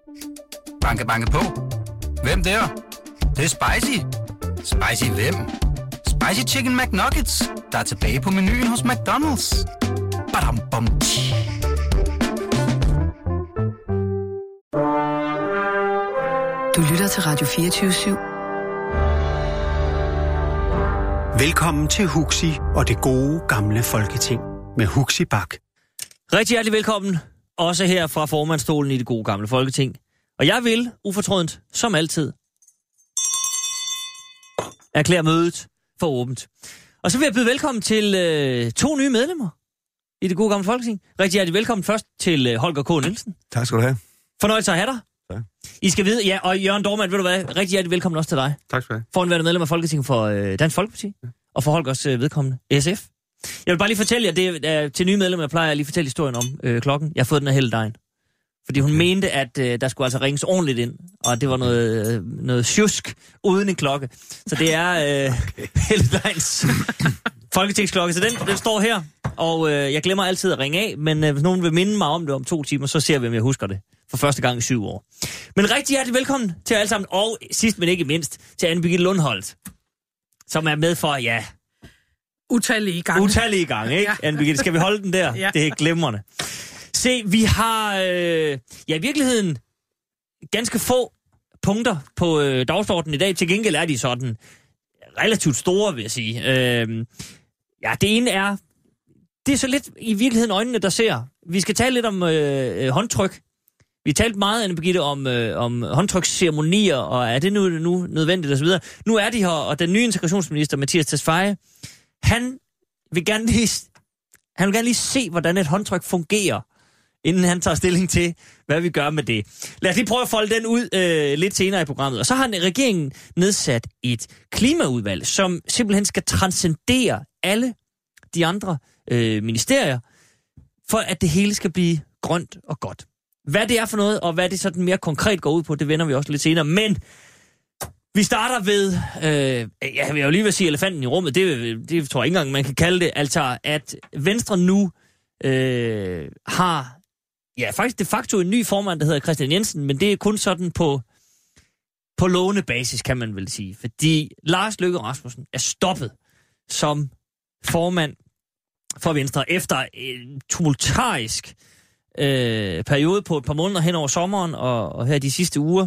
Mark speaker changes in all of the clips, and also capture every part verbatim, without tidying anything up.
Speaker 1: Banke, banke på. Hvem der? Det, det er spicy. Spicy hvem? Spicy Chicken McNuggets, der er tilbage på menuen hos McDonald's. Badum, bom, tji.
Speaker 2: Du lytter til Radio fireogtyve syv.
Speaker 3: Velkommen til Huxi og det gode gamle Folketing med Huxi Bak.
Speaker 4: Rigtig hjertelig velkommen, også her fra formandsstolen i det gode gamle Folketing. Og jeg vil, ufortrødent, som altid, erklære mødet for åbent. Og så vil jeg byde velkommen til øh, to nye medlemmer i det gode gamle Folketing. Rigtig hjertelig velkommen først til øh, Holger K. Nielsen.
Speaker 5: Tak skal du have.
Speaker 4: Fornøjelse at have dig.
Speaker 5: Ja.
Speaker 4: I skal vide, ja, og Jørgen Dohrmann, ved du hvad, rigtig hjertelig velkommen også til dig.
Speaker 5: Tak skal du have.
Speaker 4: For en værende medlem af Folketinget for øh, Dansk Folkeparti, ja. Og for Holgers øh, vedkommende S F. Jeg vil bare lige fortælle jer, det er til nye medlemmer, jeg plejer at lige fortælle historien om øh, klokken. Jeg har fået den af Helle Dejen. Fordi hun okay. mente, at øh, der skulle altså ringes ordentligt ind, og det var noget, øh, noget sjusk uden en klokke. Så det er øh, okay. Helle Dejens folketingsklokke. Så den, den står her, og øh, jeg glemmer altid at ringe af, men øh, hvis nogen vil minde mig om det om to timer, så ser vi, om jeg husker det for første gang i syv år. Men rigtig hjertelig velkommen til alle sammen, og sidst men ikke mindst, til Anne Birgitte Lundholt, som er med for, ja...
Speaker 6: Utallige gange.
Speaker 4: Utallige gange, ikke? Ja. Anne Birgitte, skal vi holde den der? Ja. Det er glimrende. Se, vi har, øh, ja i virkeligheden, ganske få punkter på øh, dagsordenen i dag. Til gengæld er de sådan relativt store, vil jeg sige. Øh, ja, det ene er, det er så lidt i virkeligheden øjnene, der ser. Vi skal tale lidt om øh, håndtryk. Vi talte meget, Anne Birgitte, om, øh, om håndtryksceremonier, og er det nu, nu nødvendigt osv. Nu er de her, og den nye integrationsminister, Mattias Tesfaye, han vil gerne lige, han vil gerne lige se, hvordan et håndtryk fungerer, inden han tager stilling til, hvad vi gør med det. Lad os lige prøve at folde den ud øh, lidt senere i programmet. Og så har regeringen nedsat et klimaudvalg, som simpelthen skal transcendere alle de andre øh, ministerier, for at det hele skal blive grønt og godt. Hvad det er for noget, og hvad det sådan mere konkret går ud på, det vender vi også lidt senere. Men vi starter ved, øh, jeg vil jo lige vil sige elefanten i rummet, det, det tror jeg ikke engang, man kan kalde det, altså at Venstre nu øh, har, ja faktisk de facto en ny formand, der hedder Kristian Jensen, men det er kun sådan på, på lovende basis, kan man vel sige. Fordi Lars Løkke Rasmussen er stoppet som formand for Venstre efter en tumultarisk øh, periode på et par måneder hen over sommeren og, og her de sidste uger.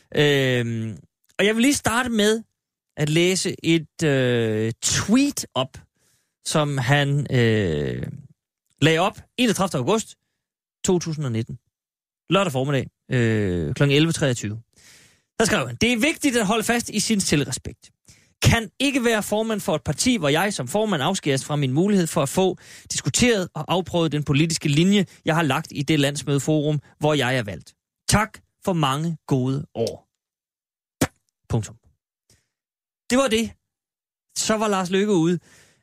Speaker 4: Øh, Og jeg vil lige starte med at læse et øh, tweet op, som han øh, lagde op enogtredivte august to tusind nitten. Lørdag formiddag øh, kl. elleve treogtyve. Der skrev han, det er vigtigt at holde fast i sin selvrespekt. Kan ikke være formand for et parti, hvor jeg som formand afskæres fra min mulighed for at få diskuteret og afprøvet den politiske linje, jeg har lagt i det landsmødeforum, hvor jeg er valgt. Tak for mange gode år. Punktum. Det var det. Så var Lars Løkke ude.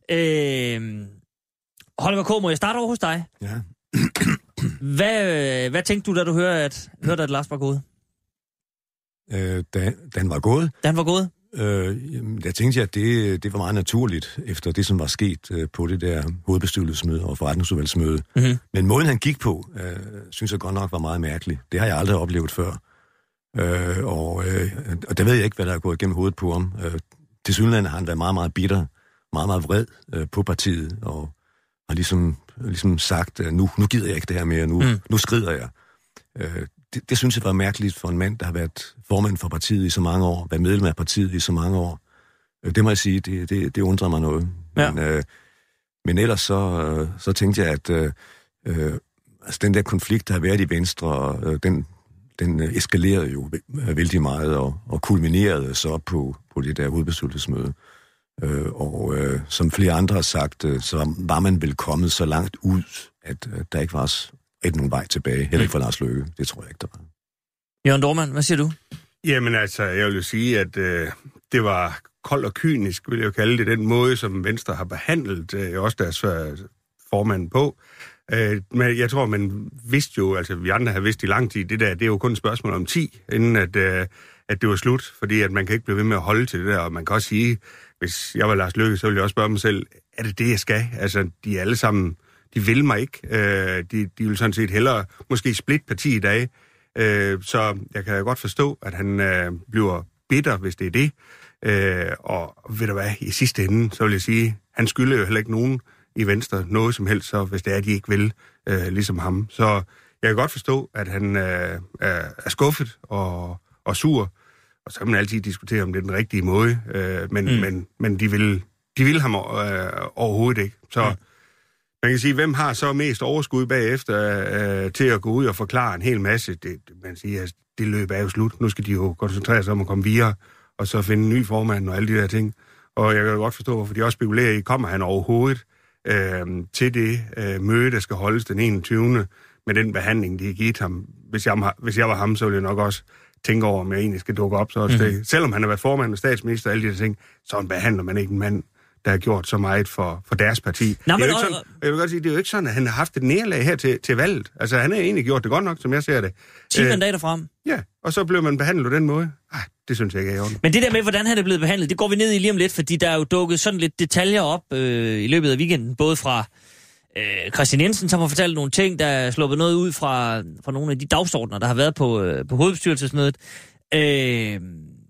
Speaker 4: Øh, Holger K., må jeg starte over hos dig?
Speaker 5: Ja.
Speaker 4: hvad, hvad tænkte du, da du hørte, at, hørte, at Lars var gået?
Speaker 5: Øh, da, da han var gået?
Speaker 4: Da han var gået?
Speaker 5: Øh, jeg tænkte, at det, det var meget naturligt, efter det, som var sket øh, på det der hovedbestyrelsesmøde og forretningsudvalgsmøde. Mm-hmm. Men måden, han gik på, øh, synes jeg godt nok var meget mærkelig. Det har jeg aldrig oplevet før. Øh, og, øh, og der ved jeg ikke, hvad der er gået gennem hovedet på ham. Øh, til synligheden har han været meget, meget bitter, meget, meget vred øh, på partiet, og har ligesom, ligesom sagt, øh, nu, nu gider jeg ikke det her mere, nu, mm. nu skrider jeg. Øh, det, det synes jeg var mærkeligt for en mand, der har været formand for partiet i så mange år, været medlem af partiet i så mange år. Øh, det må jeg sige, det, det, det undrer mig noget. Ja. Men, øh, men ellers så, øh, så tænkte jeg, at øh, øh, altså, den der konflikt, der har været i Venstre, øh, den Den eskalerede jo vældig meget og, og kulminerede så på, på det der hovedbestyrelsesmøde. Øh, og øh, som flere andre har sagt, øh, så var man vel kommet så langt ud, at øh, der ikke var ikke nogen vej tilbage. Heller ikke for Lars Løkke. Det tror jeg ikke, der var.
Speaker 4: Jørgen Dohrmann, hvad siger du?
Speaker 7: Jamen altså, jeg vil jo sige, at øh, det var koldt og kynisk, vil jeg jo kalde det, den måde, som Venstre har behandlet øh, også deres øh, formand på. Øh, men jeg tror, man vidste jo, altså vi andre har vidst i lang tid, det der, det er jo kun et spørgsmål om ti, inden at, øh, at det var slut, fordi at man kan ikke blive ved med at holde til det der, og man kan også sige, hvis jeg var Lars Løkke, så ville jeg også spørge mig selv, er det det, jeg skal? Altså, de er alle sammen, de vil mig ikke. Øh, de, de vil sådan set hellere måske splitte parti i dag, Øh, så jeg kan godt forstå, at han øh, bliver bitter, hvis det er det. Øh, og ved du hvad, i sidste ende, så vil jeg sige, han skylder jo heller ikke nogen i Venstre noget som helst, så hvis det er, at de ikke vil, øh, ligesom ham. Så jeg kan godt forstå, at han øh, er, er skuffet og, og sur, og så kan man altid diskutere, om det er den rigtige måde, øh, men, mm. men, men de vil, de vil ham øh, overhovedet ikke. Så mm. man kan sige, hvem har så mest overskud bagefter øh, til at gå ud og forklare en hel masse? Det, man siger, altså, det løb er jo slut. Nu skal de jo koncentrere sig om at komme videre, og så finde en ny formand og alle de der ting. Og jeg kan godt forstå, hvorfor de også spekulerer i, kommer han overhovedet øh, til det øh, møde, der skal holdes den enogtyvende med den behandling, de har givet ham. Hvis jeg, hvis jeg var ham, så ville jeg nok også tænke over, om jeg egentlig skal dukke op. Så også mm-hmm. det. Selvom han har været formand og statsminister og alle de der ting, så behandler man ikke en mand, der har gjort så meget for, for deres parti. Nå, det er jo ikke sådan, jeg vil godt sige, det er jo ikke sådan, at han har haft et nederlag her til, til valget. Altså, han har egentlig gjort det godt nok, som jeg ser det.
Speaker 4: ti mandater frem.
Speaker 7: Ja, og så blev man behandlet på den måde. Ej, det synes jeg ikke er i orden.
Speaker 4: Men det der med, hvordan han er blevet behandlet, det går vi ned i lige om lidt, fordi der er jo dukket sådan lidt detaljer op øh, i løbet af weekenden, både fra øh, Christian Jensen, som har fortalt nogle ting, der er sluppet noget ud fra, fra nogle af de dagsordner, der har været på, øh, på hovedbestyrelsesmødet. Øh,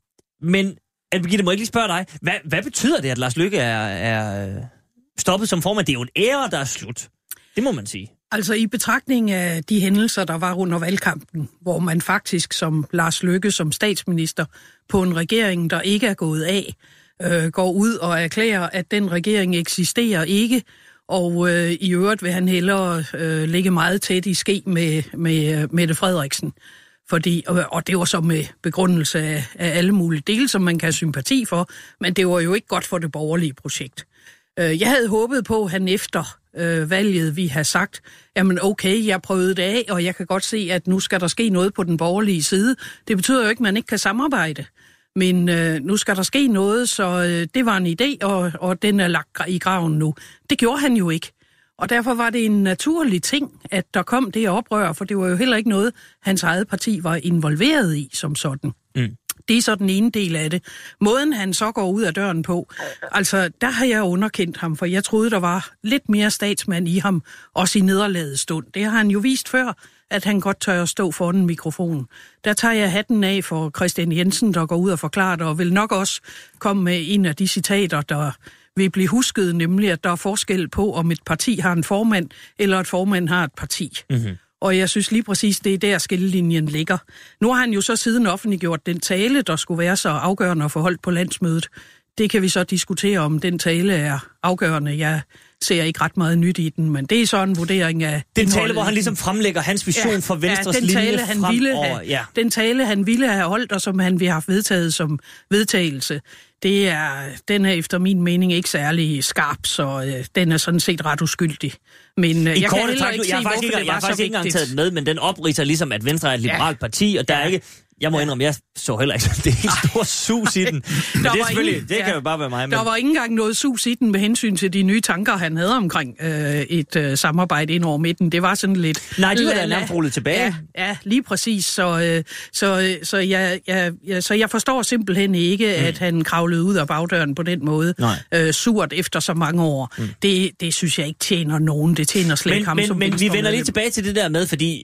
Speaker 4: men Anne Birgitte, må jeg ikke lige spørge dig, hvad, hvad betyder det, at Lars Løkke er, er stoppet som formand? Det er jo en ære, der er slut. Det må man sige.
Speaker 6: Altså i betragtning af de hændelser, der var under valgkampen, hvor man faktisk som Lars Løkke som statsminister på en regering, der ikke er gået af, øh, går ud og erklærer, at den regering eksisterer ikke, og øh, i øvrigt vil han hellere øh, ligge meget tæt i ske med, med Mette Frederiksen. Fordi, og det var så med begrundelse af, af alle mulige dele, som man kan have sympati for, men det var jo ikke godt for det borgerlige projekt. Jeg havde håbet på, at han efter øh, valget vi har sagt, jamen okay, jeg prøvede det af, og jeg kan godt se, at nu skal der ske noget på den borgerlige side. Det betyder jo ikke, at man ikke kan samarbejde, men øh, nu skal der ske noget, så øh, det var en idé, og, og den er lagt i graven nu. Det gjorde han jo ikke. Og derfor var det en naturlig ting, at der kom det oprør, for det var jo heller ikke noget, hans eget parti var involveret i som sådan. Mm. Det er så den ene del af det. Måden han så går ud af døren på, altså der har jeg underkendt ham, for jeg troede, der var lidt mere statsmand i ham, også i nederlagets stund. Det har han jo vist før, at han godt tør at stå foran mikrofonen. Der tager jeg hatten af for Christian Jensen, der går ud og forklarer det, og vil nok også komme med en af de citater, der vil blive husket, nemlig at der er forskel på, om et parti har en formand, eller et formand har et parti. Mm-hmm. Og jeg synes lige præcis, det er der skillelinjen ligger. Nu har han jo så siden offentliggjort den tale, der skulle være så afgørende at få holdt på landsmødet. Det kan vi så diskutere, om den tale er afgørende. Jeg ser ikke ret meget nyt i den, men det er så en vurdering af...
Speaker 4: Den tale, hvor han ligesom fremlægger hans vision ja, for Venstres ja, linje tale, han ville have,
Speaker 6: ja. Den tale, han ville have holdt, og som han ville have haft vedtaget som vedtagelse, det er, den er efter min mening ikke særlig skarp, så øh, den er sådan set ret uskyldig. Men øh, jeg kan heller ikke se, hvorfor det var så vigtigt.
Speaker 4: Jeg har faktisk ikke engang taget den med, men den opridser ligesom, at Venstre er et liberalt ja. parti, og der ja. er ikke... Jeg må indrømme, jeg så heller ikke det helt store sus i den. Men det, er selvfølgelig, ingen, det kan ja, jo bare være mig. Men...
Speaker 6: Der var ikke engang noget sus i den med hensyn til de nye tanker, han havde omkring øh, et øh, samarbejde ind over midten. Det var sådan lidt...
Speaker 4: Nej, det var da nærmest rullet tilbage.
Speaker 6: Ja, ja, lige præcis. Så, øh, så, øh, så, jeg, jeg, jeg, så jeg forstår simpelthen ikke, mm. at han kravlede ud af bagdøren på den måde. Øh, surt efter så mange år. Mm. Det, det synes jeg ikke tjener nogen. Det tjener slet ikke ham
Speaker 4: men,
Speaker 6: som
Speaker 4: Men vi vender lige tilbage til det der med, fordi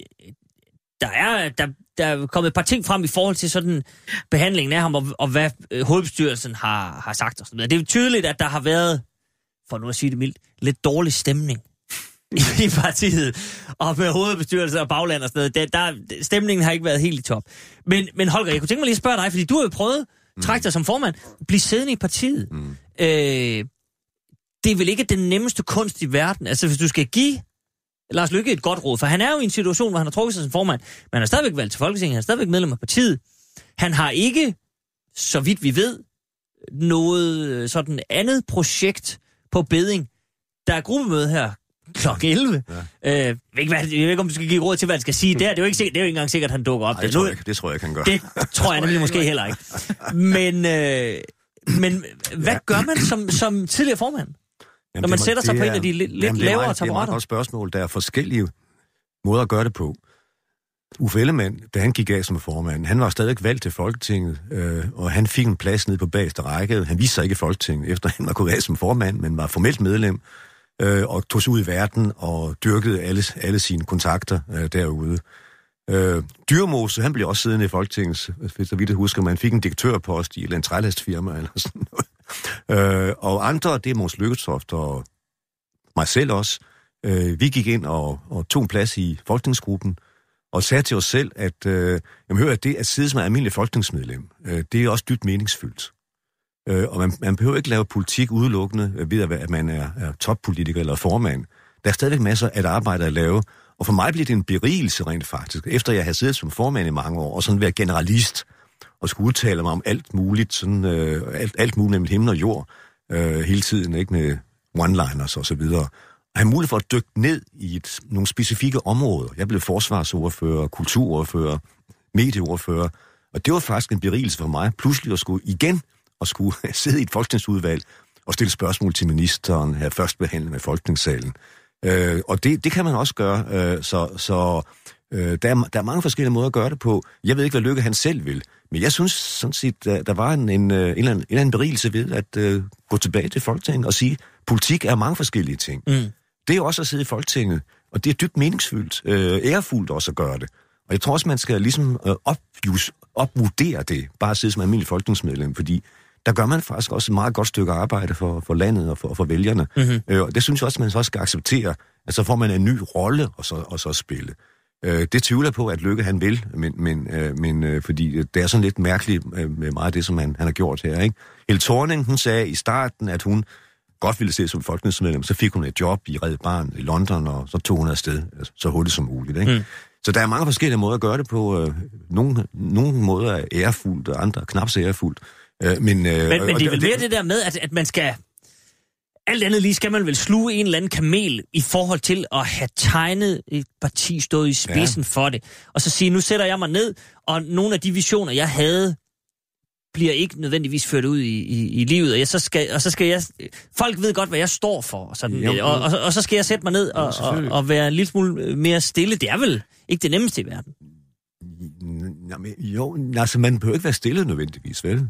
Speaker 4: der er... Der Der er kommet et par ting frem i forhold til sådan behandlingen af ham, og, og hvad øh, hovedbestyrelsen har, har sagt og sådan noget. Det er jo tydeligt, at der har været, for nu at sige det mildt, lidt dårlig stemning i partiet, og med hovedbestyrelsen og bagland og sådan noget. Der, der, stemningen har ikke været helt i top. Men, men Holger, jeg kunne tænke mig lige at spørge dig, fordi du har jo prøvet at trække dig som formand, blive siddende i partiet. Mm. Øh, det er vel ikke den nemmeste kunst i verden. Altså, hvis du skal give Lars Løkke et godt råd, for han er jo i en situation, hvor han har trukket sig som formand, men han er stadigvæk valgt til Folketinget, han er stadigvæk medlem af partiet. Han har ikke, så vidt vi ved, noget sådan andet projekt på bedding. Der er gruppemøde her klokken elleve. Ja. Øh, jeg, ved ikke, hvad, jeg ved ikke, om du skal give råd til, hvad han skal sige. Det er, det er jo ikke, det er jo ikke engang sikkert, at han dukker op.
Speaker 5: Ej, det, tror jeg, det tror jeg, kan gøre.
Speaker 4: Det tror jeg nemlig måske heller ikke. Men, øh, men hvad gør man som, som tidligere formand? Jamen, når man sætter sig på er, en af de lidt jamen, lavere taburetter? Det er et meget godt
Speaker 5: spørgsmål. Der er forskellige måder at gøre det på. Uffe Ellemann, da han gik af som formand, han var stadig valgt til Folketinget, øh, og han fik en plads nede på bagerste række. Han viste sig ikke i Folketinget, efter han var gået af som formand, men var formelt medlem, øh, og tog sig ud i verden og dyrkede alle, alle sine kontakter øh, derude. Øh, Dyrmose, han blev også siddende i Folketinget, så vidt jeg husker, man fik en direktørpost i et eller andet trælastfirma eller sådan noget. Øh, og andre, det er Mogens Lykketoft og mig selv også. Øh, vi gik ind og, og tog en plads i folketingsgruppen, og sagde til os selv, at øh, jeg hører, at det at sidde som en almindelig folketingsmedlem, øh, det er også dybt meningsfyldt. Øh, og man, man behøver ikke lave politik udelukkende ved, at man er, er toppolitiker eller formand. Der er stadigvæk masser af arbejde at lave, og for mig blev det en berigelse rent faktisk, efter jeg havde siddet som formand i mange år, og sådan været generalist, og skulle udtale mig om alt muligt, sådan, øh, alt, alt muligt mellem himmel og jord, øh, hele tiden, ikke, med one-liners og så videre. Og have mulighed for at dykke ned i et, nogle specifikke områder. Jeg blev forsvarsordfører, kulturordfører, medieordfører, og det var faktisk en berigelse for mig, pludselig at skulle igen og skulle sidde i et folketingsudvalg og stille spørgsmål til ministeren, have først behandlet med folketingssalen. Øh, og det, det kan man også gøre, øh, så, så øh, der, er, der er mange forskellige måder at gøre det på. Jeg ved ikke, hvad Lykke han selv vil, men jeg synes sådan set, der, der var en, en, en, en, eller anden, en eller anden berigelse ved at øh, gå tilbage til Folketinget og sige, at politik er mange forskellige ting. Mm. Det er også at sidde i Folketinget, og det er dybt meningsfyldt, øh, ærefuldt også at gøre det. Og jeg tror også, man skal ligesom øh, opjus, opvurdere det, bare at sidde som almindelig folketingsmedlem, fordi der gør man faktisk også et meget godt stykke arbejde for, for landet og for, for vælgerne. Mm-hmm. Øh, og det synes jeg også, man så også skal acceptere, at så får man en ny rolle og så, og så spille. Øh, det tvivler på, at Lykke han vil, men, men, øh, men øh, fordi det er sådan lidt mærkeligt øh, med meget af det, som han, han har gjort her. Ikke? Helle Thorning, hun sagde i starten, at hun godt ville se som folketingsmedlem, så fik hun et job i Red Barn i London, og så tog hun afsted så hurtigt som muligt. Ikke? Mm. Så der er mange forskellige måder at gøre det på. Nogle, nogle måder er ærefuldt, og andre knap så ærefuldt. Øh, men, øh,
Speaker 4: men, men det er vel mere det der med, at, at man skal... Alt andet lige skal man vel sluge en eller anden kamel i forhold til at have tegnet et parti, stået i spidsen ja. for det. Og så sige, nu sætter jeg mig ned, og nogle af de visioner, jeg havde, bliver ikke nødvendigvis ført ud i, i, i livet. Og, jeg, så skal, og så skal jeg... Folk ved godt, hvad jeg står for. Og, sådan, jo, og, og, og så skal jeg sætte mig ned og, ja, og, og være en lille smule mere stille. Det er vel ikke det nemmeste i verden.
Speaker 5: Jamen, jo, altså man behøver ikke være stille nødvendigvis, vel?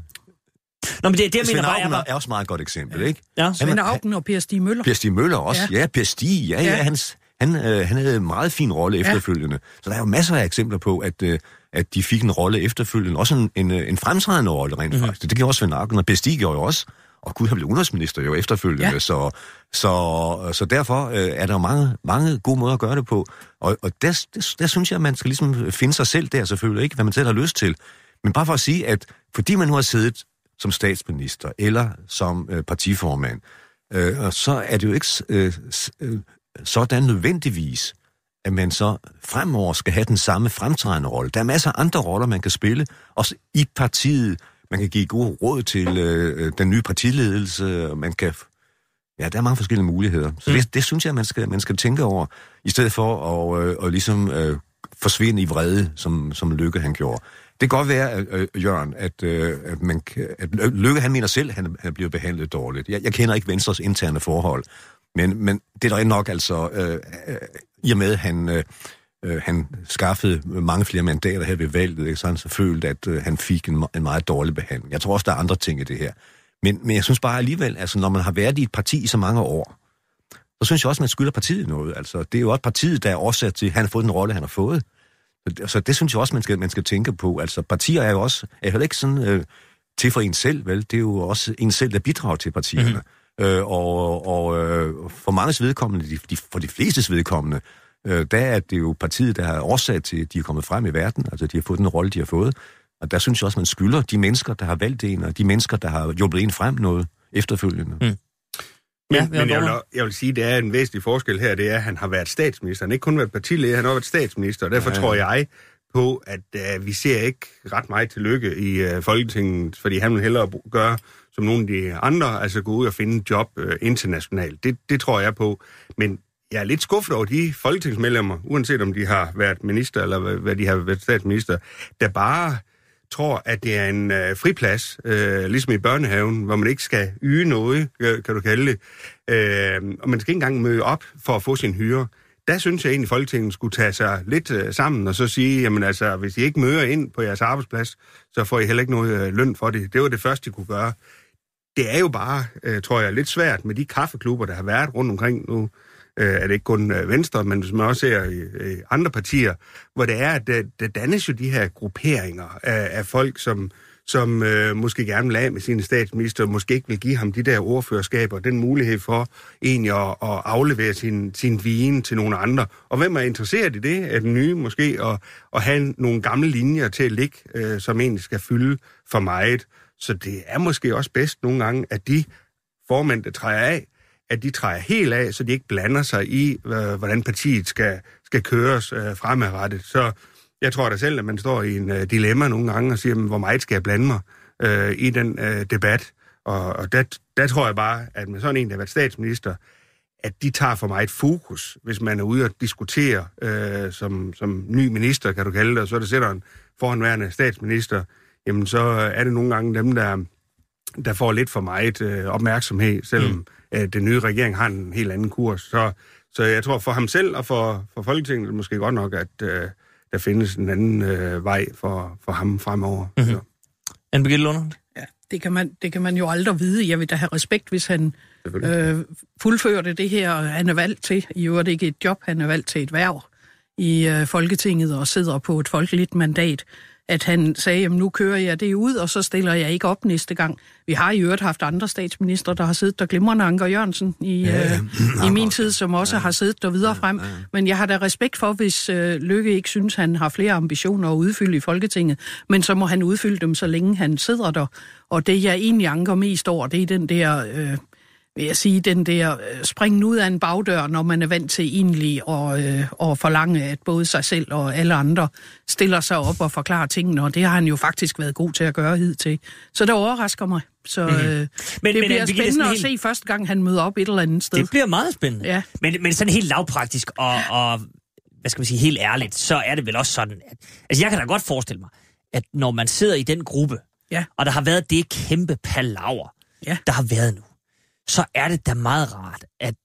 Speaker 4: Nå, men det, det jeg
Speaker 5: Svend
Speaker 4: mener bare...
Speaker 5: Auken
Speaker 4: er,
Speaker 5: er også meget godt eksempel, ikke?
Speaker 4: Ja.
Speaker 6: Svend Auken og Per Stig Møller.
Speaker 5: Per Stig Møller også, ja. ja Per Stig, ja, ja, ja hans, han, øh, han havde en meget fin rolle efterfølgende. Ja. Så der er jo masser af eksempler på, at, øh, at de fik en rolle efterfølgende. Også en, en, en fremtrædende rolle, rent mm-hmm. faktisk. Det gjorde også Svend Auken, og Per Stig gjorde jo også. Og Gud, han blev udenrigsminister jo efterfølgende. Ja. Så, så, så derfor øh, er der mange, mange gode måder at gøre det på. Og, og der, der, der synes jeg, at man skal ligesom finde sig selv der selvfølgelig, ikke hvad man selv har lyst til. Men bare for at sige, at fordi man nu har siddet som statsminister eller som øh, partiformand, øh, så er det jo ikke øh, øh, sådan nødvendigvis, at man så fremover skal have den samme fremtrædende rolle. Der er masser af andre roller, man kan spille, også i partiet. Man kan give gode råd til øh, den nye partiledelse, man kan... Ja, der er mange forskellige muligheder. Så mm. det, det synes jeg, man skal, man skal tænke over, i stedet for at øh, og ligesom øh, forsvinde i vrede, som, som Lykke han gjorde. Det kan godt være, øh, Jørgen, at, øh, at, man, at Lykke han mener selv, at han, han bliver behandlet dårligt. Jeg, jeg kender ikke Venstres interne forhold, men, men det er der nok altså, øh, øh, i og med, at han, øh, han skaffede mange flere mandater her ved valget, ikke? Så han så følte, at øh, han fik en, en meget dårlig behandling. Jeg tror også, der er andre ting i det her. Men, men jeg synes bare alligevel, altså når man har været i et parti i så mange år, så synes jeg også, man skylder partiet noget. Altså, det er jo også partiet, der er årsat til, at han har fået den rolle, han har fået. Så det synes jeg også, man skal, man skal tænke på. Altså, partier er jo også, er heller ikke sådan øh, til for en selv, vel? Det er jo også en selv, der bidrager til partierne. Mm-hmm. Øh, og og øh, for manges vedkommende, de, de, for de flestes vedkommende, øh, der er det jo partiet, der har årsat til, at de er kommet frem i verden. Altså, de har fået den rolle, de har fået. Og der synes jeg også, man skylder de mennesker, der har valgt en, og de mennesker, der har hjulpet en frem noget efterfølgende. Mm.
Speaker 7: Men, ja, men jeg, vil, jeg vil sige, at det er en væsentlig forskel her, det er, at han har været statsminister. Han har ikke kun været partileder, han har været statsminister. Og derfor ja, ja. tror jeg på, at uh, vi ser ikke ret meget til Lykke i uh, Folketinget, fordi han vil hellere gøre som nogle af de andre, altså gå ud og finde et job uh, internationalt. Det, det tror jeg på. Men jeg er lidt skuffet over de folketingsmedlemmer, uanset om de har været minister eller hvad de har været statsminister, der bare tror, at det er en øh, friplads, øh, ligesom i børnehaven, hvor man ikke skal yde noget, kan du kalde det, øh, og man skal ikke engang møde op for at få sin hyre. Der synes jeg egentlig, at Folketinget skulle tage sig lidt øh, sammen og så sige, jamen altså, hvis I ikke møder ind på jeres arbejdsplads, så får I heller ikke noget øh, løn for det. Det var det første, de kunne gøre. Det er jo bare, øh, tror jeg, lidt svært med de kaffeklubber, der har været rundt omkring nu. øh, er det ikke kun øh, Venstre, men hvis man også ser i, i andre partier, hvor det er, at der, der dannes jo de her grupperinger af, af folk, som som øh, måske gerne vil af med sine statsminister, måske ikke vil give ham de der ordførerskaber, den mulighed for egentlig at, at aflevere sin, sin viden til nogle andre. Og hvem er interesseret i det, er den nye måske, at, at have nogle gamle linjer til at ligge, øh, som egentlig skal fylde for meget. Så det er måske også bedst nogle gange, at de formænd, der træder af, at de træder helt af, så de ikke blander sig i, øh, hvordan partiet skal, skal køres øh, fremadrettet. Så jeg tror da selv, at man står i en uh, dilemma nogle gange og siger, hvor meget skal jeg blande mig uh, i den uh, debat. Og, og der, der tror jeg bare, at med sådan en, der har været statsminister, at de tager for meget fokus, hvis man er ude og diskutere uh, som, som ny minister, kan du kalde det, og så er der sætter en foranværende statsminister, jamen så er det nogle gange dem, der, der får lidt for meget uh, opmærksomhed, selvom mm. uh, den nye regering har en helt anden kurs. Så, så jeg tror for ham selv og for, for Folketinget, det måske godt nok, at... Uh, der findes en anden øh, vej for, for ham fremover.
Speaker 4: Mm-hmm. Anne Birgitte Lunde?
Speaker 6: Ja, det kan, man, det kan man jo aldrig vide. Jeg vil da have respekt, hvis han øh, fuldførte det her. Han er valgt til, i øvrigt ikke et job, han er valgt til et hverv i øh, Folketinget og sidder på et folkeligt mandat. At han sagde, jamen nu kører jeg det ud, og så stiller jeg ikke op næste gang. Vi har i øvrigt haft andre statsministre, der har siddet der, glimrende Anker Jørgensen i, ja, øh, i min tid, som også ja. har siddet der videre frem. Ja, ja. Men jeg har da respekt for, hvis øh, Løkke ikke synes, han har flere ambitioner at udfylde i Folketinget, men så må han udfylde dem, så længe han sidder der. Og det, jeg egentlig anker mest over, det er den der... Øh, vil jeg sige, den der springen ud af en bagdør, når man er vant til egentlig at, øh, at forlange, at både sig selv og alle andre stiller sig op og forklarer tingene, og det har han jo faktisk været god til at gøre hidtil. Så det overrasker mig. Så mm-hmm. øh, men, det men, bliver spændende det at helt... se første gang, han møder op et eller andet sted.
Speaker 4: Det bliver meget spændende. Ja. Men, men sådan helt lavpraktisk og, og, hvad skal man sige, helt ærligt, så er det vel også sådan, at altså jeg kan da godt forestille mig, at når man sidder i den gruppe, ja. og der har været det kæmpe palaver, ja. der har været nu, så er det da meget rart, at,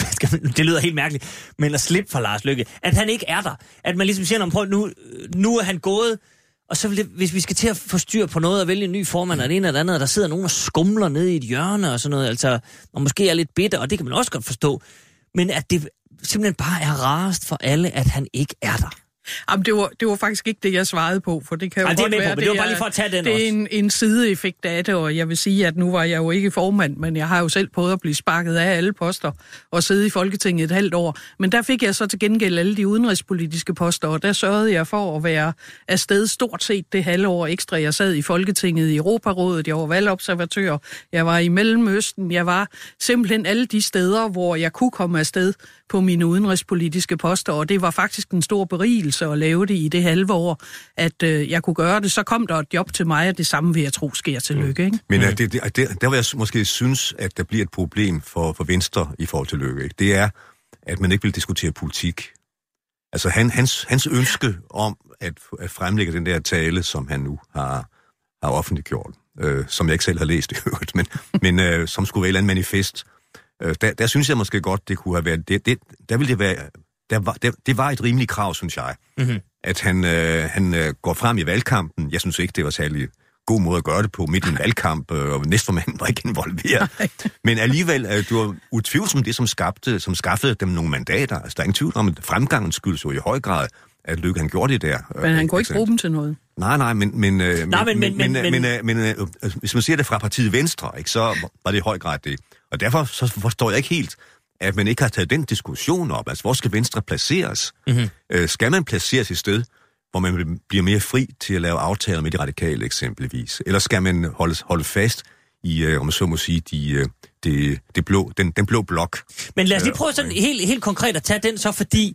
Speaker 4: det lyder helt mærkeligt, men at slippe for Lars Løkke, at han ikke er der. At man ligesom siger, prøv, nu, nu er han gået, og så det, hvis vi skal til at få styr på noget og vælge en ny formand, og det ene eller andet, der sidder nogen og skumler nede i et hjørne og sådan noget, altså, og måske er lidt bitter, og det kan man også godt forstå, men at det simpelthen bare er rarest for alle, at han ikke er der.
Speaker 6: Jamen, det var, det var faktisk ikke det, jeg svarede på, for det kan jo
Speaker 4: Ej,
Speaker 6: godt
Speaker 4: det
Speaker 6: være,
Speaker 4: på, det, det var bare lige for at tage den
Speaker 6: det
Speaker 4: også.
Speaker 6: er en, en sideeffekt af det, og jeg vil sige, at nu var jeg jo ikke formand, men jeg har jo selv prøvet at blive sparket af alle poster og sidde i Folketinget et halvt år. Men der fik jeg så til gengæld alle de udenrigspolitiske poster, og der sørgede jeg for at være afsted stort set det halve år ekstra. Jeg sad i Folketinget i Europarådet, jeg var valgobservatør, jeg var i Mellemøsten, jeg var simpelthen alle de steder, hvor jeg kunne komme afsted på mine udenrigspolitiske poster, og det var faktisk en stor berigelse at lave det i det halve år, at øh, jeg kunne gøre det. Så kom der et job til mig, og det samme vil jeg tro sker til Løkke, ikke?
Speaker 5: Men det, det, det, der vil jeg måske synes, at der bliver et problem for, for Venstre i forhold til Løkke, ikke? Det er, at man ikke vil diskutere politik. Altså han, hans, hans ønske om at, at fremlægge den der tale, som han nu har, har offentliggjort, øh, som jeg ikke selv har læst i øvrigt, men, men øh, som skulle være et eller andet manifest, øh, der, der synes jeg måske godt, det kunne have været, det, det, der ville det være, der var, der, det var et rimeligt krav, synes jeg, mm-hmm. at han, øh, han øh, går frem i valgkampen. Jeg synes ikke, det var særlig god måde at gøre det på midt i en valgkamp, øh, og næstformanden var ikke involveret. Men alligevel, øh, det var utvivlsomt det, som, skabte, som skaffede dem nogle mandater. Altså, der er ingen tvivl om, at fremgangen skyldes jo i høj grad, at Løkke han gjorde det der.
Speaker 6: Men han kunne ikke bruge dem til noget.
Speaker 5: Nej, nej, men, men, øh, nej, men, men, men, men, men, men, men øh, øh, hvis man ser det fra partiet Venstre, ikke, så var det i høj grad det. Og derfor så forstår jeg ikke helt, at man ikke har taget den diskussion op. Altså, hvor skal Venstre placeres? Mm-hmm. Øh, skal man placeres i sted, hvor man bliver mere fri til at lave aftaler med de radikale eksempelvis? Eller skal man holde, holde fast i, øh, om man så må sige, de, øh, de, de blå, den, den blå blok?
Speaker 4: Men lad os lige prøve sådan øh, helt, helt konkret at tage den så, fordi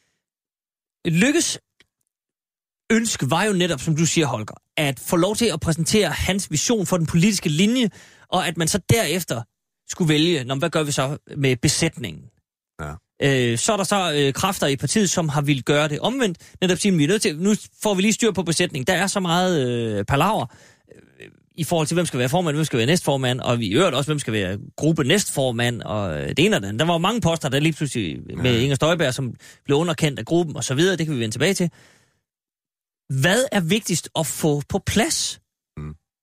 Speaker 4: Løkkes ønske var jo netop, som du siger, Holger, at få lov til at præsentere hans vision for den politiske linje, og at man så derefter skulle vælge, når, hvad gør vi så med besætningen? Ja. Øh, så er der så øh, kræfter i partiet, som har ville gøre det omvendt. Netop siger, vi er nødt til, nu får vi lige styr på besætningen. Der er så meget øh, palaver øh, i forhold til, hvem skal være formand, hvem skal være næstformand, og vi øvrigt også, hvem skal være gruppe næstformand, og øh, det ene og det andet. Der var mange poster, der lige pludselig med Inger Støjberg, som blev underkendt af gruppen, og så videre. Det kan vi vende tilbage til. Hvad er vigtigst at få på plads? Mm.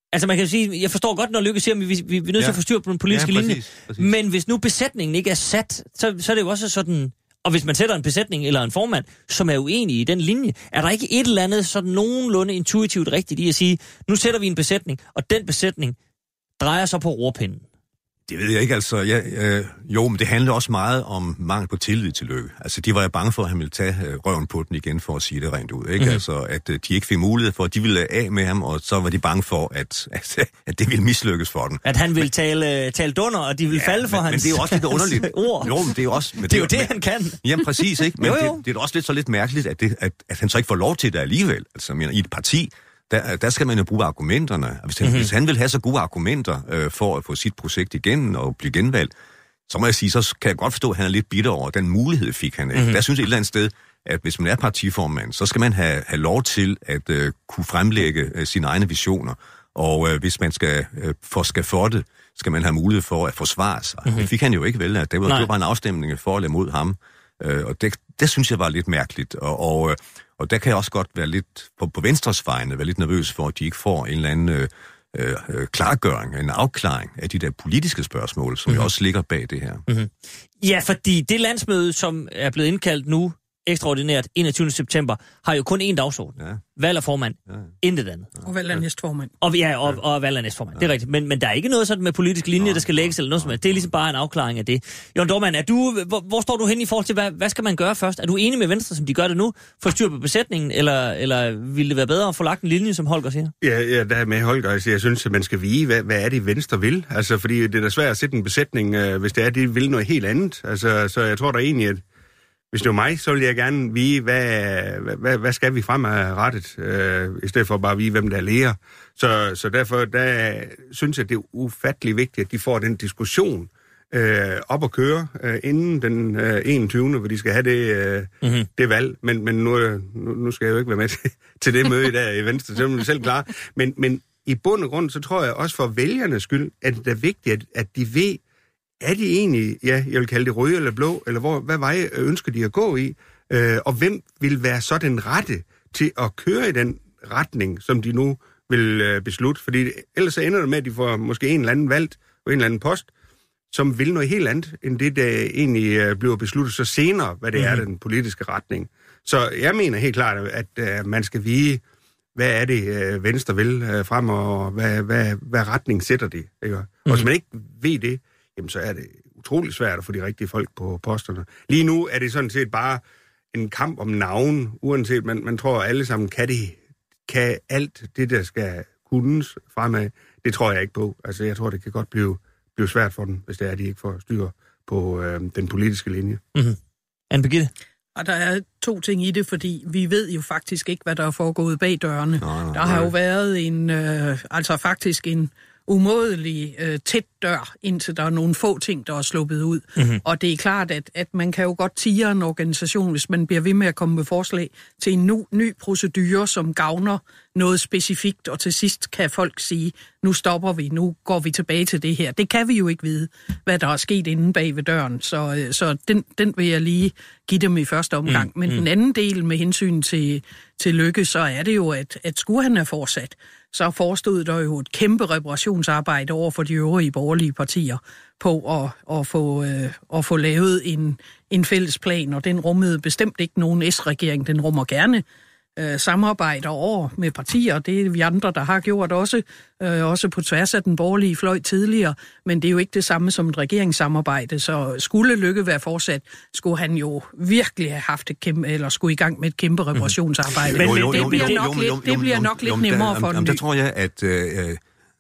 Speaker 4: Altså man kan sige, jeg forstår godt, når Lykke siger, at vi, vi, vi er nødt til ja. at få styr på den politiske ja, præcis, linje. Præcis. Men hvis nu besætningen ikke er sat, så, så er det jo også sådan... Og hvis man sætter en besætning eller en formand, som er uenig i den linje, er der ikke et eller andet sådan nogenlunde intuitivt rigtigt i at sige, nu sætter vi en besætning, og den besætning drejer sig på rorpinden?
Speaker 5: Det ved jeg ikke, altså. Ja, øh, jo, men det handler også meget om mangel på tillid til Løkke. Altså, de var jo bange for, at han ville tage øh, røven på den igen, for at sige det rent ud, ikke? Mm-hmm. Altså, at øh, de ikke fik mulighed for, at de ville af med ham, og så var de bange for, at, at, at det ville mislykkes for dem.
Speaker 4: At han ville men, tale, tale dunder, og de ville ja, falde for
Speaker 5: men,
Speaker 4: hans
Speaker 5: men det er jo også lidt underligt.
Speaker 4: ord.
Speaker 5: Jo, men det er jo også... Men
Speaker 4: det er jo det,
Speaker 5: men,
Speaker 4: han kan.
Speaker 5: Jamen, præcis, ikke? Men
Speaker 4: jo, jo.
Speaker 5: Det, det er også lidt så lidt mærkeligt, at, det, at, at han så ikke får lov til det alligevel. Altså, mener, i et parti... Der, der skal man jo bruge argumenterne. Hvis han, mm-hmm. hvis han vil have så gode argumenter øh, for at få sit projekt igen og blive genvalgt, så må jeg sige, så kan jeg godt forstå, at han er lidt bitter over den mulighed, fik han ikke. Mm-hmm. Der synes jeg et eller andet sted, at hvis man er partiformand, så skal man have, have lov til at øh, kunne fremlægge øh, sine egne visioner. Og øh, hvis man skal øh, for skal for det, skal man have mulighed for at forsvare sig. Mm-hmm. Det fik han jo ikke vel. Det var, det var bare en afstemning for eller mod ham. Øh, og det, det synes jeg var lidt mærkeligt. Og... og Og der kan jeg også godt være lidt, på, på Venstres vegne, være lidt nervøs for, at de ikke får en eller anden øh, øh, klargøring, en afklaring af de der politiske spørgsmål, som mm-hmm. også ligger bag det her.
Speaker 4: Mm-hmm. Ja, fordi det landsmøde, som er blevet indkaldt nu, ekstraordinært enogtyvende september, har jo kun én dagsorden. Ja. Valg af formand. Ja. Intet andet.
Speaker 6: Og valg af næstformand.
Speaker 4: Og, ja, og, og valg af næstformand. Ja. Det er rigtigt. Men, men der er ikke noget sådan med politisk linje, ja. der skal lægges eller noget som helst. Det er ligesom bare en afklaring af det. Jørgen Dohrmann, er du, hvor, hvor står du hen i forhold til, hvad, hvad skal man gøre først? Er du enig med Venstre, som de gør det nu, for styr på besætningen, eller, eller ville det være bedre at få lagt en linje, som Holger siger?
Speaker 7: Ja, ja, der er med Holger. Altså, jeg synes, at man skal vide, hvad, hvad er det, Venstre vil? Altså, fordi det er da svært at sætte en besætning, øh, hvis det er, de vil noget helt andet. Altså, så jeg tror da egentlig, at hvis det var mig, så ville jeg gerne vide, hvad, hvad, hvad skal vi fremadrettet, øh, i stedet for bare at vide, hvem der er læger. Så, så derfor der, synes jeg, det er ufattelig vigtigt, at de får den diskussion øh, op at køre, øh, inden den øh, enogtyvende, hvor de skal have det, øh, mm-hmm. det valg. Men, men nu, nu, nu skal jeg jo ikke være med til, til det møde i dag i Venstre, så er man selv klar. Men, men i bund og grund, så tror jeg også for vælgernes skyld, at det er vigtigt, at, at de ved, er de egentlig, ja, jeg vil kalde det røde eller blå, eller hvor, hvad vej ønsker de at gå i? Øh, og hvem vil være så den rette til at køre i den retning, som de nu vil øh, beslutte? Fordi ellers så ender det med, at de får måske en eller anden valgt på en eller anden post, som vil noget helt andet, end det, der egentlig øh, bliver besluttet så senere, hvad det mm-hmm. er, den politiske retning. Så jeg mener helt klart, at øh, man skal vide, hvad er det, øh, Venstre vil øh, frem, og hvad, hvad, hvad retning sætter det? Ikke? Mm-hmm. Og hvis man ikke ved det, jamen så er det utrolig svært at få de rigtige folk på posterne. Lige nu er det sådan set bare en kamp om navn, uanset man, man tror, at alle sammen kan, det, kan alt det, der skal kunnes fremad. Det tror jeg ikke på. Altså, jeg tror, det kan godt blive, blive svært for dem, hvis det er, at de ikke får styr på øh, den politiske linje.
Speaker 4: Mm-hmm. Anne Birgitte?
Speaker 6: Og der er to ting i det, fordi vi ved jo faktisk ikke, hvad der er foregået bag dørene.
Speaker 5: Nå, nå,
Speaker 6: der har jo været en, øh, altså faktisk en umådelig øh, tæt dør, indtil der er nogle få ting, der er sluppet ud. Mm-hmm. Og det er klart, at, at man kan jo godt tire en organisation, hvis man bliver ved med at komme med forslag til en nu, ny procedure, som gavner noget specifikt, og til sidst kan folk sige, nu stopper vi, nu går vi tilbage til det her. Det kan vi jo ikke vide, hvad der er sket inde bag ved døren, så, så den, den vil jeg lige give dem i første omgang. Mm, Men mm. den anden del med hensyn til, til Løkke, så er det jo, at, at skulle han have fortsat, så forestod der jo et kæmpe reparationsarbejde over for de øvrige borgerlige partier på at, at, få, øh, at få lavet en, en fælles plan, og den rummede bestemt ikke nogen S-regering. Den rummer gerne øh, samarbejder over med partier, det er vi andre, der har gjort også, øh, også på tværs af den borgerlige fløj tidligere, men det er jo ikke det samme som et regeringssamarbejde, så skulle Løkke være fortsat, skulle han jo virkelig have haft et kæmpe, eller skulle i gang med et kæmpe reparationsarbejde. Men det bliver nok lidt, det bliver nok lidt nemmere for den.
Speaker 5: Der tror jeg, at øh,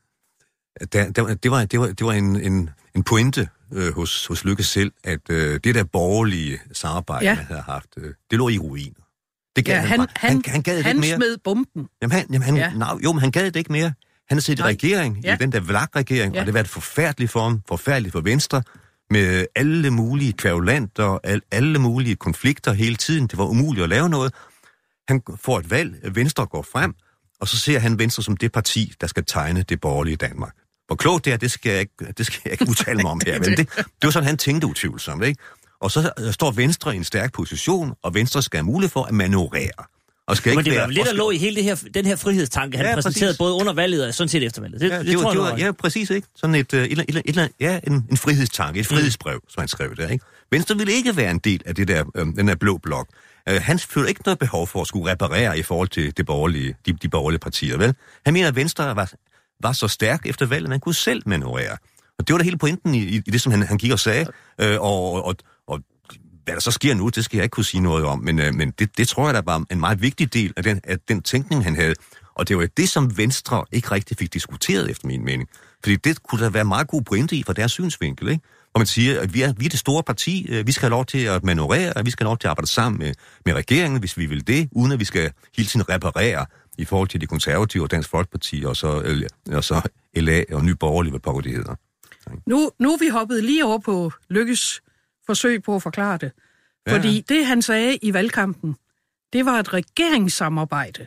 Speaker 5: der, der, det var, det var, det var en, en, en pointe øh, hos, hos Løkke selv, at øh, det der borgerlige samarbejde, ja. han havde haft, øh, det lå i ruiner. Det gad
Speaker 6: ja,
Speaker 5: han,
Speaker 6: han,
Speaker 5: han,
Speaker 6: han,
Speaker 5: han gad det
Speaker 6: han
Speaker 5: ikke mere.
Speaker 6: smed bomben.
Speaker 5: Jamen, han, jamen, han,
Speaker 6: ja.
Speaker 5: nej, jo, men han gad det ikke mere. Han har siddet i regering, ja. i den der V L A K-regering, ja. og det har været forfærdeligt for ham, forfærdeligt for Venstre, med alle mulige kværulanter, al, alle mulige konflikter hele tiden. Det var umuligt at lave noget. Han får et valg, Venstre går frem, og så ser han Venstre som det parti, der skal tegne det borgerlige Danmark. Hvor klogt det er, det skal jeg ikke, det skal jeg ikke udtale mig om her, men det, det var sådan, han tænkte utvivlsomt, ikke? Og så står Venstre i en stærk position, og Venstre skal have mulighed for at manøvrere.
Speaker 8: Og skal
Speaker 4: Men
Speaker 8: ikke
Speaker 4: det var
Speaker 8: være
Speaker 4: lidt at lå i hele det her, den her frihedstanke, han
Speaker 8: ja,
Speaker 4: præsenterede
Speaker 8: præcis.
Speaker 4: både under valget og sådan set efter valget. Det,
Speaker 8: ja,
Speaker 4: det,
Speaker 8: det,
Speaker 4: det
Speaker 8: var,
Speaker 4: tror
Speaker 8: det
Speaker 4: jeg,
Speaker 8: var, ja, præcis, ikke? Sådan et, et, et, et, et, ja, en, en frihedstanke, et frihedsbrev, mm. som han skrev der, ikke? Venstre ville ikke være en del af det der, øh, den der blå blok. Uh, han følte ikke noget behov for at skulle reparere i forhold til det borgerlige, de, de borgerlige partier, vel? Han mener, at Venstre var, var så stærk efter valget, at han kunne selv manøvrere. Og det var da hele pointen i, i det, som han, han gik og sagde. Uh, og, og, og hvad der så sker nu, det skal jeg ikke kunne sige noget om, men, uh, men det, det tror jeg, der var en meget vigtig del af den, af den tænkning, han havde. Og det var det, som Venstre ikke rigtig fik diskuteret, efter min mening. Fordi det kunne der være meget god pointe i fra deres synsvinkel, ikke? Og man siger, at vi er, vi er det store parti, vi skal have lov til at manøvrere, vi skal have lov til at arbejde sammen med, med regeringen, hvis vi vil det, uden at vi skal hele tiden reparere i forhold til de konservative og Dansk Folkeparti, og så, og så L A og Nye Borgerlige, hvad pokker det hedder.
Speaker 6: Nu, nu er vi hoppet lige over på Lykkes forsøg på at forklare det. Fordi ja. det, han sagde i valgkampen, det var et regeringssamarbejde.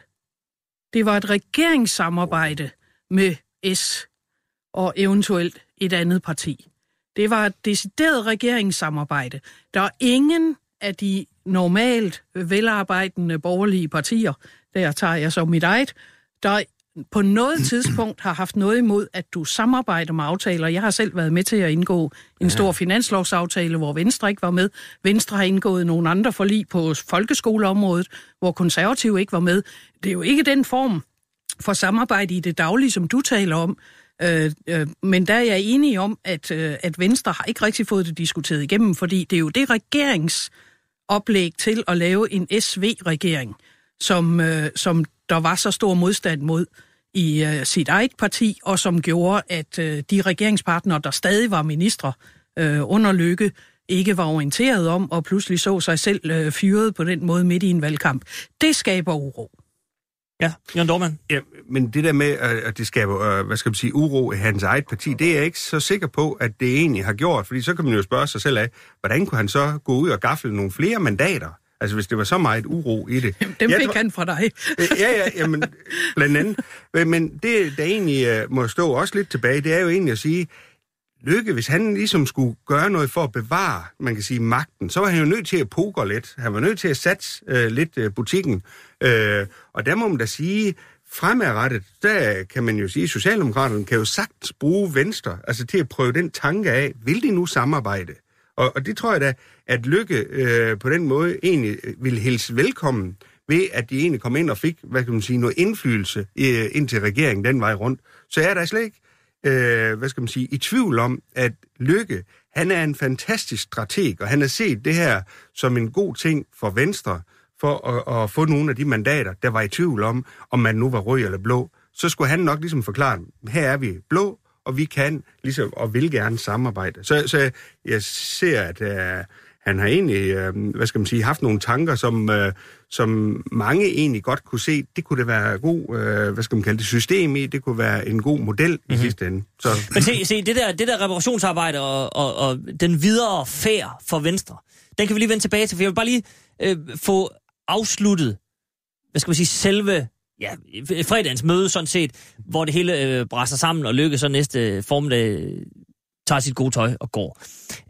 Speaker 6: Det var et regeringssamarbejde med S og eventuelt et andet parti. Det var et decideret regeringssamarbejde. Der er ingen af de normalt velarbejdende borgerlige partier, der tager jeg som mit eget, der på noget tidspunkt har haft noget imod, at du samarbejder med aftaler. Jeg har selv været med til at indgå en stor finanslovsaftale, hvor Venstre ikke var med. Venstre har indgået nogle andre forlig på folkeskoleområdet, hvor konservative ikke var med. Det er jo ikke den form for samarbejde i det daglige, som du taler om. Øh, øh, men der er jeg enig om, at, øh, at Venstre har ikke rigtig fået det diskuteret igennem, fordi det er jo det regeringsoplæg til at lave en S V-regering, som, øh, som der var så stor modstand mod i øh, sit eget parti, og som gjorde, at øh, de regeringspartnere, der stadig var ministre øh, under Løkke, ikke var orienteret om, og pludselig så sig selv øh, fyret på den måde midt i en valgkamp. Det skaber uro.
Speaker 4: Ja, Jørgen Dohrmann.
Speaker 7: Ja, men det der med, at det skaber, hvad skal man sige, uro i hans eget parti, det er jeg ikke så sikker på, at det egentlig har gjort, fordi så kan man jo spørge sig selv af, hvordan kunne han så gå ud og gafle nogle flere mandater? Altså, hvis det var så meget uro i det.
Speaker 6: Dem fik tror, han fra dig.
Speaker 7: ja, ja, jamen, blandt andet. Men det, der egentlig uh, må stå også lidt tilbage, det er jo egentlig at sige, Løkke, hvis han ligesom skulle gøre noget for at bevare, man kan sige, magten, så var han jo nødt til at poker lidt. Han var nødt til at satse uh, lidt uh, butikken. Uh, og der må man da sige, fremadrettet, der kan man jo sige, at Socialdemokraterne kan jo sagtens bruge Venstre, altså til at prøve den tanke af, vil de nu samarbejde? Og, og det tror jeg da, at Løkke øh, på den måde egentlig ville hilse velkommen ved, at de egentlig kom ind og fik, hvad kan man sige, noget indflydelse øh, ind til regeringen den vej rundt. Så jeg er da slet ikke, øh, hvad skal man sige, i tvivl om, at Løkke, han er en fantastisk strateg, og han har set det her som en god ting for Venstre, for at, at få nogle af de mandater, der var i tvivl om, om man nu var rød eller blå. Så skulle han nok ligesom forklare, her er vi blå, og vi kan ligesom og vil gerne samarbejde. Så, så jeg ser, at uh, han har egentlig, uh, hvad skal man sige, haft nogle tanker, som, uh, som mange egentlig godt kunne se, det kunne det være god, uh, hvad skal man kalde det, system i, det kunne være en god model mm-hmm. i sidste ende. Så.
Speaker 4: Men se, se det, der, det der reparationsarbejde og, og, og den videre færd for Venstre, den kan vi lige vende tilbage til, for jeg vil bare lige øh, få afsluttet, hvad skal man sige, selve ja, fredagens møde sådan set, hvor det hele øh, brænder sammen og Løkke så næste formiddag tager sit gode tøj og går.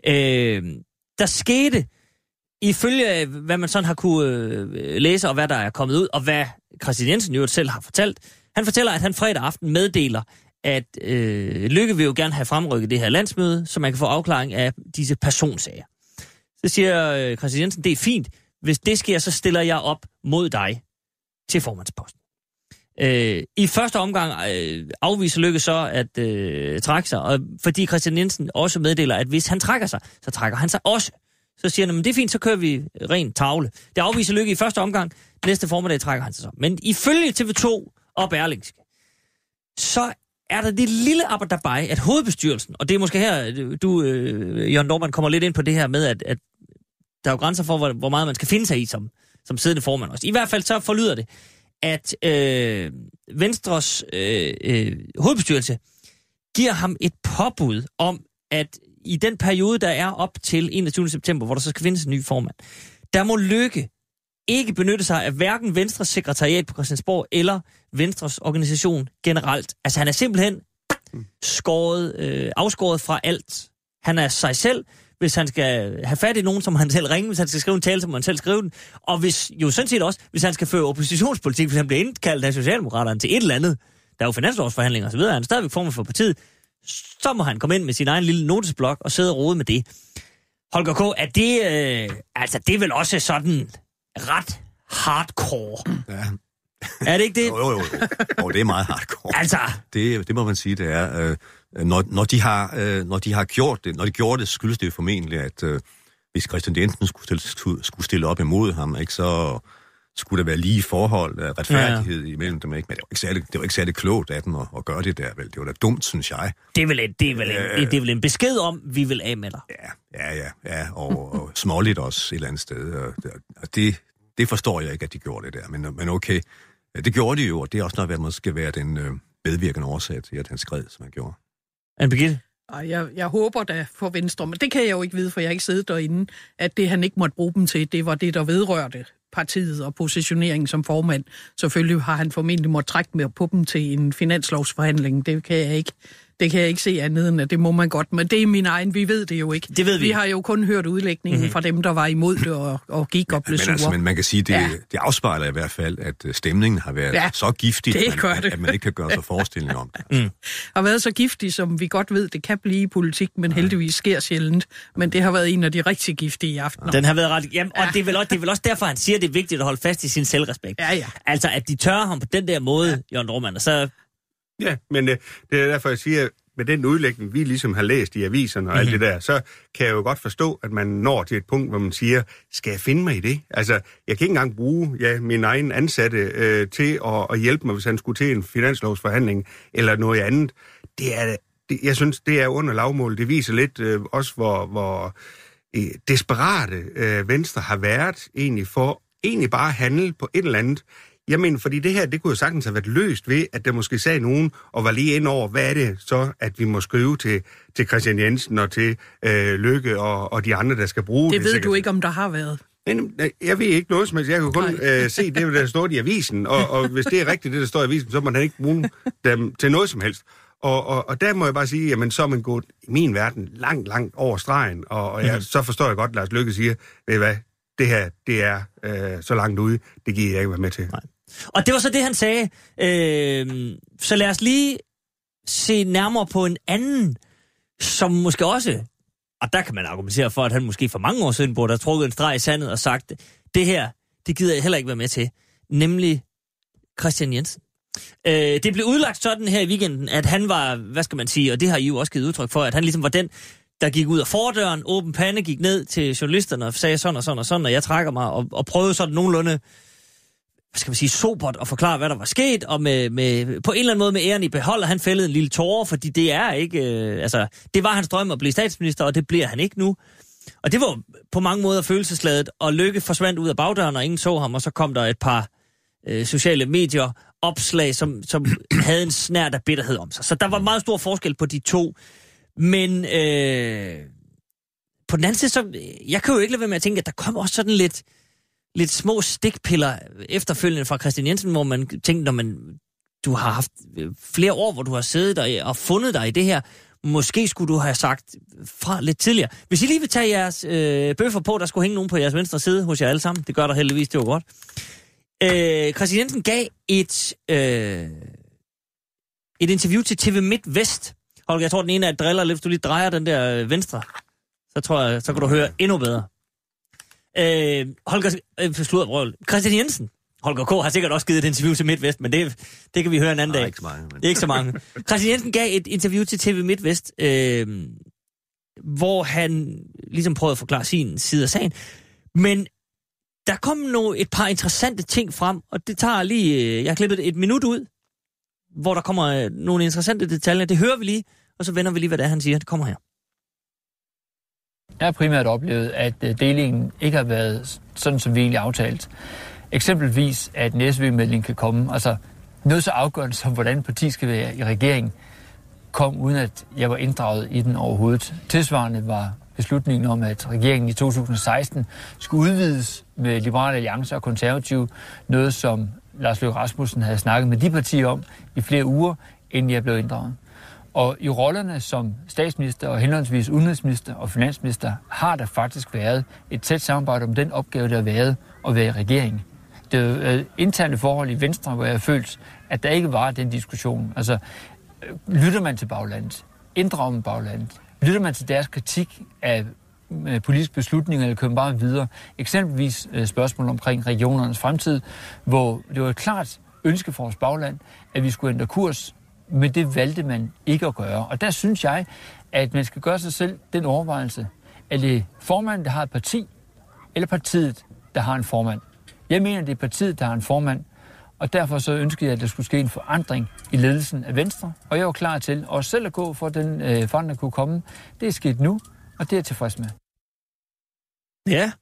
Speaker 4: Øh, der skete, ifølge hvad man sådan har kunne øh, læse, og hvad der er kommet ud, og hvad Christian Jensen jo selv har fortalt, han fortæller, at han fredag aften meddeler, at øh, Løkke vil jo gerne have fremrykket det her landsmøde, så man kan få afklaring af disse personsager. Så siger øh, Christian Jensen, det er fint. Hvis det sker, så stiller jeg op mod dig til formandsposten. Øh, I første omgang øh, afviser Løkke så at øh, trække sig, og fordi Christian Jensen også meddeler, at hvis han trækker sig, så trækker han sig også. Så siger han, men det er fint, så kører vi ren tavle. Det afviser Løkke i første omgang, næste formiddag trækker han sig så. Men ifølge T V to og Berlingske, så er der det lille arbejderbej, at hovedbestyrelsen, og det er måske her, du, øh, Jørgen Dohrmann, kommer lidt ind på det her med, at, at der er jo grænser for, hvor, hvor meget man skal finde sig i som, som siddende formand også. I hvert fald så forlyder det, at øh, Venstres øh, øh, hovedbestyrelse giver ham et påbud om, at i den periode, der er op til enogtyvende september, hvor der så skal findes en ny formand, der må Løkke ikke benytte sig af hverken Venstres sekretariat på Christiansborg eller Venstres organisation generelt. Altså han er simpelthen skåret, øh, afskåret fra alt. Han er sig selv. hvis han skal have fat i nogen, som han selv ringer, hvis han skal skrive en tale, som han selv skriver den, og hvis jo sådan set også, hvis han skal føre oppositionspolitik, hvis han bliver indkaldt af Socialdemokraterne til et eller andet, der er jo finanslovsforhandlinger og så videre, han er stadigvæk formand for partiet, så må han komme ind med sin egen lille notesblok og sidde og rode med det. Holger K., er det, øh, altså det er vel også sådan ret hardcore?
Speaker 5: Ja.
Speaker 4: Er det ikke det?
Speaker 5: Jo, jo, jo. jo det er meget hardcore.
Speaker 4: Altså.
Speaker 5: Det, det må man sige, det er. Øh, når, når, de har, øh, når de har gjort det, når de gjorde det, skyldes det jo formentlig, at øh, hvis Kristian Jensen skulle stille, skulle stille op imod ham, ikke, så skulle der være lige forhold af retfærdighed ja, ja. imellem dem. Ikke? Men det var ikke særlig, det var ikke særlig klogt af dem at, at gøre det der, vel? Det var da dumt, synes jeg.
Speaker 4: Det er vel en, det er vel en, øh, det er vel en besked om, vi vil af med dig.
Speaker 5: Ja, ja, ja. ja og, og småligt også et eller andet sted. Og, og det, det forstår jeg ikke, at de gjorde det der. Men, men okay, det gjorde de jo, og det er også noget, hvad skal være den øh, medvirkende årsag til, at han skred, som han gjorde.
Speaker 4: Anne-Birgitte?
Speaker 6: Jeg, jeg håber da for Venstre, men det kan jeg jo ikke vide, for jeg har ikke siddet derinde, at det, han ikke måtte bruge dem til, det var det, der vedrørte partiet og positioneringen som formand. Selvfølgelig har han formentlig måtte trække med på dem til en finanslovsforhandling. Det kan jeg ikke. Det kan jeg ikke se andet end, at det må man godt. Men det er min egen, vi ved det jo ikke.
Speaker 4: Det ved vi.
Speaker 6: Vi har jo kun hørt udlægningen mm-hmm. fra dem, der var imod det og, og gik og blev
Speaker 5: men,
Speaker 6: sure.
Speaker 5: altså, men man kan sige, det, ja. det afspejler i hvert fald, at stemningen har været ja, så giftig, at man, at man ikke kan gøre sig forestilling om det. Mm.
Speaker 6: Har været så giftig, som vi godt ved, det kan blive i politik, men heldigvis sker sjældent. Men det har været en af de rigtig giftige i aften.
Speaker 4: Den har været ret... Jamen, og ja. det, er vel også, det er vel også derfor, han siger, at det er vigtigt at holde fast i sin selvrespekt.
Speaker 6: Ja, ja.
Speaker 4: Altså, at de tørrer ham på den der måde, ja. Jørgen Dohrmann, og så...
Speaker 7: Ja, men øh, det er derfor, jeg siger, med den udlægning, vi ligesom har læst i aviserne og mm-hmm. alt det der, så kan jeg jo godt forstå, at man når til et punkt, hvor man siger, skal jeg finde mig i det? Altså, jeg kan ikke engang bruge ja, min egen ansatte øh, til at, at hjælpe mig, hvis han skulle til en finanslovsforhandling eller noget andet. Det er, det, jeg synes, det er under lavmål. Det viser lidt øh, også, hvor, hvor øh, desperate øh, Venstre har været egentlig for egentlig bare at handle på et eller andet. Jeg mener, fordi det her, det kunne jo sagtens have været løst ved, at der måske sagde nogen, og var lige ind over, hvad er det så, at vi må skrive til, til Kristian Jensen og til øh, Løkke og, og de andre, der skal bruge det.
Speaker 6: Det ved
Speaker 7: sikkert.
Speaker 6: Du ikke, om der har været.
Speaker 7: Men, jeg ved ikke noget som helst. Jeg kan kun øh, se det, der står i avisen, og, og hvis det er rigtigt, det der står i avisen, så må man ikke bruge dem til noget som helst. Og, og, og der må jeg bare sige, jamen så er man gået i min verden langt, langt over stregen, og, og jeg, mm-hmm. så forstår jeg godt, at Lars Løkke siger, ved hvad, det her, det er øh, så langt ude, det giver jeg ikke være med til.
Speaker 4: Nej. Og det var så det, han sagde. Øh, så lad os lige se nærmere på en anden, som måske også, og der kan man argumentere for, at han måske for mange år siden burde have trukket en streg i sandet og sagt, det her, det gider jeg heller ikke være med til, nemlig Kristian Jensen. Øh, det blev udlagt sådan her i weekenden, at han var, hvad skal man sige, og det har I jo også givet udtryk for, at han ligesom var den, der gik ud af fordøren, åben pande, gik ned til journalisterne og sagde sådan og sådan og sådan, og jeg trækker mig og, og prøvede sådan nogenlunde, hvad skal man sige, sobert at forklare, hvad der var sket, og med, med, på en eller anden måde med æren i behold, og han fældede en lille tåre, fordi det er ikke, øh, altså, det var hans drøm at blive statsminister, og det bliver han ikke nu. Og det var på mange måder følelsesladet, og Løkke forsvandt ud af bagdøren, og ingen så ham, og så kom der et par øh, sociale medier opslag, som, som havde en snert af bitterhed om sig. Så der var meget stor forskel på de to. Men øh, på den anden side, så, jeg kan jo ikke lade være med at tænke, at der kom også sådan lidt, lidt små stikpiller efterfølgende fra Kristian Jensen, hvor man tænkte, når man, du har haft flere år, hvor du har siddet der og fundet dig i det her, måske skulle du have sagt fra lidt tidligere. Hvis I lige vil tage jeres øh, bøffer på, der skulle hænge nogen på jeres venstre side hos jer alle sammen, det gør der heldigvis, det var godt. Øh, Kristian Jensen gav et, øh, et interview til T V Midt Vest. Holger, jeg tror, den ene af driller lidt, hvis du lige drejer den der venstre, så tror jeg, så kan du høre endnu bedre. Øh, Holger, øh, sludderbrøl. Kristian Jensen, Holger K. har sikkert også givet et interview til Midt Vest, men det, det kan vi høre en anden
Speaker 5: Nej,
Speaker 4: dag.
Speaker 5: ikke så mange. Men...
Speaker 4: Det er ikke så mange. Kristian Jensen gav et interview til T V Midt Vest, øh, hvor han ligesom prøvede at forklare sin side af sagen. Men der kom nu et par interessante ting frem, og det tager lige, jeg har klippet et minut ud, hvor der kommer nogle interessante detaljer. Det hører vi lige, og så vender vi lige, hvad det er, han siger. Det kommer her.
Speaker 9: Jeg har primært oplevet, at delingen ikke har været sådan, som vi egentlig aftalt. Eksempelvis, at en S V-melding kan komme. Altså noget så afgørende som, hvordan parti skal være i regeringen, kom uden at jeg var inddraget i den overhovedet. Tilsvarende var beslutningen om, at regeringen i to tusind og seksten skulle udvides med Liberale Alliance og Konservative, noget som Lars Løkke Rasmussen havde snakket med de partier om i flere uger, inden jeg blev inddraget. Og i rollerne som statsminister og henholdsvis udenrigsminister og finansminister har der faktisk været et tæt samarbejde om den opgave, der har været at være i regeringen. Det er jo interne forhold i Venstre, hvor jeg har følt, at der ikke var den diskussion. Altså, lytter man til baglandet? Inddrager man baglandet? Lytter man til deres kritik af politiske beslutninger, eller kører bare videre? Eksempelvis spørgsmål omkring regionernes fremtid, hvor det var et klart ønske for vores bagland, at vi skulle ændre kurs, men det valgte man ikke at gøre. Og der synes jeg, at man skal gøre sig selv den overvejelse, at det er formanden, der har et parti, eller partiet, der har en formand. Jeg mener, det er partiet, der har en formand, og derfor så ønskede jeg, at der skulle ske en forandring i ledelsen af Venstre, og jeg var klar til også selv at gå for, at den øh, forandring kunne komme. Det er sket nu, og det er jeg tilfreds med.
Speaker 4: Ja.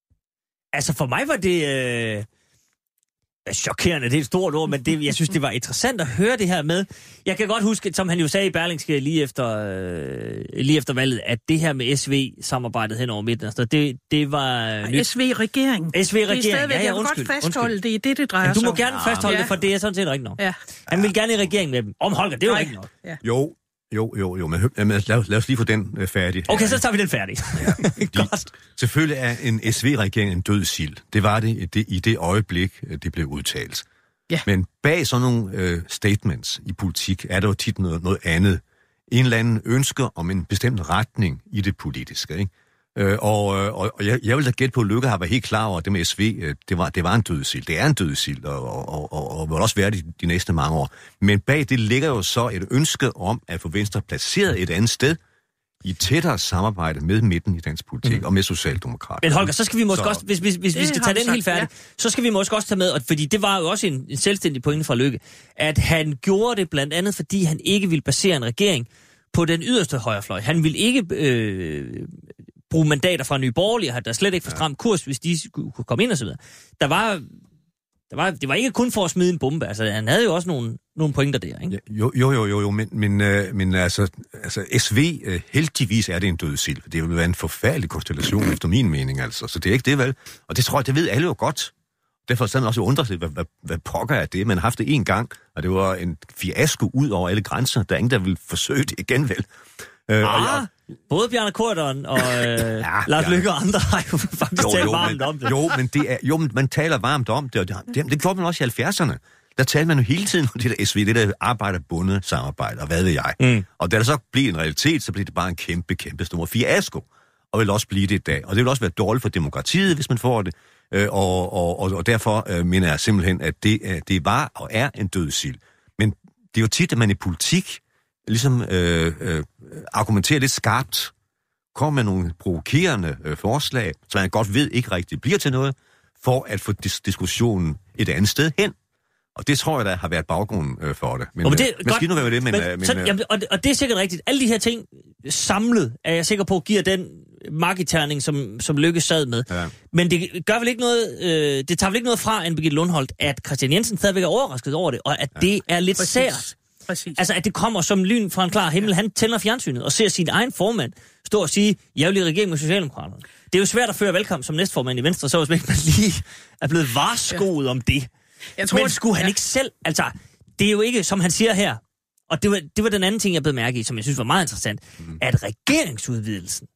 Speaker 4: Altså for mig var det... Øh... Chokerende, det er et stort ord, men det, jeg synes, det var interessant at høre det her med. Jeg kan godt huske, som han jo sagde i Berlingske lige efter, øh, lige efter valget, at det her med S V-samarbejdet hen over midten, altså, det, det var... Nyt.
Speaker 6: S V-regeringen.
Speaker 4: S V-regeringen, ja, ja, undskyld.
Speaker 6: Jeg vil godt fastholde, undskyld. Det er det, det drejer
Speaker 4: sig om.
Speaker 6: Du
Speaker 4: må gerne fastholde ja. det, for det er sådan set rigtigt nok. Ja. Han vil gerne i regeringen med dem. Om Holger, det er jo rigtigt nok.
Speaker 5: Ja. Jo, jo, jo, jo, men lad, lad os lige få den øh, færdig.
Speaker 4: Okay, så tager vi den færdig. Ja,
Speaker 5: de, selvfølgelig er en S V-regering en død sild. Det var det, det i det øjeblik, det blev udtalt. Ja. Men bag sådan nogle øh, statements i politik er der jo tit noget, noget andet. En eller anden ønsker om en bestemt retning i det politiske, ikke? Øh, og og, og jeg, jeg vil da gætte på, at Løkke har været helt klar over, at det med S V, øh, det, var, det var en død sild. Det er en død sild, og, og, og, og, og vil også være det de, de næste mange år. Men bag det ligger jo så et ønske om at få Venstre placeret et andet sted i tættere samarbejde med midten i dansk politik, mm. og med Socialdemokraterne.
Speaker 4: Men Holger, så skal vi måske så... også, hvis, hvis, hvis vi skal tage den sagt, helt færdig, ja. så skal vi måske også tage med, fordi det var jo også en, en selvstændig pointe fra Løkke, at han gjorde det blandt andet, fordi han ikke ville basere en regering på den yderste højrefløj. Han ville ikke øh, bruge mandater fra Nye Borgerlige, der slet ikke for stram kurs, hvis de kunne komme ind og så videre. Der var... Der var, det var ikke kun for at smide en bombe, altså han havde jo også nogle, nogle pointer der, ikke?
Speaker 5: Jo, jo, jo, jo, jo men, men, øh, men altså, altså S V, øh, heldigvis er det en død sild. Det vil være en forfærdelig konstellation, efter min mening, altså. Så det er ikke det, vel? Og det tror jeg, det ved alle jo godt. Derfor så man også undret sig, hvad, hvad, hvad pokker er det? Man har haft det en gang, og det var en fiasko ud over alle grænser. Der er ingen, der vil forsøge det igen, vel?
Speaker 4: Øh, ah, og jeg, både Bjarne Corydon og øh, ja, Lars Løkke og andre har jo faktisk jo, talt jo, varmt
Speaker 5: men,
Speaker 4: om det.
Speaker 5: Jo, men det er, jo, men man taler varmt om det, og det, det, det gjorde man også i halvfjerdserne. Der talte man jo hele tiden om det der S V, det der arbejderbundet samarbejde, og hvad ved jeg. Mm. Og da det så bliver en realitet, så bliver det bare en kæmpe, kæmpe stor fiasko. Og vil også blive det i dag. Og det vil også være dårligt for demokratiet, hvis man får det. Øh, og, og, og, og derfor øh, mener jeg simpelthen, at det, øh, det var og er en død sild. Men det er jo tit, at man i politik ligesom øh, øh, argumenterer lidt skarpt, kommer med nogle provokerende øh, forslag, som man godt ved ikke rigtig bliver til noget, for at få dis- diskussionen et andet sted hen. Og det tror jeg, der har været baggrunden øh, for det. Men,
Speaker 4: og det,
Speaker 5: øh, men skal nu være det, men...
Speaker 4: men,
Speaker 5: øh, men
Speaker 4: så, jamen, og, og det er sikkert rigtigt. Alle de her ting samlet, er jeg sikker på, giver den markedterning, som, som Løkke sad med. Ja. Men det gør vel ikke noget, øh, det tager vel ikke noget fra Anne Birgitte Lundholt, at Christian Jensen stadigvæk er overrasket over det, og at ja. det er lidt
Speaker 6: Præcis.
Speaker 4: sært.
Speaker 6: Præcis.
Speaker 4: Altså, at det kommer som lyn fra en klar himmel. Han tænder fjernsynet og ser sin egen formand stå og sige, jeg vil i regering med Socialdemokraterne. Det er jo svært at føre valgkamp som næstformand i Venstre, så hvis man ikke lige er blevet varskoet ja. om det. Jeg tror, Men skulle han ja. ikke selv... Altså, det er jo ikke, som han siger her, og det var, det var den anden ting, jeg blev mærke i, som jeg synes var meget interessant, mm. at regeringsudvidelsen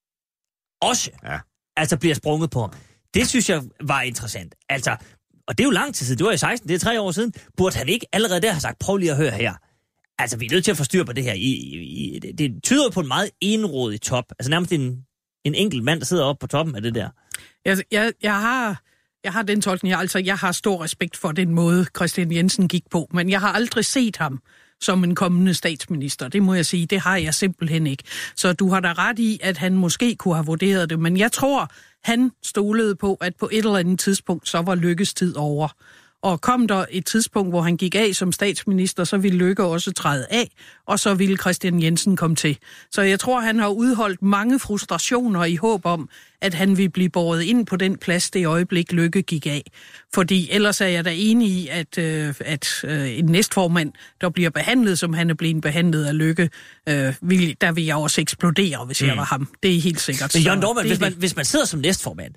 Speaker 4: også ja. altså bliver sprunget på ham. Det synes jeg var interessant. Altså... Og det er jo lang tid siden, det var i seksten, det er tre år siden, burde han ikke allerede der have sagt, prøv lige at høre her. Altså, vi er nødt til at få styr på det her. I, i, i, det tyder på en meget enrådig top. Altså nærmest en, en enkelt mand, der sidder oppe på toppen af det der.
Speaker 6: Jeg, jeg, jeg, har, jeg har den tolkning, jeg, altså jeg har stor respekt for den måde, Christian Jensen gik på, men jeg har aldrig set ham som en kommende statsminister. Det må jeg sige, det har jeg simpelthen ikke. Så du har da ret i, at han måske kunne have vurderet det, men jeg tror, han stolede på, at på et eller andet tidspunkt, så var Løkkes tid over. Og kom der et tidspunkt, hvor han gik af som statsminister, så ville Løkke også træde af, og så ville Christian Jensen komme til. Så jeg tror, han har udholdt mange frustrationer i håb om, at han ville blive båret ind på den plads, det øjeblik Løkke gik af. Fordi ellers er jeg da enig i, at, øh, at øh, en næstformand, der bliver behandlet, som han er blevet behandlet af Løkke, øh, vil, der vil jeg også eksplodere, hvis mm. jeg var ham. Det er helt sikkert.
Speaker 4: Men Jørgen Dohrmann, hvis man, hvis man sidder som næstformand,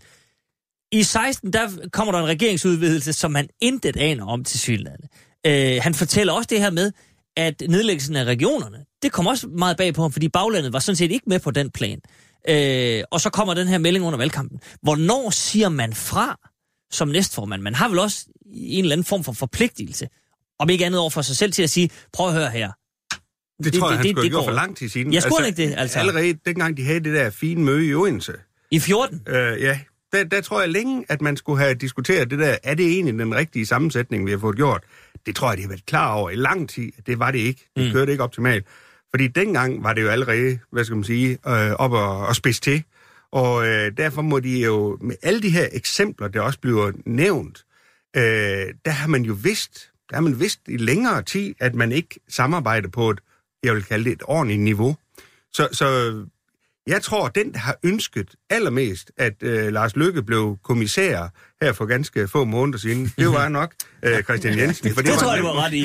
Speaker 4: i seksten, der kommer der en regeringsudvidelse, som han intet aner om til synligheden. Øh, han fortæller også det her med, at nedlæggelsen af regionerne, det kom også meget bag på ham, fordi baglandet var sådan set ikke med på den plan. Øh, og så kommer den her melding under valgkampen. Hvornår siger man fra som næstformand? Man har vel også en eller anden form for forpligtelse, om ikke andet over for sig selv, til at sige, prøv at høre her.
Speaker 7: Det, det tror jeg, det, han skulle have gjort for lang tid siden.
Speaker 4: Jeg skulle altså, ikke det, altså.
Speaker 7: Allerede dengang de havde det der fine møde i Odense.
Speaker 4: I fjorten?
Speaker 7: Øh, ja, der, der tror jeg længe, at man skulle have diskuteret det der. Er det egentlig den rigtige sammensætning, vi har fået gjort? Det tror jeg, de har været klar over i lang tid. Det var det ikke. Det mm. kørte ikke optimalt. Fordi dengang var det jo allerede, hvad skal man sige, øh, op og, og spids til. Og øh, derfor må de jo, med alle de her eksempler, der også bliver nævnt, øh, der har man jo vidst, der har man vidst i længere tid, at man ikke samarbejder på et, jeg vil kalde det et ordentligt niveau. Så, så jeg tror, den, der har ønsket allermest, at øh, Lars Løkke blev kommissær her for ganske få måneder siden, det var nok øh, Christian Jensen. For det,
Speaker 4: det
Speaker 7: var
Speaker 4: tror jeg, du var ret i.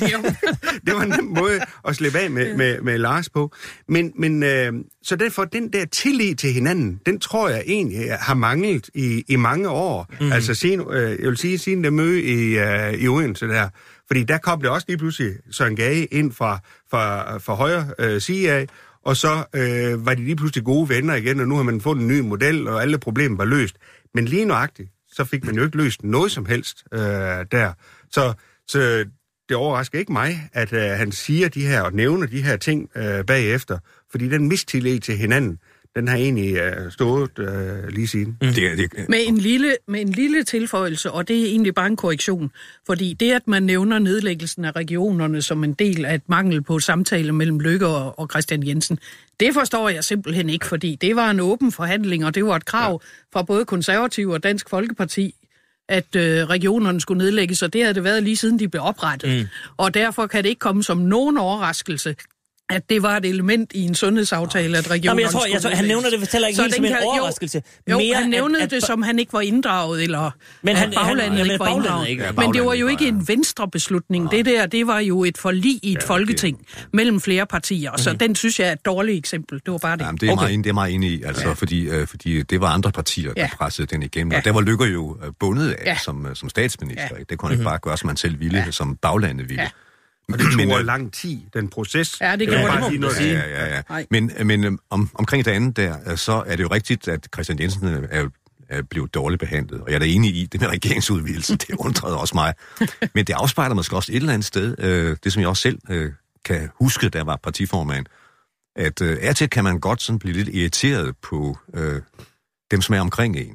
Speaker 7: Det var en nem måde at slippe af med, med, med Lars på. Men, men øh, så derfor, den der tillid til hinanden, den tror jeg egentlig har manglet i, i mange år. Mm. Altså, siden, øh, jeg vil sige, siden det møde i, øh, i Odense der. Fordi der kom det også lige pludselig Søren Gage ind fra, fra, fra højre øh, side af, og så øh, var de lige pludselig gode venner igen, og nu har man fået en ny model, og alle problemer var løst. Men lige nøjagtigt, så fik man jo ikke løst noget som helst øh, der. Så, så det overrasker ikke mig, at øh, han siger de her, og nævner de her ting øh, bagefter, fordi den mistillid til hinanden, den har egentlig øh, stået øh, lige siden.
Speaker 6: Mm. Det, det, med, en lille, med en lille tilføjelse, og det er egentlig bare en korrektion, fordi det, at man nævner nedlæggelsen af regionerne som en del af et mangel på samtale mellem Løkke og, og Christian Jensen, det forstår jeg simpelthen ikke, fordi det var en åben forhandling, og det var et krav ja. fra både Konservative og Dansk Folkeparti, at øh, regionerne skulle nedlægges, og det havde det været lige siden de blev oprettet. Mm. Og derfor kan det ikke komme som nogen overraskelse, at det var et element i en sundhedsaftale, at regionerne
Speaker 4: jeg tror, jeg tror, han nævner det heller ikke helt som en overraskelse.
Speaker 6: Jo, jo han nævnede at, at, det, som han ikke var inddraget, eller
Speaker 4: men han,
Speaker 6: baglandet
Speaker 4: han, ja,
Speaker 6: ikke var inddraget. Ikke.
Speaker 4: Ja,
Speaker 6: men det var jo ikke en venstrebeslutning. Ja. Det der, det var jo et forlig i et ja, folketing okay. mellem flere partier, så mm-hmm. den synes jeg er et dårligt eksempel. Det var bare det.
Speaker 8: Jamen, det er okay. meget, det er meget enig i, altså, ja. fordi, øh, fordi det var andre partier, der ja. pressede den igennem. Ja. Og der var Løkke jo bundet af ja. som, som statsminister. Ja. Det kunne han ikke bare gøre, som man selv ville, ja. som baglandet ville. Ja.
Speaker 7: Og det tog men, lang tid, den proces.
Speaker 6: Ja, det gjorde
Speaker 7: det,
Speaker 6: det, må
Speaker 8: sige. Ja, ja, ja. Men, men om, omkring det andet der, så er det jo rigtigt, at Christian Jensen er, er blevet dårligt behandlet. Og jeg er da enig i, det med regeringsudvidelse, det undrede også mig. Men det afspejler måske også et eller andet sted, øh, det som jeg også selv øh, kan huske, da jeg var partiformand, at øh, af til kan man godt sådan blive lidt irriteret på øh, dem, som er omkring en.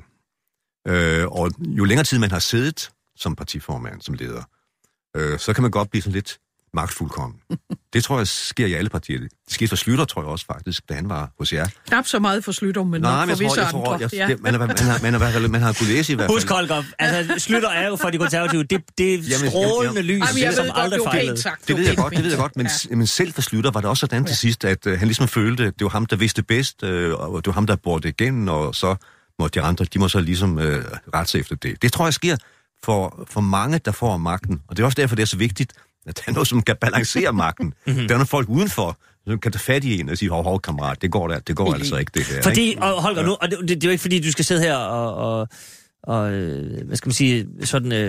Speaker 8: Øh, og jo længere tid man har siddet som partiformand, som leder, øh, så kan man godt blive sådan lidt magtfuldkommen. Det tror jeg sker i alle partier. Det skete for Schlüter, tror jeg også faktisk, da han var hos jer.
Speaker 6: Knap så meget for Schlüter, men
Speaker 8: Nej,
Speaker 6: nok for visse andre.
Speaker 8: Jeg, ja. det, man, man, man, har, man, har, man har kunnet læse i hvert fald.
Speaker 4: Husk, Holger, altså Schlüter er jo for de konservative, det, det er strålende lys,
Speaker 6: Jamen,
Speaker 4: som aldrig fejlede.
Speaker 8: Det ved jeg godt, det ved jeg godt, men, ja. men selv for Schlüter var det også sådan til sidst, at uh, han ligesom følte, at det var ham, der vidste bedst, uh, og det var ham, der borde det igennem, og så må de andre, de må så ligesom uh, rette sig efter det. Det tror jeg sker for, for mange, der får magten, og det er også derfor, det er så vigtigt, at der er noget, som kan balancere magten. Der er nogle folk udenfor, som kan tage fat i en og sige, hov, hov, kammerat, det går, der, det går altså ikke, det her.
Speaker 4: Fordi,
Speaker 8: ikke?
Speaker 4: og Holger, nu, og det, det er jo ikke, fordi du skal sidde her og, og, og hvad skal man sige, sådan, øh,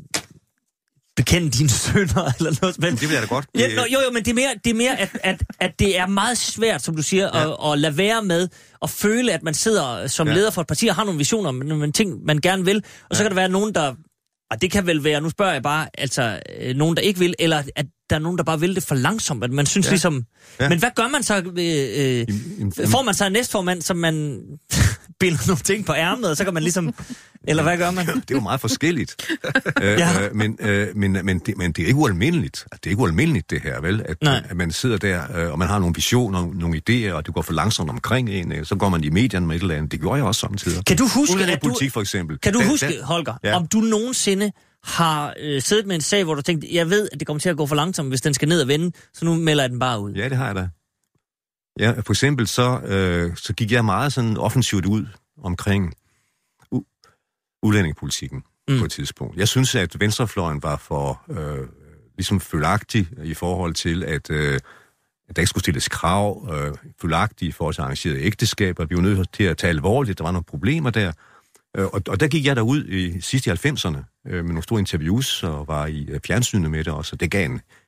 Speaker 4: bekende dine sønner, eller noget. Men,
Speaker 8: det vil jeg da godt.
Speaker 4: Ja, jo, jo, men det er mere, det er mere at, at, at det er meget svært, som du siger, ja. at, at lade være med at føle, at man sidder som ja. leder for et parti og har nogle visioner, nogle ting, man gerne vil, og ja. så kan der være nogen, der... Og det kan vel være, nu spørger jeg bare, altså øh, nogen, der ikke vil, eller at der er nogen, der bare vil det for langsomt, at man synes ja. ligesom... Ja. Men hvad gør man så? Øh, øh, får man så en næstformand, som man binder nogle ting på ærmet, og så kan man ligesom... Eller hvad gør man?
Speaker 8: Det er jo meget forskelligt. ja. øh, men, øh, men, men, det, men det er ikke ualmindeligt. Det er ikke ualmindeligt, det her, vel? At, at man sidder der, øh, og man har nogle visioner, nogle idéer, og det går for langsomt omkring en. Øh, så går man i medierne med et eller andet. Det gjorde jeg også samtidig.
Speaker 4: Kan du huske, at
Speaker 8: politik, for eksempel.
Speaker 4: Kan du huske, Holger, ja. om du nogensinde har øh, siddet med en sag, hvor du tænkte, jeg ved, at det kommer til at gå for langsomt, hvis den skal ned og vende, så nu melder jeg den bare ud?
Speaker 8: Ja, det har jeg da. Ja, for eksempel så, øh, så gik jeg meget sådan offensivt ud omkring udlændingepolitikken mm. på et tidspunkt. Jeg synes, at venstrefløjen var for øh, ligesom følagtig i forhold til, at, øh, at der ikke skulle stilles krav, øh, følagtig i forhold til arrangerede ægteskaber. Vi var nødt til at tage alvorligt, der var nogle problemer der. Øh, og, og der gik jeg derud i sidst i halvfemserne øh, med nogle store interviews, og var i øh, fjernsynet med det også, og det gav en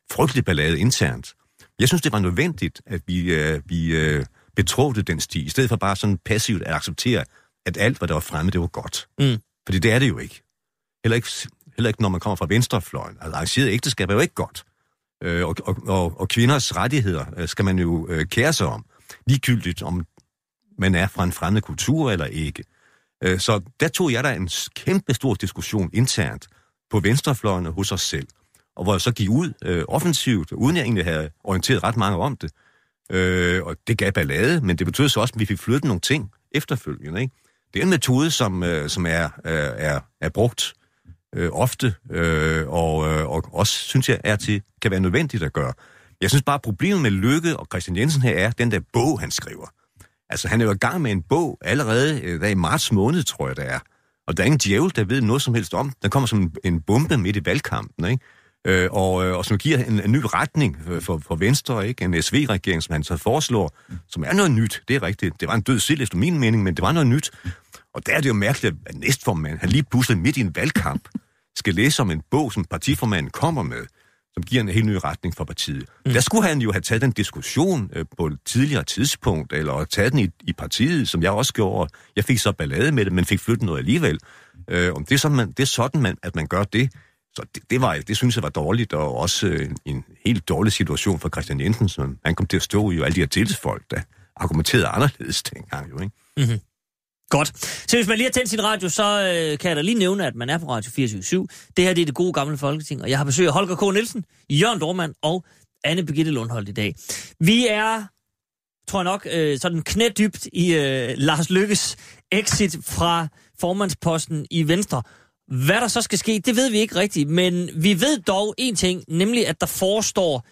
Speaker 8: frygtelig ballade internt. Jeg synes, det var nødvendigt, at vi, øh, vi øh, betrådte den sti, i stedet for bare sådan passivt at acceptere, at alt, hvad der var fremme, det var godt. Mm. Fordi det er det jo ikke. Heller ikke, heller ikke når man kommer fra venstrefløjen. Altså, arrangeret ægteskab er jo ikke godt. Øh, og, og, og, og kvinders rettigheder øh, skal man jo øh, kære sig om. Ligegyldigt, om man er fra en fremmed kultur eller ikke. Øh, så der tog jeg da en kæmpe stor diskussion internt på venstrefløjen hos os selv. Og hvor jeg så gik ud øh, offensivt, uden jeg egentlig havde orienteret ret mange om det. Øh, og det gav ballade, men det betød så også, at vi fik flyttet nogle ting efterfølgende. Ikke? Det er en metode, som, øh, som er, øh, er, er brugt øh, ofte, øh, og, øh, og også, synes jeg, er til, kan være nødvendigt at gøre. Jeg synes bare, problemet med Løkke og Kristian Jensen her er den der bog, han skriver. Altså, han er jo i gang med en bog allerede øh, der i marts måned, tror jeg, der er. Og der er ingen djævel, der ved noget som helst om. Den kommer som en, en bombe midt i valgkampen, ikke? Øh, og, og som giver en, en ny retning for, for Venstre, ikke? En S V-regering, som han så foreslår, som er noget nyt. Det er rigtigt. Det var en død sild efter min mening, men det var noget nyt. Og der er det jo mærkeligt, at næstformanden, han lige pludselig midt i en valgkamp, skal læse om en bog, som partiformanden kommer med, som giver en helt ny retning for partiet. Mm. Der skulle han jo have taget den diskussion øh, på et tidligere tidspunkt, eller taget den i, i partiet, som jeg også gjorde. Jeg fik så ballade med det, men fik flyttet noget alligevel. Øh, om det er sådan, man, det er sådan man, at man gør det. Så det, det, var, det synes jeg var dårligt, og også øh, en helt dårlig situation for Kristian Jensen, som han kom til at stå i, og alle de her tillidsfolk, der argumenterede anderledes dengang jo, ikke?
Speaker 4: Mm-hmm. Godt. Så hvis man lige har tændt sin radio, så øh, kan jeg da lige nævne, at man er på Radio fireogtyve syv. Det her det er det gode gamle Folketing, og jeg har besøg af Holger K. Nielsen, Jørgen Dohrmann og Anne Birgitte Lundholt i dag. Vi er, tror jeg nok, øh, sådan knædybt i øh, Lars Løkkes exit fra formandsposten i Venstre. Hvad der så skal ske, det ved vi ikke rigtigt, men vi ved dog en ting, nemlig at der forestår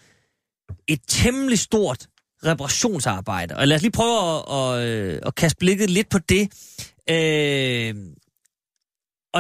Speaker 4: et temmelig stort reparationsarbejde. Og lad os lige prøve at, at, at kaste blikket lidt på det. Øh, og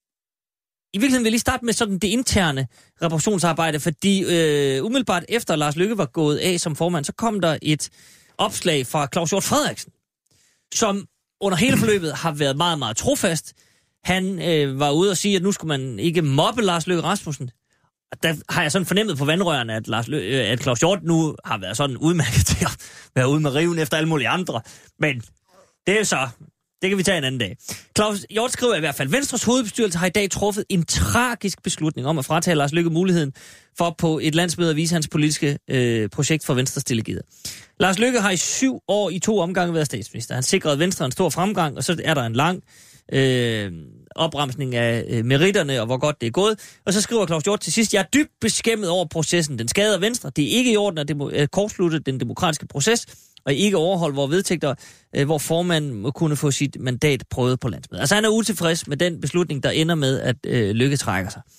Speaker 4: i virkeligheden vil jeg lige starte med sådan det interne reparationsarbejde, fordi øh, umiddelbart efter Lars Løkke var gået af som formand, så kom der et opslag fra Claus Hjort Frederiksen, som under hele forløbet har været meget, meget trofast. Han øh, var ude og sige, at nu skulle man ikke mobbe Lars Løkke Rasmussen. Og der har jeg sådan fornemmet på vandrørene, at, Lars Lø- at Claus Hjort nu har været sådan udmærket til at være ude med riven efter alle mulige andre. Men det er jo så, det kan vi tage en anden dag. Claus Hjort skriver i hvert fald, Venstres hovedbestyrelse har i dag truffet en tragisk beslutning om at fratage Lars Løkke muligheden for på et landsmøde at vise hans politiske øh, projekt for Venstres delegerede. Lars Løkke har i syv år i to omgange været statsminister. Han sikrede Venstre en stor fremgang, og så er der en lang Øh, opremsning af øh, meritterne og hvor godt det er gået. Og så skriver Claus Hjort til sidst, jeg er dybt beskæmmet over processen. Den skader Venstre. Det er ikke i orden at demo- øh, kortslutte den demokratiske proces og ikke overholde vores vedtægter, øh, hvor formanden må kunne få sit mandat prøvet på landsmødet. Altså han er utilfreds med den beslutning, der ender med, at øh, Løkke trækker sig.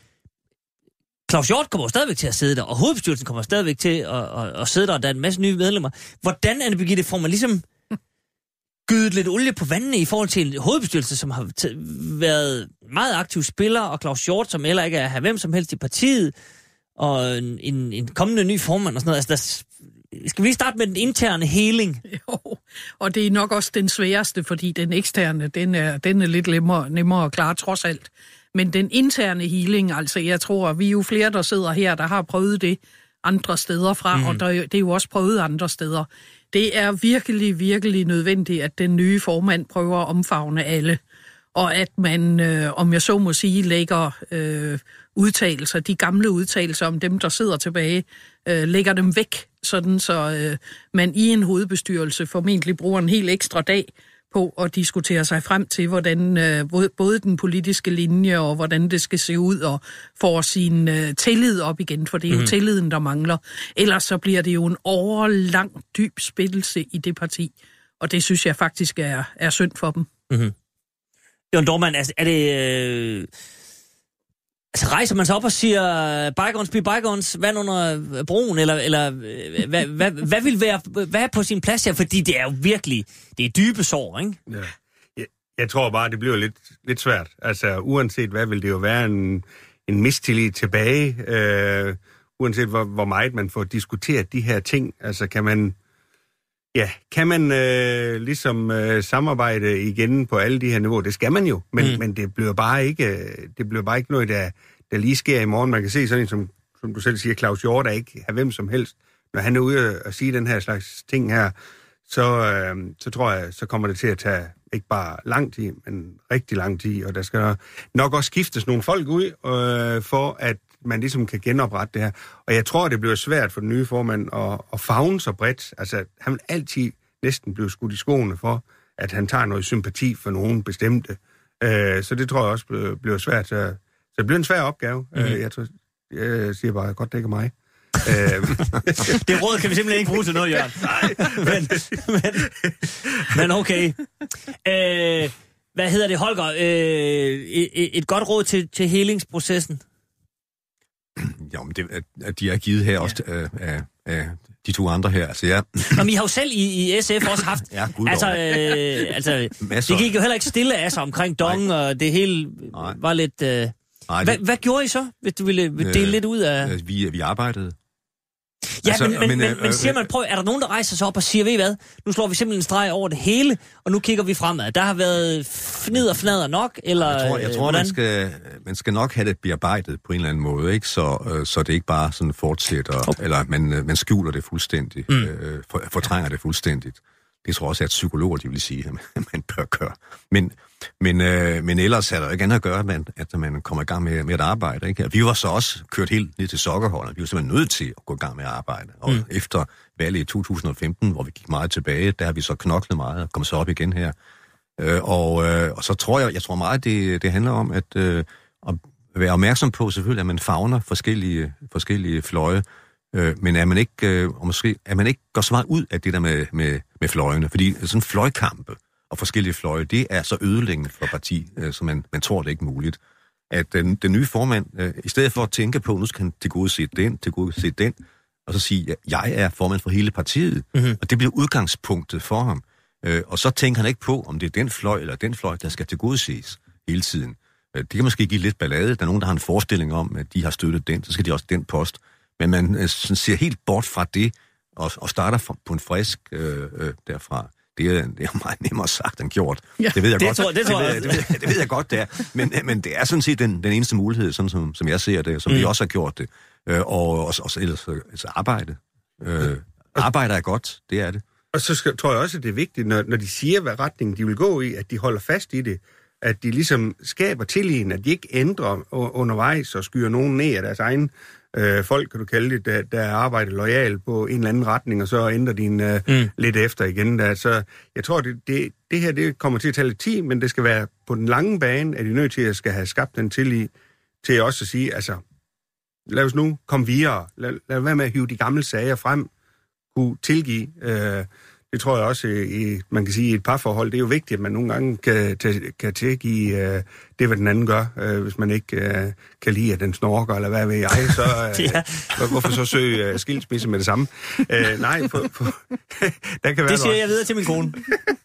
Speaker 4: Claus Hjort kommer stadigvæk til at sidde der, og hovedbestyrelsen kommer stadigvæk til at, at, at sidde der, og der er en masse nye medlemmer. Hvordan, Anne Birgitte, får man ligesom gydet lidt olie på vandene i forhold til en hovedbestyrelse, som har t- været meget aktiv spiller, og Claus Hjort, som heller ikke er have hvem som helst i partiet, og en, en, en kommende ny formand og sådan noget. Altså, der, skal vi lige starte med den interne heling?
Speaker 6: Jo, og det er nok også den sværeste, fordi den eksterne, den er, den er lidt nemmere, nemmere at klare trods alt. Men den interne healing, altså jeg tror, at vi er jo flere, der sidder her, der har prøvet det andre steder fra, mm. og der, det er jo også prøvet andre steder. Det er virkelig, virkelig nødvendigt, at den nye formand prøver at omfavne alle, og at man, øh, om jeg så må sige, lægger øh, udtalelser, de gamle udtalelser om dem, der sidder tilbage, øh, lægger dem væk, sådan så øh, man i en hovedbestyrelse formentlig bruger en helt ekstra dag på at diskutere sig frem til, hvordan øh, både den politiske linje og hvordan det skal se ud, og få sin øh, tillid op igen, for det er jo mm. tilliden, der mangler. Ellers så bliver det jo en overlang, dyb splittelse i det parti, og det synes jeg faktisk er, er synd for dem.
Speaker 4: Mm-hmm. Jørgen Dohrmann, altså, er det... Øh... Altså rejser man sig op og siger, bygons be bygons, vand under broen, eller, eller hvad, hvad, hvad vil være hvad er på sin plads her? Fordi det er jo virkelig, det er dybe sår, ikke?
Speaker 7: Ja. Jeg, jeg tror bare, det bliver lidt, lidt svært. Altså uanset hvad, vil det jo være en, en mistillid tilbage, øh, uanset hvor, hvor meget man får diskuteret de her ting. Altså kan man, ja, kan man øh, ligesom øh, samarbejde igen på alle de her niveauer? Det skal man jo, men, mm. men det bliver bare ikke, det bliver bare ikke noget, der, der lige sker i morgen. Man kan se sådan en som som du selv siger, Claus Hjort er ikke have hvem som helst. Når han er ude og sige den her slags ting her, så, øh, så tror jeg, så kommer det til at tage ikke bare lang tid, men rigtig lang tid, og der skal nok også skiftes nogle folk ud, øh, for at man ligesom kan genoprette det her. Og jeg tror, det bliver svært for den nye formand at, at favne så bredt. Altså, han vil altid næsten blive skudt i skoene for, at han tager noget sympati for nogen bestemte. Øh, så det tror jeg også bliver, bliver svært. Så, så det bliver en svær opgave. Mm-hmm. Øh, jeg, tror, jeg siger bare, godt det ikke er mig.
Speaker 4: Det råd kan vi simpelthen ikke bruge til noget, Jørgen. men, men, men okay. Øh, hvad hedder det, Holger? Øh, et, et godt råd til, til helingsprocessen?
Speaker 8: Jo, men det, at de er givet her ja. også af, af, af de to andre her. Altså, ja.
Speaker 4: Nå, men I har jo selv i, i S F også haft...
Speaker 8: ja, gud
Speaker 4: altså, øh, altså det gik jo heller ikke stille af sig omkring Dong, Nej. og det hele Nej. var lidt... Øh... Nej, det... Hva, hvad gjorde I så, hvis du ville dele øh, lidt ud af...
Speaker 8: Vi, vi arbejdede.
Speaker 4: Ja, altså, men, men, men, øh, men siger man, prøv, er der nogen, der rejser sig op og siger, ved I hvad, nu slår vi simpelthen en streg over det hele, og nu kigger vi fremad. Der har været fnid og fnader nok, eller
Speaker 8: Jeg tror, jeg tror man, skal, man skal nok have det bearbejdet på en eller anden måde, ikke? Så, øh, så det ikke bare sådan fortsætter, okay. eller man, øh, man skjuler det fuldstændigt, mm. øh, for, fortrænger det fuldstændigt. Det tror jeg også, at psykologer, de vil sige, at man bør gøre. Men, men, øh, men ellers er der ikke andet at gøre, at man, at man kommer i gang med, med at arbejde. Ikke? Vi var så også kørt helt ned til sokkerholderne. Vi var simpelthen nødt til at gå i gang med at arbejde. Og mm. efter valget i to tusind og femten, hvor vi gik meget tilbage, der har vi så knoklet meget og kommet så op igen her. Øh, og, øh, og så tror jeg, jeg tror meget, det, det handler om at, øh, at være opmærksom på selvfølgelig, at man favner forskellige, forskellige fløje. Men er man ikke, øh, og måske, er man ikke går så meget ud af det der med, med, med fløjene, fordi sådan fløjkampe og forskellige fløje, det er så ødelæggende for parti, øh, så man, man tror det ikke muligt. At den, den nye formand, øh, i stedet for at tænke på, nu skal han tilgodese den, tilgodese den, og så sige, at jeg er formand for hele partiet, mm-hmm. og det bliver udgangspunktet for ham. Øh, og så tænker han ikke på, om det er den fløj eller den fløj, der skal tilgodeses hele tiden. Øh, det kan måske give lidt ballade. Der er nogen, der har en forestilling om, at de har støttet den, så skal de også den post. Men man øh, ser helt bort fra det, og, og starter fra, på en frisk øh, øh, derfra. Det er, det er meget nemmere sagt end gjort. Ja, det ved jeg
Speaker 4: det
Speaker 8: godt.
Speaker 4: Tror, det, tror jeg.
Speaker 8: Det, ved, det, ved, det ved jeg godt, det er. Men, men det er sådan set den, den eneste mulighed, sådan som, som jeg ser det, som mm. vi også har gjort det. Øh, og også, også ellers altså arbejde. Øh, arbejde er godt, det er det.
Speaker 7: Og så skal, tror jeg også, at det er vigtigt, når, når de siger, hvad retning de vil gå i, at de holder fast i det. At de ligesom skaber tilliden, at de ikke ændrer undervejs og skyer nogen ned af deres egen øh, folk, kan du kalde det, der, der arbejder lojalt på en eller anden retning, og så ændrer de en, øh, mm. lidt efter igen. Der. Så jeg tror, det, det, det her det kommer til at tage lidt tid, men det skal være på den lange bane, at de er nødt til at skal have skabt den tillid til også at sige, altså, lad os nu komme videre. Lad, lad være med at hive de gamle sager frem, kunne tilgive. Øh, det tror jeg også, i, man kan sige, i et parforhold, det er jo vigtigt, at man nogle gange kan, kan tilgive øh, det, hvad den anden gør. Øh, hvis man ikke øh, kan lide, at den snorker, eller hvad ved jeg, så øh, ja. hvorfor så søge øh, skilsmisse med det samme? Øh, nej, for, for, der kan være
Speaker 4: det siger jeg videre til min kone.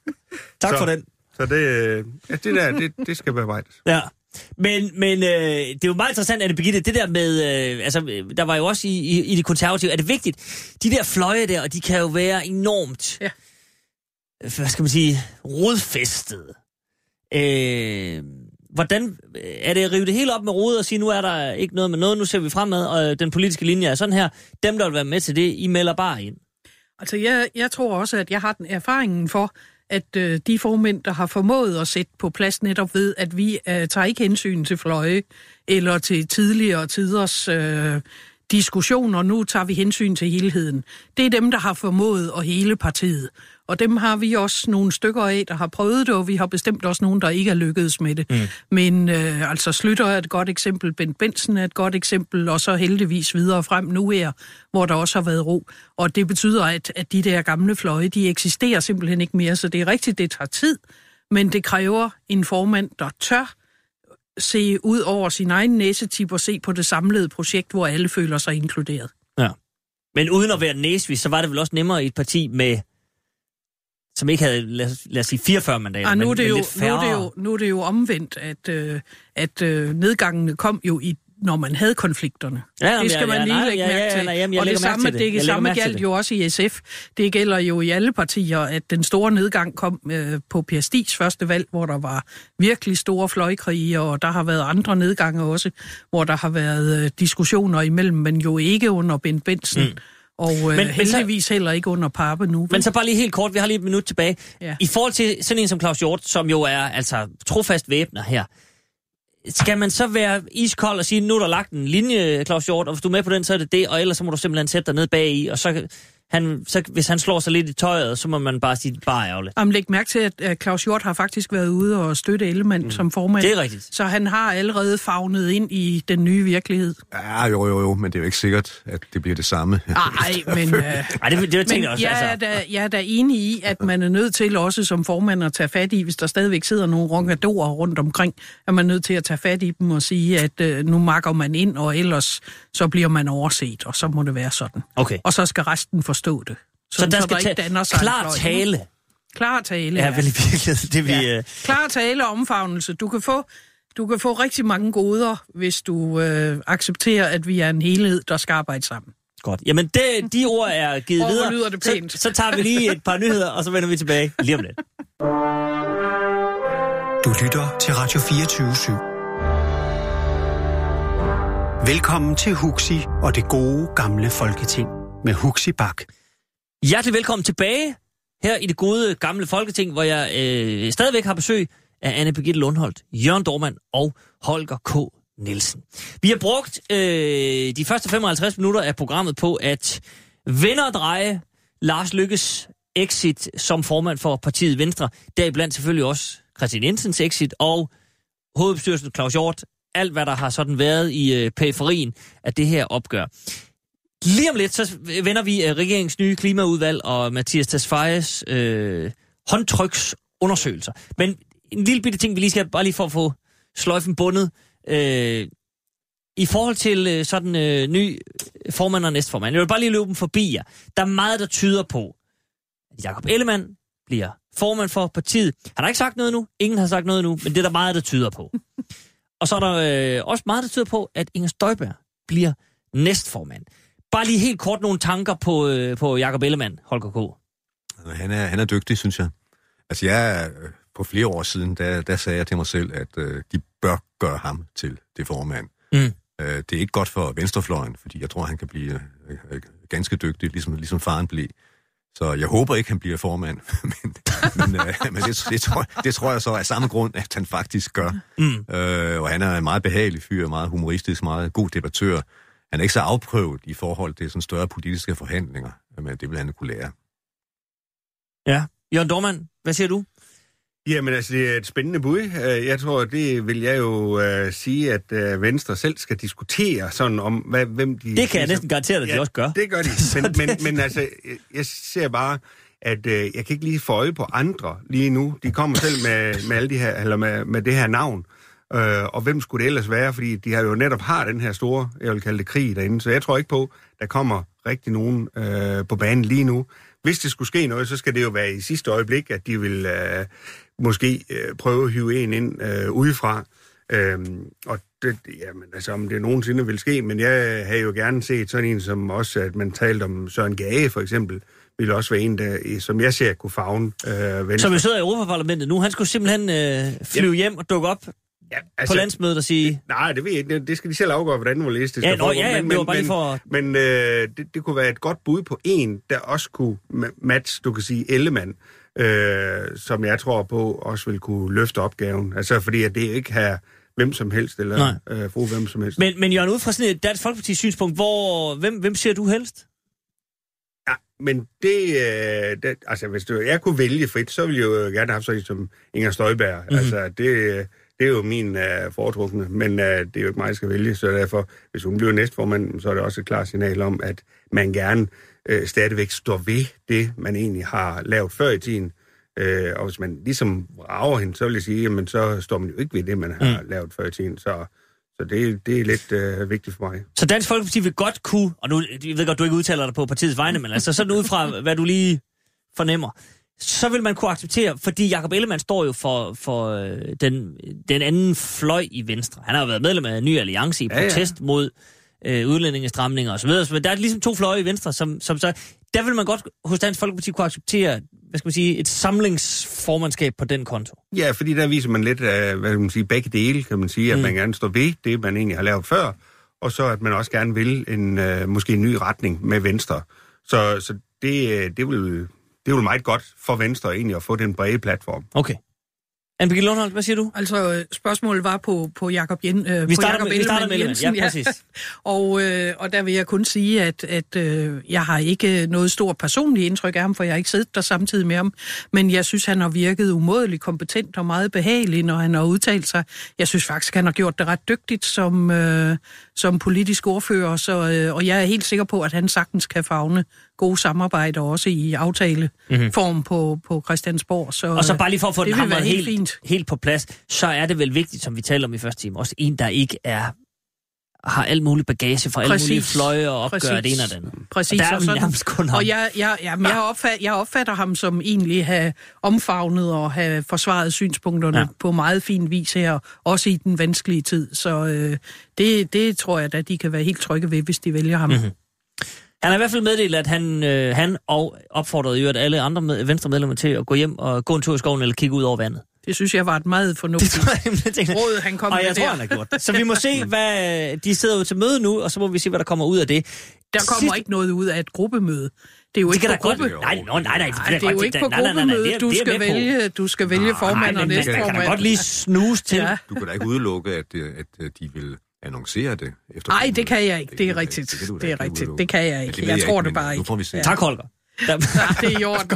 Speaker 4: Tak
Speaker 7: så,
Speaker 4: for den.
Speaker 7: Så det, ja, det der, det, det skal bearbejdes.
Speaker 4: Ja. Men, men øh, det er jo meget interessant, at det Birgitte, det der med, øh, altså, der var jo også i, i, i det konservative, er det vigtigt, de der fløje der, og de kan jo være enormt, ja. hvad skal man sige, rodfæstet. Øh, hvordan, er det at rive det hele op med rod og sige, nu er der ikke noget med noget, nu ser vi fremad, og den politiske linje er sådan her, dem der vil være med til det, I melder bare ind?
Speaker 6: Altså, jeg, jeg tror også, at jeg har den erfaringen for, at øh, de formænd, der har formået at sætte på plads netop ved, at vi øh, tager ikke hensyn til fløje eller til tidligere tiders øh, diskussioner, nu tager vi hensyn til helheden. Det er dem, der har formået at hele partiet. Og dem har vi også nogle stykker af, der har prøvet det, og vi har bestemt også nogen, der ikke er lykkedes med det. Mm. Men øh, altså Slytter er et godt eksempel, Bent Benson er et godt eksempel, og så heldigvis videre frem nu her, hvor der også har været ro. Og det betyder, at, at de der gamle fløje, de eksisterer simpelthen ikke mere, så det er rigtigt, det tager tid, men det kræver en formand, der tør se ud over sin egen næsetip og se på det samlede projekt, hvor alle føler sig inkluderet.
Speaker 4: Ja. Men uden at være næsvis, så var det vel også nemmere i et parti med som ikke havde, lad, lad os sige, fireogfyrre mandater,
Speaker 6: ah, nu,
Speaker 4: men,
Speaker 6: er det
Speaker 4: men
Speaker 6: jo,
Speaker 4: lidt færre.
Speaker 6: Nu er det jo, nu er det jo omvendt, at, øh, at øh, nedgangene kom jo i når man havde konflikterne.
Speaker 4: Ja, jamen,
Speaker 6: det skal
Speaker 4: ja,
Speaker 6: man
Speaker 4: ja,
Speaker 6: lige
Speaker 4: nej,
Speaker 6: lægge
Speaker 4: ja,
Speaker 6: mærke
Speaker 4: ja,
Speaker 6: til.
Speaker 4: nej, jamen, jeg
Speaker 6: og det
Speaker 4: lægger mærke
Speaker 6: samme,
Speaker 4: til det.
Speaker 6: det,
Speaker 4: Jeg
Speaker 6: samme
Speaker 4: lægger mærke
Speaker 6: galt
Speaker 4: til
Speaker 6: jo også i S F. Det gælder jo i alle partier, at den store nedgang kom øh, på Per Stigs første valg, hvor der var virkelig store fløjkrige, og der har været andre nedgange også, hvor der har været øh, diskussioner imellem, men jo ikke under Bent Benson. Mm. Og øh, men, heldigvis så, heller ikke under Pape nu.
Speaker 4: Men så bare lige helt kort, vi har lige et minut tilbage. Ja. I forhold til sådan en som Claus Hjort, som jo er altså trofast væbner her, skal man så være iskold og sige, nu er der lagt en linje, Claus Hjort, og hvis du er med på den, så er det det, og ellers så må du simpelthen sætte dig ned bag i, og så, han, så hvis han slår sig lidt i tøjet, så må man bare sige, bare ærgerligt.
Speaker 6: Jamen læg mærke til, at Claus Hjort har faktisk været ude og støtte Ellemann mm. som formand.
Speaker 4: Det er rigtigt.
Speaker 6: Så han har allerede favnet ind i den nye virkelighed.
Speaker 5: Ja, jo, jo, jo, men det er jo ikke sikkert, at det bliver det samme.
Speaker 6: Nej, men... Øh,
Speaker 4: Ej, det, det tænker jeg også.
Speaker 6: Jeg er, da, jeg er da enig i, at man er nødt til også som formand at tage fat i, hvis der stadigvæk sidder nogle rongadorer rundt omkring, er man nødt til at tage fat i dem og sige, at øh, nu makker man ind, og ellers så bliver man overset, og så må det være sådan.
Speaker 4: Okay.
Speaker 6: Og så skal resten forstå det.
Speaker 4: Så, så der skal der ta- klar tale.
Speaker 6: Klar tale,
Speaker 4: ja.
Speaker 6: Ja,
Speaker 4: vel i virkeligheden, det vi...
Speaker 6: Ja. Klar tale og omfavnelse. Du kan få, du kan få rigtig mange goder, hvis du øh, accepterer, at vi er en helhed, der skal arbejde sammen.
Speaker 4: Godt. Jamen, det, de ord er givet
Speaker 6: og
Speaker 4: videre.
Speaker 6: lyder det pænt.
Speaker 4: Så, så tager vi lige et par nyheder, og så vender vi tilbage lige om lidt.
Speaker 3: Du lytter til Radio fireogtyve syv. Velkommen til Huxi og det gode gamle Folketing med Huxi Bak.
Speaker 4: Hjertelig velkommen tilbage her i det gode gamle Folketing, hvor jeg øh, stadigvæk har besøg af Anne Birgitte Lundholt, Jørgen Dohrmann og Holger K. Nielsen. Vi har brugt øh, de første femoghalvtreds minutter af programmet på at vende og dreje Lars Løkkes exit som formand for partiet Venstre, deriblandt selvfølgelig også Christian Jensens exit og hovedbestyrelsen Claus Hjort, alt hvad der har sådan været i øh, periferien af det her opgør. Lige om lidt, så vender vi øh, regeringens nye klimaudvalg og Mathias Tesfayes øh, håndtryksundersøgelser. Men en lille bitte ting, vi lige skal bare lige for at få sløjfen bundet. Øh, I forhold til øh, sådan øh, ny formand og næstformand. Jeg vil bare lige løbe dem forbi jer. Der er meget, der tyder på, at Jakob Ellemann bliver formand for partiet. Han har ikke sagt noget nu. Ingen har sagt noget nu, men det er der meget, der tyder på. Og så er der øh, også meget, der tyder på, at Inger Støjberg bliver næstformand. Bare lige helt kort nogle tanker på, øh, på Jakob Ellemann, Holger K.
Speaker 5: Han er, han er dygtig, synes jeg. Altså jeg, på flere år siden, der, der sagde jeg til mig selv, at øh, de bør gøre ham til det formand. Mm. Øh, det er ikke godt for venstrefløjen, fordi jeg tror, han kan blive øh, øh, ganske dygtig, ligesom, ligesom faren blev. Så jeg håber ikke, han bliver formand, men, men, øh, men det, det, tror, det tror jeg så af samme grund, at han faktisk gør. Mm. Øh, og han er en meget behagelig fyr, meget humoristisk, meget god debattør. Han er ikke så afprøvet i forhold til sådan større politiske forhandlinger, men det vil han kunne lære.
Speaker 4: Ja. Jørgen Dohrmann, hvad siger du?
Speaker 7: Jamen altså, det er et spændende bud. Jeg tror, det vil jeg jo uh, sige, at uh, Venstre selv skal diskutere sådan om, hvad, hvem de...
Speaker 4: Det kan jeg næsten garantere, at de
Speaker 7: ja,
Speaker 4: også gør.
Speaker 7: Det gør de, men, men, men altså, jeg ser bare, at uh, jeg kan ikke lige få øje på andre lige nu. De kommer selv med, med, alle de her, eller med, med det her navn. Uh, og hvem skulle det ellers være? Fordi de har jo netop har den her store, jeg vil kalde det krig derinde. Så jeg tror ikke på, der kommer rigtig nogen uh, på banen lige nu. Hvis det skulle ske noget, så skal det jo være i sidste øjeblik, at de vil uh, måske uh, prøve at hive en ind uh, udefra. Uh, og det, jamen, altså, om det nogensinde vil ske, men jeg havde jo gerne set sådan en, som også, at man talte om Søren Gage for eksempel, ville også være en, der, som jeg ser, kunne favne uh, Venstre.
Speaker 4: Som vi sidder i Europaparlamentet nu, han skulle simpelthen uh, flyve ja. hjem og dukke op ja, altså, på landsmødet og sige...
Speaker 7: Nej, det ved jeg ikke. Det skal de selv afgøre, hvordan hvor det skal
Speaker 4: ja,
Speaker 7: foregå.
Speaker 4: Ja, men, det var bare lige for...
Speaker 7: Men, men øh, det, det kunne være et godt bud på en, der også kunne matche, du kan sige, Ellemann, øh, som jeg tror på også vil kunne løfte opgaven. Altså, fordi at det ikke har hvem som helst, eller øh, fru hvem som helst.
Speaker 4: Men, men Jørgen, ud fra sådan et Dansk Folkepartis synspunkt, hvor, hvem, hvem ser du helst?
Speaker 7: Ja, men det, øh, det altså hvis du, jeg kunne vælge frit, så ville jeg jo gerne have sådan som Inger Støjberg. Mm-hmm. Altså, det... Det er jo min uh, foretrukne, men uh, det er jo ikke mig, der skal vælge, så derfor, hvis hun bliver næstformand, så er det også et klart signal om, at man gerne uh, stadigvæk står ved det, man egentlig har lavet før i tiden. Uh, og hvis man ligesom rager hende, så vil jeg sige, jamen så står man jo ikke ved det, man har mm. lavet før i tiden. Så, så det, det er lidt uh, vigtigt for mig.
Speaker 4: Så Dansk Folkeparti vil godt kunne, og nu jeg ved godt, du ikke udtaler dig på partiets vegne, men altså sådan ud fra, hvad du lige fornemmer, så vil man kunne acceptere, fordi Jakob Ellemann står jo for, for øh, den, den anden fløj i Venstre. Han har jo været medlem af Ny Alliance i protest ja, ja. mod øh, udlændingestramninger osv. Så der er ligesom to fløje i Venstre, som, som så... Der vil man godt hos Dansk Folkeparti kunne acceptere, hvad skal man sige, et samlingsformandskab på den konto.
Speaker 7: Ja, fordi der viser man lidt af, hvad kan man sige, begge dele, kan man sige, at mm. man gerne står ved det, man egentlig har lavet før, og så at man også gerne vil en øh, måske en ny retning med Venstre. Så, så det, det, vil, det vil meget godt for Venstre egentlig at få den brede platform.
Speaker 4: Okay. Anne-Birgitte Lundholt, hvad siger du?
Speaker 6: Altså, spørgsmålet var på, på Jakob Jen, øh,
Speaker 4: vi starter
Speaker 6: Jakob
Speaker 4: med, vi starter med
Speaker 6: Jensen.
Speaker 4: Ja, præcis. Ja.
Speaker 6: og, øh, og der vil jeg kun sige, at, at øh, jeg har ikke noget stort personligt indtryk af ham, for jeg har ikke siddet der samtidig med ham. Men jeg synes, han har virket umådeligt kompetent og meget behagelig, når han har udtalt sig. Jeg synes faktisk, han har gjort det ret dygtigt som, øh, som politisk ordfører, så, øh, og jeg er helt sikker på, at han sagtens kan favne gode samarbejder også i aftaleform mm-hmm. på, på Christiansborg. Så,
Speaker 4: og så bare lige for at få den hammer helt,
Speaker 6: helt,
Speaker 4: helt på plads, så er det vel vigtigt, som vi talte om i første time, også en, der ikke er har alt mulig bagage fra alle mulige fløje og opgør det ene og det andet.
Speaker 6: Præcis.
Speaker 4: Og, der er og, sådan,
Speaker 6: og jeg, jeg, jeg, jeg, opfatter, jeg opfatter ham som egentlig have omfavnet og have forsvaret synspunkterne ja. på meget fin vis her, også i den vanskelige tid. Så øh, det, det tror jeg, at de kan være helt trygge ved, hvis de vælger ham. Mm-hmm.
Speaker 4: Han har i hvert fald meddelt, at han, øh, han og opfordrede jo, at alle andre med, venstre medlemmer til at gå hjem og gå en tur i skoven eller kigge ud over vandet.
Speaker 6: Det synes jeg var et meget fornuftigt råd, han kom
Speaker 4: og
Speaker 6: med
Speaker 4: jeg
Speaker 6: der.
Speaker 4: tror, han har gjort det. Så vi må se, hvad de sidder jo til møde nu, og så må vi se, hvad der kommer ud af det.
Speaker 6: Der kommer Sidst... ikke noget ud af et gruppemøde. Det er jo
Speaker 4: det
Speaker 6: ikke på
Speaker 4: gruppe... Godt... Nej, nej, nej, nej.
Speaker 6: Det, det er jo ikke på gruppemøde. Du skal vælge, du skal vælge formand og næstformand.
Speaker 4: Man kan da godt lige snuse til. Ja.
Speaker 8: Du kan da ikke udelukke, at, at de vil annoncere det.
Speaker 6: Nej, det kan jeg ikke. Det er rigtigt. Det, det, det er rigtigt. Det kan jeg ikke. Jeg, jeg tror det bare ikke.
Speaker 8: Nu får vi se.
Speaker 4: Tak, Holger.
Speaker 6: Der... Ja, det er i orden.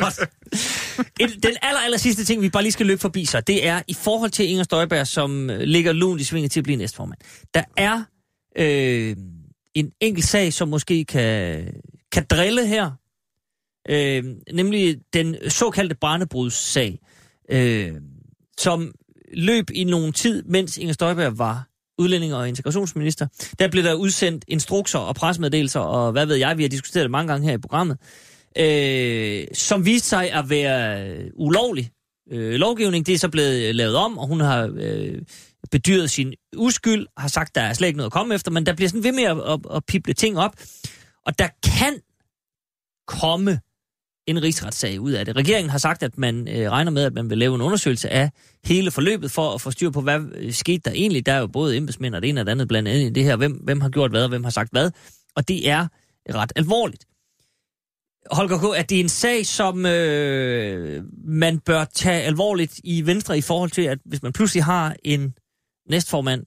Speaker 4: Den aller, aller sidste ting, vi bare lige skal løbe forbi så, det er i forhold til Inger Støjberg, som ligger lunt i svinget til at blive næstformand. Der er øh, en enkelt sag, som måske kan, kan drille her, øh, nemlig den såkaldte barnebrudssag, øh, som løb i nogen tid, mens Inger Støjberg var udlændinge- og integrationsminister. Der blev der udsendt instrukser og pressemeddelelser, og hvad ved jeg, vi har diskuteret det mange gange her i programmet, øh, som viste sig at være ulovlig øh, lovgivning. Det er så blevet lavet om, og hun har øh, bedyret sin uskyld, har sagt, at der er slet ikke noget at komme efter, men der bliver sådan ved med at, at, at pible ting op, og der kan komme en rigsretssag ud af det. Regeringen har sagt, at man øh, regner med, at man vil lave en undersøgelse af hele forløbet for at få styr på, hvad øh, skete der egentlig. Der er jo både embedsmænd og det ene og det andet blandt andet i det her. Hvem, hvem har gjort hvad, og hvem har sagt hvad. Og det er ret alvorligt. Holger K., at det er en sag, som øh, man bør tage alvorligt i Venstre i forhold til, at hvis man pludselig har en næstformand,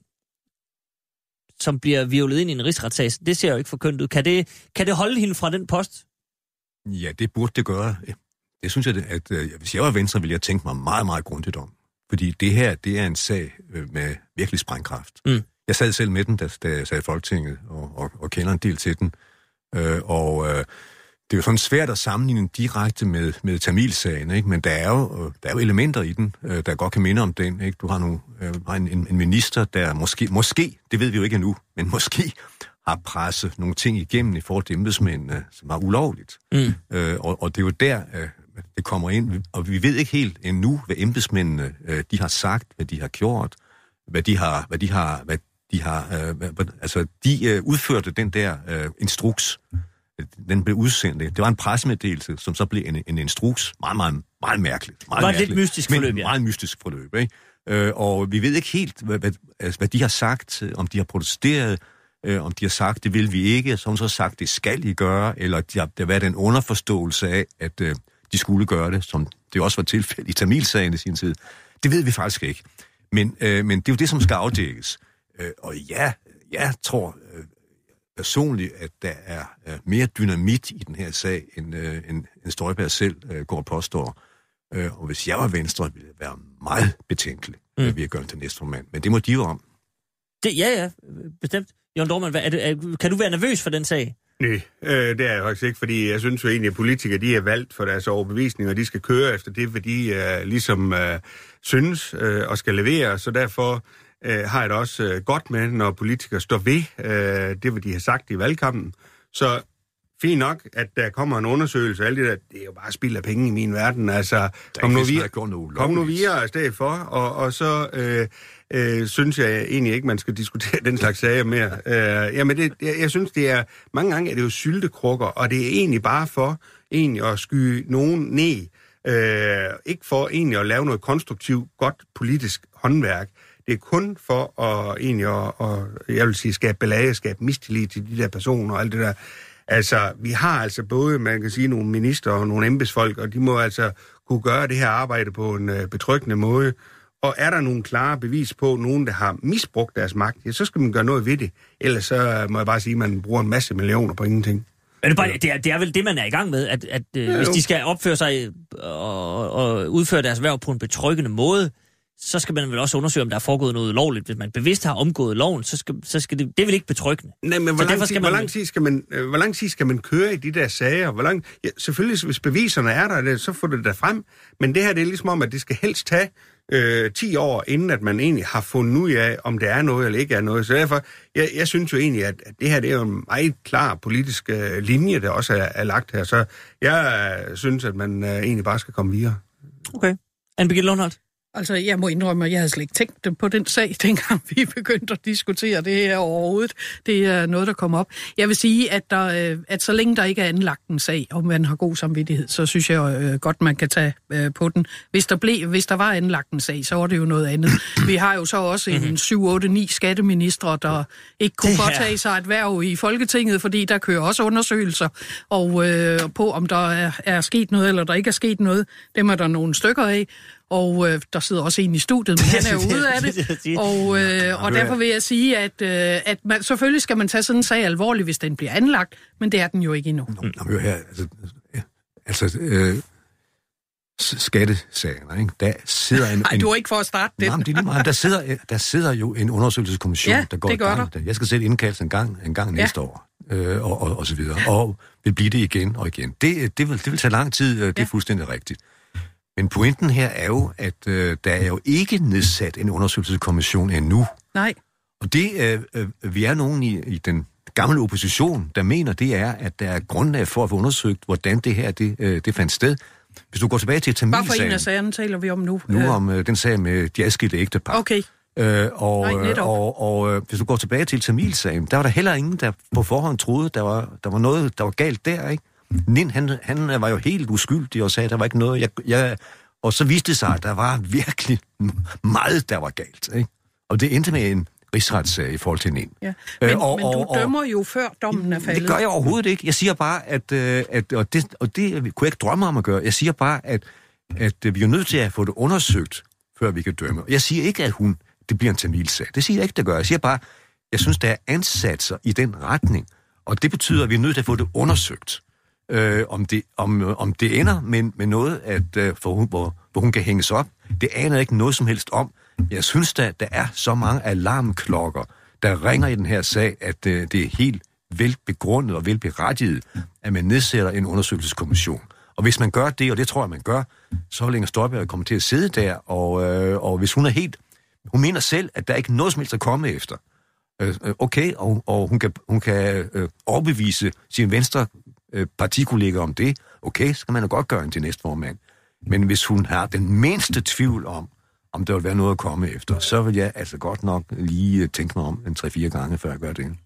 Speaker 4: som bliver virvlet ind i en rigsretssag, det ser jo ikke for kønt ud. Kan det, kan det holde hende fra den post?
Speaker 8: Ja, det burde det gøre. Jeg synes, at, at, at hvis jeg var Venstre, ville jeg tænke mig meget, meget grundigt om. Fordi det her, det er en sag med virkelig sprængkraft. Mm. Jeg sad selv med den, da, da jeg sad i Folketinget, og, og, og kender en del til den. Øh, og øh, det er jo sådan svært at sammenligne direkte med, med Tamilsagen, ikke? Men der er, jo, der er jo elementer i den, øh, der godt kan minde om den. Ikke? Du har, nogle, øh, har en, en minister, der måske, måske, det ved vi jo ikke endnu, men måske har presset nogle ting igennem i forhold til embedsmændene, som var ulovligt. Mm. Øh, og, og det er jo der, øh, det kommer ind, og vi ved ikke helt endnu, hvad embedsmændene øh, de har sagt, hvad de har gjort, hvad de har, hvad de har, hvad de har, øh, hvad, altså de øh, udførte den der øh, instruks, den blev udsendt. Det var en pressemeddelelse, som så blev en, en instruks, meget, meget, meget mærkeligt. Meget
Speaker 4: var
Speaker 8: mærkeligt,
Speaker 4: lidt mystisk forløb,
Speaker 8: ja. Meget mystisk forløb, ikke? Øh, og vi ved ikke helt, hvad, hvad, altså, hvad de har sagt, om de har protesteret, Øh, om de har sagt, det vil vi ikke, så har hun så sagt, det skal I gøre, eller de har, der har været en underforståelse af, at øh, de skulle gøre det, som det også var tilfældet i Tamilsagen i sin tid. Det ved vi faktisk ikke. Men, øh, men det er jo det, som skal afdækkes. Øh, og ja, jeg tror øh, personligt, at der er øh, mere dynamit i den her sag, end, øh, end, end Støjberg selv øh, går og påstår. Øh, og hvis jeg var Venstre, ville jeg være meget betænkelig mm. øh, ved at gøre den til næstformand. Men det må de jo om.
Speaker 4: Det, ja, ja, bestemt. Jørgen Dohrmann, er det, er, kan du være nervøs for den sag?
Speaker 7: Nej, øh, det er jeg faktisk ikke, fordi jeg synes jo egentlig, at politikere de er valgt for deres overbevisning, og de skal køre efter det, hvad de øh, ligesom øh, synes øh, og skal levere. Så derfor øh, har jeg det også øh, godt med, når politikere står ved øh, det, hvad de har sagt i valgkampen. Så fint nok, at der kommer en undersøgelse og alt det der, det er jo bare spild af penge i min verden. Altså, kom nu, via, kom nu videre i stedet for, og, og så øh, øh, synes jeg egentlig ikke, man skal diskutere den slags sager mere. Øh, jamen, det, jeg, jeg synes, det er, mange gange er det jo syltekrukker, og det er egentlig bare for egentlig at skyde nogen ned. Øh, ikke for egentlig at lave noget konstruktivt, godt politisk håndværk. Det er kun for at egentlig at, at jeg vil sige, skabe ballade, skabe mistillid til de der personer og alt det der. Altså, vi har altså både, man kan sige, nogle minister og nogle embedsfolk, og de må altså kunne gøre det her arbejde på en øh, betryggende måde. Og er der nogle klare bevis på, nogen, der har misbrugt deres magt, ja, så skal man gøre noget ved det. Ellers så må jeg bare sige, at man bruger en masse millioner på ingenting.
Speaker 4: Men det, bare, det, er, det er vel det, man er i gang med, at, at ja, hvis de skal opføre sig og, og udføre deres værv på en betryggende måde, så skal man vel også undersøge, om der er foregået noget ulovligt. Hvis man bevidst har omgået loven, så skal, så skal det, det er vel ikke betryggende.
Speaker 7: Nej, men hvor lang, tid, man... hvor, lang tid skal man, øh, hvor lang tid skal man køre i de der sager? Hvor lang... ja, selvfølgelig, hvis beviserne er der, så får det der frem. Men det her, det er ligesom om, at det skal helst tage øh, ti år, inden at man egentlig har fundet ud af, om der er noget eller ikke er noget. Så derfor, jeg, jeg synes jo egentlig, at, at det her det er jo en meget klar politisk øh, linje, der også er, er lagt her. Så jeg øh, synes, at man øh, egentlig bare skal komme videre.
Speaker 4: Okay. Anne-Birgitte Lundholt?
Speaker 6: Altså, jeg må indrømme, at jeg havde slet ikke tænkt på den sag, dengang vi begyndte at diskutere det her overhovedet. Det er noget, der kommer op. Jeg vil sige, at, der, at så længe der ikke er anlagt en sag, og man har god samvittighed, så synes jeg godt, man kan tage på den. Hvis der, blev, hvis der var anlagt en sag, så var det jo noget andet. Vi har jo så også en syv, otte, ni skatteministre, der ikke kunne påtage sig et hverv i Folketinget, fordi der kører også undersøgelser og øh, på, om der er, er sket noget, eller der ikke er sket noget. Dem er der nogle stykker af. Og øh, der sidder også en i studiet, men han er jo ude af det. Og, øh, og derfor vil jeg sige, at, øh, at man, selvfølgelig skal man tage sådan en sag alvorligt, hvis den bliver anlagt, men det er den jo ikke endnu.
Speaker 5: Nå, nå men her, altså, altså øh, skattesagerne, ikke? Der sidder en...
Speaker 6: Nej, du er ikke for at starte det.
Speaker 5: Nej, men det er lige meget. Der sidder, der sidder jo en undersøgelseskommission,
Speaker 6: ja,
Speaker 5: der går
Speaker 6: det gør
Speaker 5: i gang.
Speaker 6: der.
Speaker 5: Jeg skal sætte indkaldelse en gang, en gang
Speaker 6: ja.
Speaker 5: næste år, øh, og, og, og så videre. Og vil blive det igen og igen. Det, det, vil, det vil tage lang tid, det er ja. fuldstændig rigtigt. Men pointen her er jo, at øh, der er jo ikke nedsat en undersøgelseskommission endnu.
Speaker 6: Nej.
Speaker 5: Og det, øh, øh, vi er nogen i, i den gamle opposition, der mener, det er, at der er grundlag for at få undersøgt, hvordan det her det, øh, det fandt sted. Hvis du går tilbage til Tamilsagen...
Speaker 6: Hvad for en af sagerne taler vi om nu?
Speaker 5: Nu om øh, den sag med de adskilte ægtepar.
Speaker 6: Okay.
Speaker 5: Øh, og,
Speaker 6: Nej,
Speaker 5: og, og, og øh, hvis du går tilbage til Tamilsagen, der var der heller ingen, der på forhånd troede, der var, der var noget, der var galt der, ikke? Nin, han, han var jo helt uskyldig og sagde, at der var ikke noget. Jeg, jeg, og så viste det sig, at der var virkelig meget, der var galt. Ikke? Og det endte med en rigsretssag i forhold til Nin.
Speaker 6: Ja. Men, øh, og, men du og, dømmer jo før dommen er faldet.
Speaker 5: Det gør jeg overhovedet ikke. Jeg siger bare, at, at og, det, og det kunne jeg ikke drømme om at gøre. Jeg siger bare, at, at vi er nødt til at få det undersøgt, før vi kan dømme. Jeg siger ikke, at hun det bliver en Tamilsag. Det siger jeg ikke, det gør. Jeg siger bare, jeg synes, der er ansatser i den retning. Og det betyder, at vi er nødt til at få det undersøgt. Øh, om, det, om, om det ender med, med noget, at, øh, for hun, hvor, hvor hun kan hænges op. Det aner ikke noget som helst om. Jeg synes, der, der er så mange alarmklokker, der ringer i den her sag, at øh, det er helt velbegrundet og velberettiget, at man nedsætter en undersøgelseskommission. Og hvis man gør det, og det tror jeg, man gør, så vil Inger Støjberg komme til at sidde der, og, øh, og hvis hun er helt... Hun mener selv, at der er ikke noget som helst at komme efter. Øh, okay, og, og hun kan, hun kan øh, overbevise sine venstre partikolleger om det, okay, så kan man jo godt gøre en til næste formand. Men hvis hun har den mindste tvivl om, om der vil være noget at komme efter, så vil jeg altså godt nok lige tænke mig om en tre-fire gange, før jeg gør det.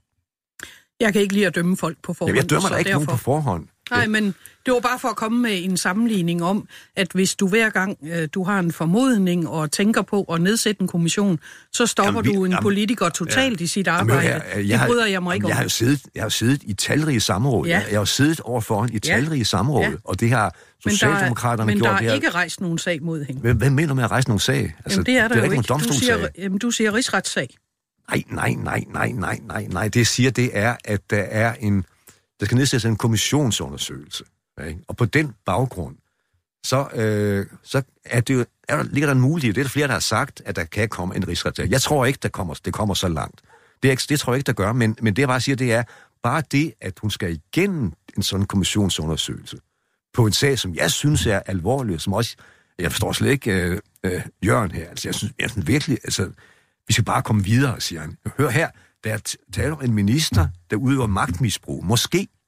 Speaker 6: Jeg kan ikke lide at dømme folk på forhånd.
Speaker 5: Jamen, jeg dømmer da ikke
Speaker 6: derfor.
Speaker 5: nogen på forhånd.
Speaker 6: Nej, men det var bare for at komme med en sammenligning om, at hvis du hver gang øh, du har en formodning og tænker på at nedsætte en kommission, så stopper jamen, vi, du en jamen, politiker totalt ja. i sit arbejde. Jamen, jeg, jeg, det bryder jeg mig ikke om.
Speaker 5: Jeg har jo siddet, jeg har siddet i talrige samråd. Ja. Jeg, jeg har siddet overfor hende i talrige ja. samråd, ja. og det har Socialdemokraterne
Speaker 6: gjort.
Speaker 5: Men der
Speaker 6: er
Speaker 5: her...
Speaker 6: ikke rejst nogen sag mod hende.
Speaker 5: Hvad, hvad mener du med at rejse nogen sag? Altså,
Speaker 6: jamen, det er der
Speaker 5: det er
Speaker 6: jo
Speaker 5: ikke.
Speaker 6: Du siger, jamen, du siger rigsretssag.
Speaker 5: Nej, nej, nej, nej, nej, nej, nej. Det jeg siger, det er, at der er en... Der skal nedsættes en kommissionsundersøgelse. Ikke? Og på den baggrund, så, øh, så er det jo, er der, ligger der en mulighed. Det er der flere, der har sagt, at der kan komme en rigsretssag. Jeg tror ikke, der kommer, det kommer så langt. Det, er, det tror jeg ikke, der gør, men, men det jeg bare siger, det er bare det, at hun skal igennem en sådan kommissionsundersøgelse på en sag, som jeg synes er alvorlig, som også, jeg forstår slet ikke øh, øh, Jørgen her. Altså, jeg synes, jeg synes virkelig, altså, vi skal bare komme videre, siger han. Hør her, der er tale om en minister, der udøver magtmisbrug. Måske.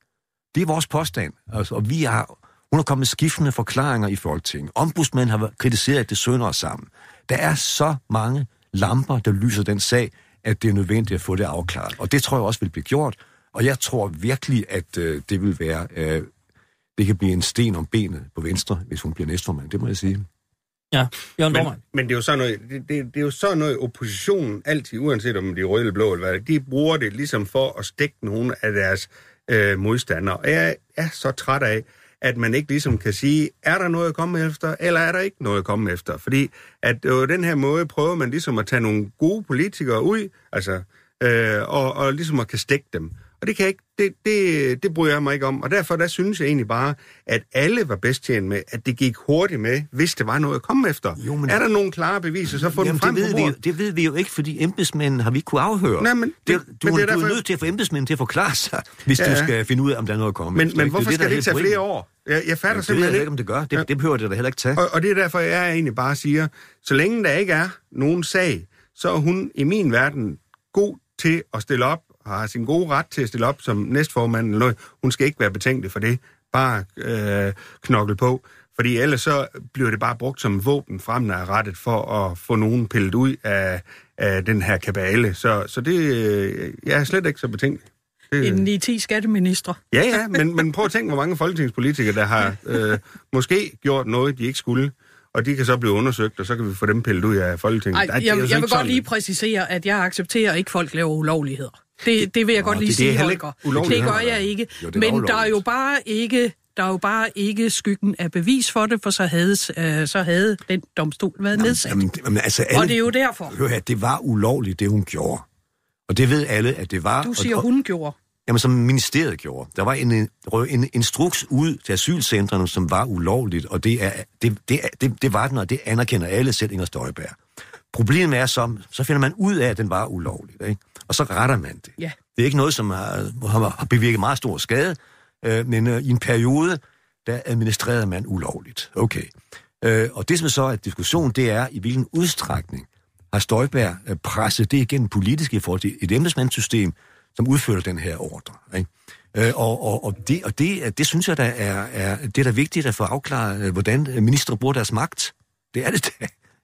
Speaker 8: Det er vores påstand. Altså, og vi har, hun har kommet med skiftende forklaringer i Folketinget. Ombudsmanden har kritiseret, at det sønder os sammen. Der er så mange lamper, der lyser den sag, at det er nødvendigt at få det afklaret. Og det tror jeg også vil blive gjort. Og jeg tror virkelig, at øh, det vil være... Øh, det kan blive en sten om benet på Venstre, hvis hun bliver næstformand. Det må jeg sige.
Speaker 4: Ja, Jørgen
Speaker 7: men, men det er jo sådan noget, det, det, det er jo sådan noget, oppositionen altid, uanset om de er røde eller blå, eller hvad, de bruger det ligesom for at stikke nogle af deres øh, modstandere. Og jeg er så træt af, at man ikke ligesom kan sige, er der noget at komme efter, eller er der ikke noget at komme efter? Fordi at øh, den her måde prøver man ligesom at tage nogle gode politikere ud, altså, øh, og, og ligesom at kan stikke dem. Og det kan jeg ikke, det, det, det bryder jeg mig ikke om. Og derfor der synes jeg egentlig bare, at alle var bedst tjent med, at det gik hurtigt med, hvis det var noget at komme efter. Jo, men... Er der nogle klare beviser, så få dem frem på bordet?
Speaker 8: Det ved vi jo ikke, fordi embedsmændene har vi ikke kunne afhøre.
Speaker 7: Nej, men,
Speaker 8: det,
Speaker 7: det,
Speaker 8: du,
Speaker 7: men det er
Speaker 8: du
Speaker 7: derfor...
Speaker 8: er nødt til at få embedsmændene til at forklare sig, hvis ja, ja. du skal finde ud af, om der er noget at komme
Speaker 7: men,
Speaker 8: efter.
Speaker 7: Men hvorfor
Speaker 8: det,
Speaker 7: skal det, det ikke tage flere år? Jeg, jeg fatter
Speaker 8: ja,
Speaker 7: simpelthen
Speaker 8: det ved jeg ikke, om det gør. Det, ja. det behøver det da heller ikke tage.
Speaker 7: Og, og det er derfor, jeg egentlig bare siger, så længe der ikke er nogen sag, så er hun i min verden god til at stille op, har sin gode ret til at stille op som næstformand eller noget. Hun skal ikke være betænkelig for det. Bare øh, knokle på. Fordi ellers så bliver det bare brugt som våben fremadrettet for at få nogen pillet ud af, af den her kabale. Så, så det, øh, jeg er slet ikke så betænkelig. Det,
Speaker 6: en ni ti skatteministre.
Speaker 7: Ja, ja, men, men prøv at tænke, hvor mange folketingspolitikere, der har øh, måske gjort noget, de ikke skulle. Og de kan så blive undersøgt, og så kan vi få dem pillet ud af Folketinget.
Speaker 6: Ej, jeg, jeg, jeg vil godt lige præcisere, at jeg accepterer ikke, folk laver ulovligheder. Det, det vil jeg Nå, godt lige det, sige, det Holger. Det gør jeg ikke. Jo, men der er jo bare ikke... Der er jo bare ikke skyggen af bevis for det, for så havde, øh, så havde den domstol været jamen, nedsat. Jamen, jamen, altså alle, og det er jo derfor.
Speaker 8: Hør her, det var ulovligt, det hun gjorde. Og det ved alle, at det var...
Speaker 6: Du siger,
Speaker 8: og,
Speaker 6: hun gjorde.
Speaker 8: Jamen, som ministeriet gjorde. Der var en, en, en instruks ud til asylcentrene, som var ulovligt, og det, er, det, det, det, det var den, og det anerkender alle, selv Inger Støjberg. Problemet er så, så finder man ud af, at den var ulovligt, ikke? Og så retter man det.
Speaker 6: Ja.
Speaker 8: Det er ikke noget, som har, har bevirket meget stor skade, øh, men øh, i en periode, der administrerede man ulovligt. Okay. Øh, og det, som så er diskussion, det er, i hvilken udstrækning har Støjberg presset det igen politisk i forhold til et embedsmandssystem, som udfører den her ordre. Ikke? Øh, og og, og, det, og det, det synes jeg, der er, er, det er da vigtigt at få afklaret, hvordan ministre bruger deres magt. Det er det da.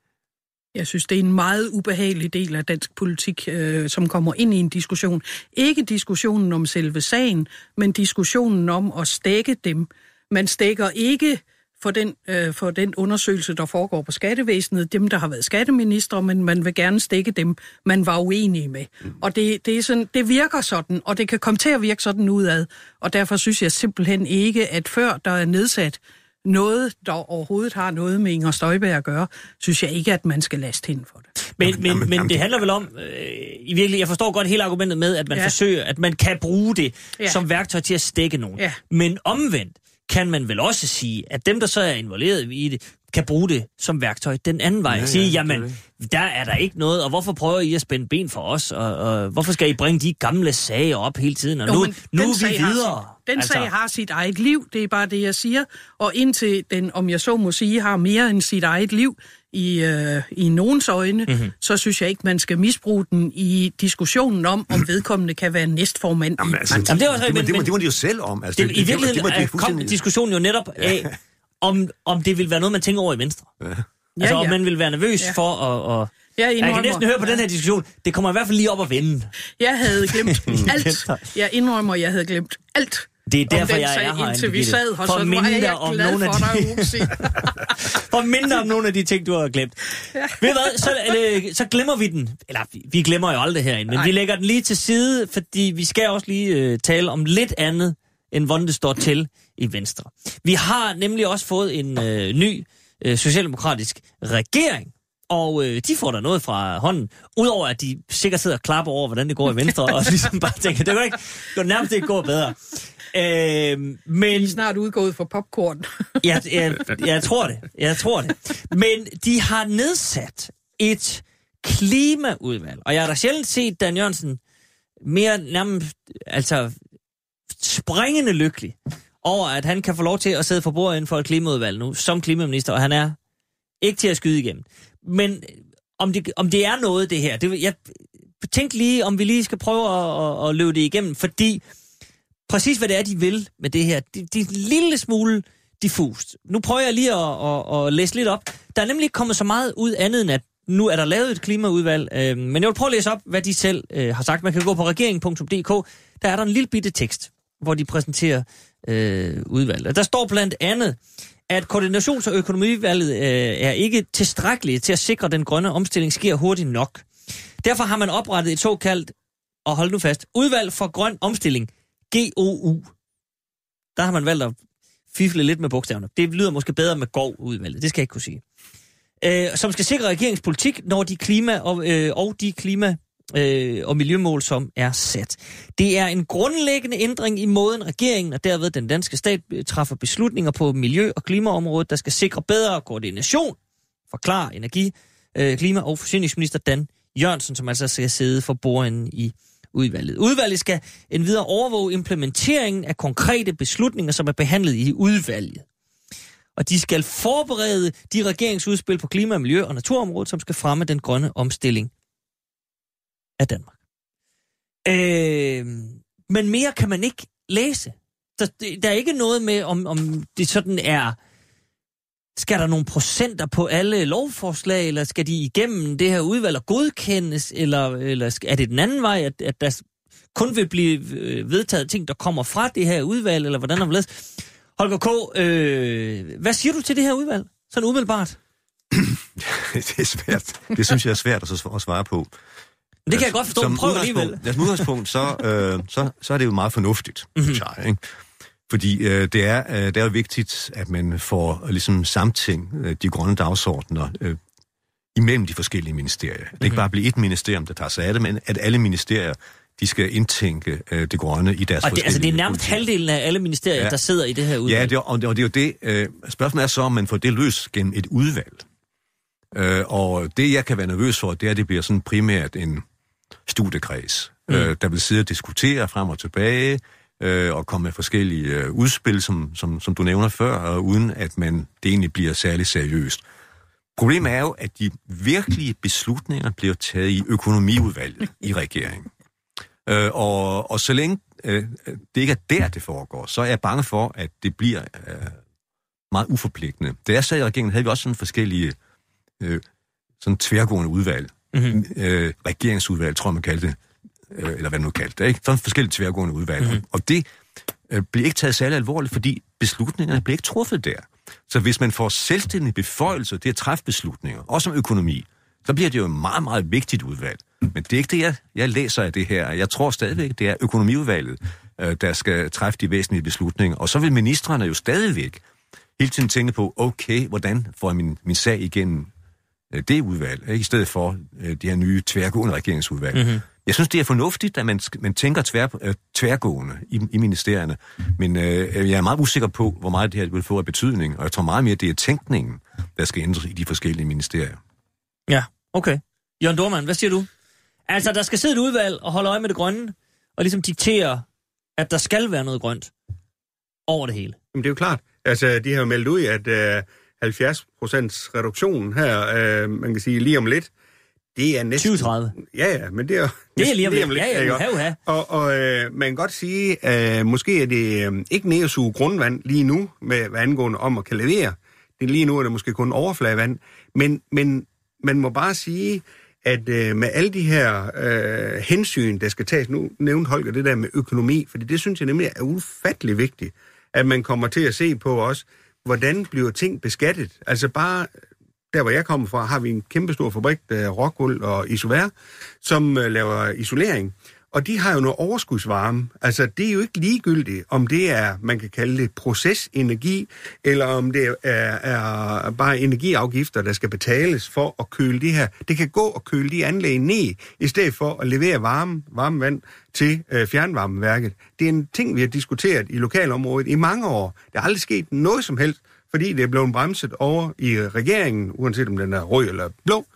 Speaker 6: Jeg synes, det er en meget ubehagelig del af dansk politik, øh, som kommer ind i en diskussion. Ikke diskussionen om selve sagen, men diskussionen om at stække dem. Man stækker ikke for den, øh, for den undersøgelse, der foregår på skattevæsenet, dem, der har været skatteministre, men man vil gerne stække dem, man var uenige med. Og det, det, er sådan, det virker sådan, og det kan komme til at virke sådan udad. Og derfor synes jeg simpelthen ikke, at før der er nedsat noget, der overhovedet har noget med Inger Støjberg at gøre, synes jeg ikke, at man skal laste hende for det.
Speaker 4: Men, men, men det handler vel om, øh, i virkelig, jeg forstår godt hele argumentet med, at man ja. forsøger, at man kan bruge det ja. som værktøj til at stække nogen. Ja. Men omvendt kan man vel også sige, at dem, der så er involveret i det, kan bruge det som værktøj den anden vej. Ja, sige, ja, jamen, der er der ikke noget, og hvorfor prøver I at spænde ben for os, og, og hvorfor skal I bringe de gamle sager op hele tiden, og jo, nu, nu er vi videre.
Speaker 6: Sit, den altså... sag har sit eget liv, det er bare det, jeg siger, og indtil den, om jeg så må sige, har mere end sit eget liv i, øh, i nogens øjne, mm-hmm. så synes jeg ikke, man skal misbruge den i diskussionen om, om vedkommende kan være næstformand.
Speaker 8: Jamen, altså, jamen, det, var, det, men, det, må, det må de jo selv om. Altså,
Speaker 4: det, det, I virkeligheden det, det, det, det kom diskussionen jo netop af, ja. om, om det vil være noget, man tænker over i Venstre. Ja. Altså, ja, ja. om man vil være nervøs ja. for at... at jeg, jeg kan næsten høre på ja. den her diskussion, det kommer i hvert fald lige op at vende.
Speaker 6: Jeg havde glemt alt. Jeg indrømmer, jeg havde glemt alt.
Speaker 4: Det er derfor, jeg er her,
Speaker 6: indtil vi sad her,
Speaker 4: så
Speaker 6: var jeg om glad nogle for dig, Uxi.
Speaker 4: For mindre om nogle af de ting, du har glemt. Ja. Ved du hvad, så, øh, så glemmer vi den. Eller, vi glemmer jo aldrig herinde, men Nej. vi lægger den lige til side, fordi vi skal også lige øh, tale om lidt andet, end hvordan det står til i Venstre. Vi har nemlig også fået en øh, ny øh, socialdemokratisk regering, og øh, de får der noget fra hånden, udover at de sikkert sidder og klapper over, hvordan det går i Venstre, og ligesom bare tænker, det går ikke, det går nærmest ikke gå bedre. Øh, men
Speaker 6: de er snart udgået for popcorn.
Speaker 4: jeg, jeg, jeg tror det, jeg tror det. Men de har nedsat et klimaudvalg, og jeg har da sjældent set Dan Jørgensen mere nærmest, altså springende lykkelig over, at han kan få lov til at sidde for bordet inden for et klimaudvalg nu, som klimaminister, og han er ikke til at skyde igennem. Men om det, om det er noget, det her, det, jeg tænkte lige, om vi lige skal prøve at, at, at løbe det igennem, fordi præcis hvad det er, de vil med det her. Det, det er en lille smule diffust. Nu prøver jeg lige at, at, at læse lidt op. Der er nemlig ikke kommet så meget ud andet end, at nu er der lavet et klimaudvalg, øh, men jeg vil prøve at læse op, hvad de selv øh, har sagt. Man kan gå på regeringen punktum d k, der er der en lille bitte tekst, hvor de præsenterer øh, udvalget. Der står blandt andet, at koordinations- og økonomiudvalget øh, er ikke tilstrækkeligt til at sikre, at den grønne omstilling sker hurtigt nok. Derfor har man oprettet et såkaldt, og hold nu fast, udvalg for grøn omstilling, G O U. Der har man valgt at fifle lidt med bogstaverne. Det lyder måske bedre med G O U-udvalget, det skal jeg ikke kunne sige. Øh, som skal sikre regeringspolitik, når de klima og, øh, og de klima øh, og miljømål, som er sat. Det er en grundlæggende ændring i måden regeringen og derved den danske stat træffer beslutninger på miljø- og klimaområdet, der skal sikre bedre koordination, forklarer energi, øh, klima- og forsyningsminister Dan Jørgensen, som altså skal sidde for bordenden i udvalget. Udvalget skal endvidere overvåge implementeringen af konkrete beslutninger, som er behandlet i udvalget. Og de skal forberede de regeringsudspil på klima, miljø og naturområdet, som skal fremme den grønne omstilling af Danmark. Øh, men mere kan man ikke læse. Der, der er ikke noget med, om, om det sådan er, skal der nogle procenter på alle lovforslag, eller skal de igennem det her udvalg og godkendes, eller, eller er det den anden vej, at, at der kun vil blive vedtaget ting, der kommer fra det her udvalg, eller hvordan er det? Holger K., øh, hvad siger du til det her udvalg? Sådan umiddelbart.
Speaker 8: Det er svært. Det synes jeg er svært at svare på.
Speaker 4: Det kan jeg godt forstå.
Speaker 8: Som
Speaker 4: Prøv alligevel.
Speaker 8: Som udgangspunkt, så, øh, så, så er det jo meget fornuftigt, mm-hmm. synes jeg, ikke? Fordi øh, det, er, øh, det er jo vigtigt, at man får øh, ligesom samtænkt øh, de grønne dagsordner øh, imellem de forskellige ministerier. Mm-hmm. Det er ikke bare blive et ministerium, der tager sig af det, men at alle ministerier, de skal indtænke øh, det grønne i deres
Speaker 4: og det,
Speaker 8: forskellige...
Speaker 4: Altså det er nærmest politik. Halvdelen af alle ministerier, ja. Der sidder i det her udvalg.
Speaker 8: Ja, det, og, det, og det er jo det. Øh, spørgsmålet er så, om man får det løst gennem et udvalg. Øh, og det, jeg kan være nervøs for, det er, at det bliver sådan primært en studiekreds, mm. øh, der vil sidde og diskutere frem og tilbage, øh, og komme med forskellige øh, udspil, som, som, som du nævner før, og uden at man det egentlig bliver særlig seriøst. Problemet er jo, at de virkelige beslutninger bliver taget i økonomiudvalget i regeringen. Øh, og, og så længe øh, det ikke er der, det foregår, så er jeg bange for, at det bliver øh, meget uforpligtende. Da jeg sad i regeringen, havde vi også sådan forskellige øh, sådan tværgående udvalg. Mm-hmm. Øh, regeringsudvalg, tror jeg, man kaldte det. Øh, eller hvad nu kaldte det, ikke? Sådan forskellige tværgående udvalg. Mm-hmm. Og det øh, bliver ikke taget særlig alvorligt, fordi beslutningerne bliver ikke truffet der. Så hvis man får selvstændige beføjelser til at træffe beslutninger, også om økonomi, så bliver det jo et meget, meget vigtigt udvalg. Men det er ikke det, jeg, jeg læser af det her. Jeg tror stadigvæk, det er økonomiudvalget, øh, der skal træffe de væsentlige beslutninger. Og så vil ministrene jo stadigvæk hele tiden tænke på, okay, hvordan får jeg min, min sag igennem øh, det udvalg, ikke? I stedet for øh, de her nye tværgående regeringsudvalg. Mm-hmm. Jeg synes, det er fornuftigt, at man, man tænker tvær, øh, tværgående i, i ministerierne. Men øh, jeg er meget usikker på, hvor meget det her vil få af betydning. Og jeg tror meget mere, det er tænkningen, der skal ændres i de forskellige ministerier.
Speaker 4: Ja, okay. Jørgen Dohrmann, hvad siger du? Altså, der skal sidde et udvalg og holde øje med det grønne, og ligesom diktere, at der skal være noget grønt over det hele.
Speaker 7: Jamen, det er jo klart. Altså, de har jo meldt ud, at øh, halvfjerds procents reduktion her, øh, man kan sige lige om lidt, det er næsten...
Speaker 4: tyve tredive.
Speaker 7: Ja, ja, men det er jo...
Speaker 4: Det er lige om lidt.
Speaker 7: lidt.
Speaker 4: Ja, ja, ja, ja.
Speaker 7: Og, og øh, man kan godt sige, at øh, måske er det øh, ikke ned at suge grundvand lige nu, med hvad angående om at kan levere. Det lige nu er det måske kun overfladevand. Men, men man må bare sige, at øh, med alle de her øh, hensyn, der skal tages, nu nævnte Holger det der med økonomi, fordi det synes jeg nemlig er ufattelig vigtigt, at man kommer til at se på også, hvordan bliver ting beskattet. Altså bare, der hvor jeg kommer fra, har vi en kæmpestor fabrik, der er Rockwool og Isover, som øh, laver isolering. Og de har jo noget overskudsvarme. Altså, det er jo ikke ligegyldigt, om det er, man kan kalde det procesenergi, eller om det er, er bare energiafgifter, der skal betales for at køle det her. Det kan gå og køle de anlæg ned, i stedet for at levere varme, varmevand til øh, fjernvarmeværket. Det er en ting, vi har diskuteret i lokalområdet i mange år. Der er aldrig sket noget som helst, fordi det er blevet bremset over i regeringen, uanset om den er rød eller blå.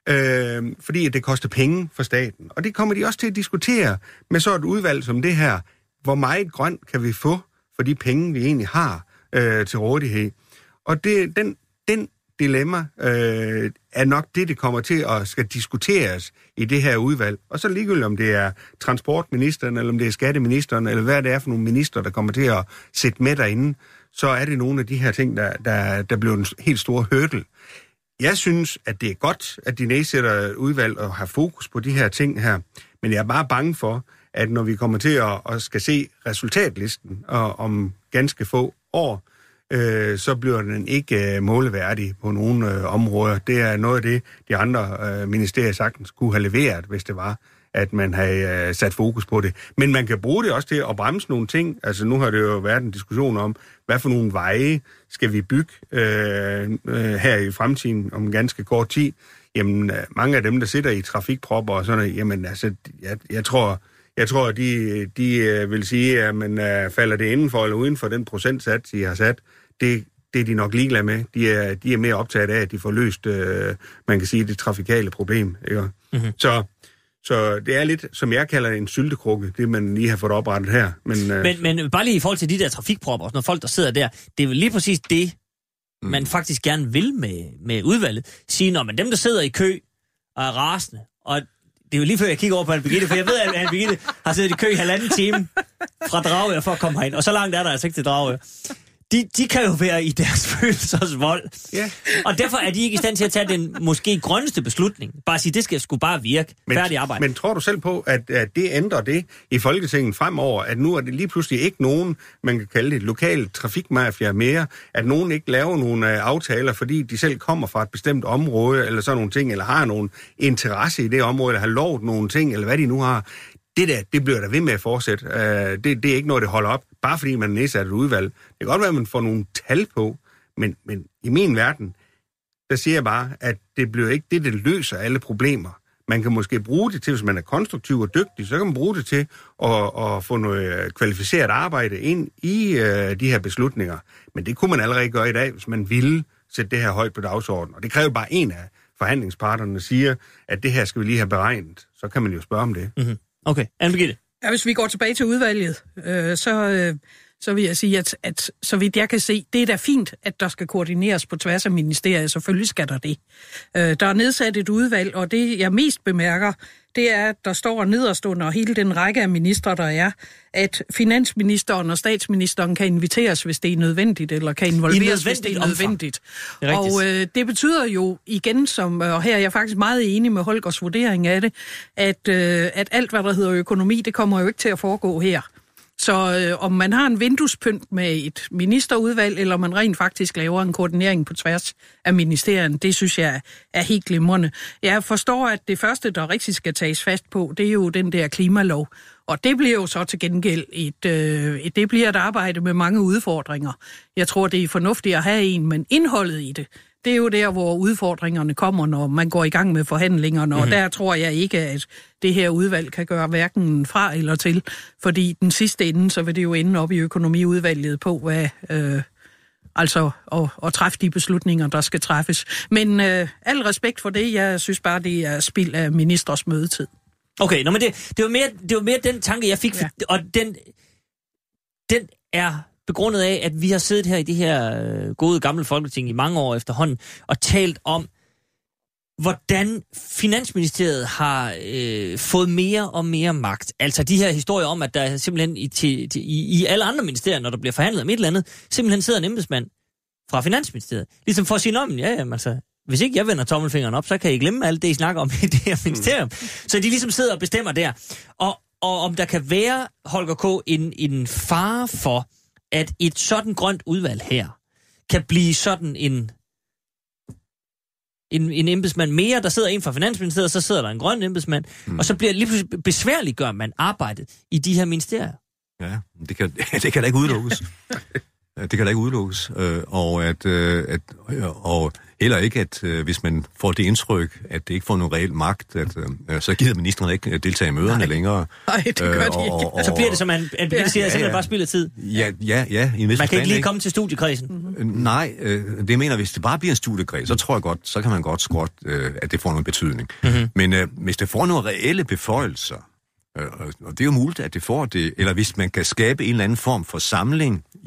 Speaker 7: Øh, fordi det koster penge for staten. Og det kommer de også til at diskutere med så et udvalg som det her. Hvor meget grønt kan vi få for de penge, vi egentlig har øh, til rådighed? Og det, den, den dilemma øh, er nok det, det kommer til at skal diskuteres i det her udvalg. Og så ligegyldigt om det er transportministeren, eller om det er skatteministeren, eller hvad det er for nogle minister, der kommer til at sætte med derinde, så er det nogle af de her ting, der, der, der bliver en helt stor hurdle. Jeg synes, at det er godt, at de nedsætter udvalg og har fokus på de her ting her, men jeg er bare bange for, at når vi kommer til at, at skal se resultatlisten og om ganske få år, øh, så bliver den ikke øh, måleværdig på nogle øh, områder. Det er noget af det, de andre øh, ministerier sagtens kunne have leveret, hvis det var, at man havde øh, sat fokus på det. Men man kan bruge det også til at bremse nogle ting. Altså nu har det jo været en diskussion om, hvad for nogle veje skal vi bygge øh, øh, her i fremtiden om ganske kort tid. Jamen, mange af dem, der sidder i trafikpropper og sådan noget, jamen altså, jeg, jeg tror... Jeg tror, de, de vil sige, at man uh, falder det indenfor eller uden for den procentsats, de har sat. Det, det er de nok ligeglade med. De er, de er mere optaget af, at de får løst, uh, man kan sige, det trafikale problem. Ikke? Mm-hmm. Så, så det er lidt, som jeg kalder en syltekrukke, det man lige har fået oprettet her. Men, uh,
Speaker 4: men, men bare lige i forhold til de der trafikpropper, når folk, der sidder der, det er vel lige præcis det, mm. man faktisk gerne vil med, med udvalget. Sige, når man dem, der sidder i kø og er rasende, og det er jo lige før, jeg kigger over på Anne Birgitte, for jeg ved, at Anne Birgitte har siddet i kø i halvanden time fra Dragør for at komme herind. Og så langt er der altså ikke til Dragør. De, de kan jo være i deres følelsers vold. Yeah. Og derfor er de ikke i stand til at tage den måske grønneste beslutning. Bare sige, det skal sgu bare virke.
Speaker 7: Men,
Speaker 4: færdig arbejde.
Speaker 7: Men tror du selv på, at, at det ændrer det i Folketinget fremover? At nu er det lige pludselig ikke nogen, man kan kalde det lokal trafikmafia mere. At nogen ikke laver nogle uh, aftaler, fordi de selv kommer fra et bestemt område, eller sådan nogle ting, eller har nogen interesse i det område, eller har lovet nogle ting, eller hvad de nu har. Det der, det bliver der ved med at fortsætte. Uh, det, det er ikke noget, det holder op, bare fordi man nedsætter et udvalg. Det kan godt være, at man får nogle tal på, men, men i min verden, der siger jeg bare, at det bliver ikke det, der løser alle problemer. Man kan måske bruge det til, hvis man er konstruktiv og dygtig, så kan man bruge det til at, at få noget kvalificeret arbejde ind i uh, de her beslutninger. Men det kunne man allerede gøre i dag, hvis man ville sætte det her højt på dagsordenen. Og det kræver bare en af forhandlingsparterne, der siger, at det her skal vi lige have beregnet. Så kan man jo spørge om det.
Speaker 4: Mm-hmm. Okay, Anne Birgitte.
Speaker 6: Ja, hvis vi går tilbage til udvalget, øh, så, øh, så vil jeg sige, at, at så vidt jeg kan se, det er da fint, at der skal koordineres på tværs af ministeriet. Selvfølgelig skal der det. Øh, der er nedsat et udvalg, og det jeg mest bemærker, det er, at der står nederst under hele den række af ministre, der er, at finansministeren og statsministeren kan inviteres, hvis det er nødvendigt, eller kan involveres, hvis det er nødvendigt. Det er og øh, det betyder jo igen, som, og her er jeg faktisk meget enig med Holgers vurdering af det, at, øh, at alt, hvad der hedder økonomi, det kommer jo ikke til at foregå her. Så øh, om man har en vinduespynt med et ministerudvalg, eller man rent faktisk laver en koordinering på tværs af ministerien, det synes jeg er helt glimrende. Jeg forstår, at det første, der rigtig skal tages fast på, det er jo den der klimalov. Og det bliver jo så til gengæld et, øh, et, det bliver et arbejde med mange udfordringer. Jeg tror, det er fornuftigt at have en, men indholdet i det, det er jo der, hvor udfordringerne kommer, når man går i gang med forhandlingerne, og mm-hmm. der tror jeg ikke, at det her udvalg kan gøre hverken fra eller til, fordi den sidste ende, så vil det jo ende op i økonomiudvalget på, hvad, øh, altså at, at træffe de beslutninger, der skal træffes. Men øh, al respekt for det, jeg synes bare, det er spild af ministers mødetid.
Speaker 4: Okay, nå, men det, det, var mere, det var mere den tanke, jeg fik, ja. Og den, den er begrundet af, at vi har siddet her i det her øh, gode gamle Folketing i mange år efterhånden, og talt om, hvordan Finansministeriet har øh, fået mere og mere magt. Altså de her historier om, at der simpelthen i, til, til, i, i alle andre ministerier, når der bliver forhandlet om et eller andet, simpelthen sidder en embedsmand fra Finansministeriet. Ligesom for at sige om, ja, jamen, altså, hvis ikke jeg vender tommelfingeren op, så kan I glemme alt det, I snakker om i det her ministerium. Mm. Så de ligesom sidder og bestemmer der. Og, og om der kan være, Holger K., en, en fare for, at et sådan grønt udvalg her kan blive sådan en, en, en embedsmand mere. Der sidder en fra Finansministeriet, og så sidder der en grøn embedsmand, mm. og så bliver lige pludselig besværliggør man arbejdet i de her ministerier.
Speaker 8: Ja, det kan, det kan da ikke udelukkes. Det kan da ikke udelukkes. Og, at, at, og heller ikke, at hvis man får det indtryk, at det ikke får nogen reel magt, at, så gider ministeren ikke deltage i møderne
Speaker 6: Nej.
Speaker 8: længere.
Speaker 6: Nej, det gør de ikke.
Speaker 4: Og, og, så bliver det, som man at ja. siger, ja, ja. bare spilder tid.
Speaker 8: Ja, ja, ja. I en vis
Speaker 4: man kan ikke lige
Speaker 8: ikke
Speaker 4: komme til studiekredsen.
Speaker 8: Mm-hmm. Nej, øh, det mener, hvis det bare bliver en studiekreds, så tror jeg godt, så kan man godt skråt, øh, at det får noget betydning. Mm-hmm. Men øh, hvis det får nogle reelle beføjelser, øh, og det er jo muligt, at det får det, eller hvis man kan skabe en eller anden form for samling i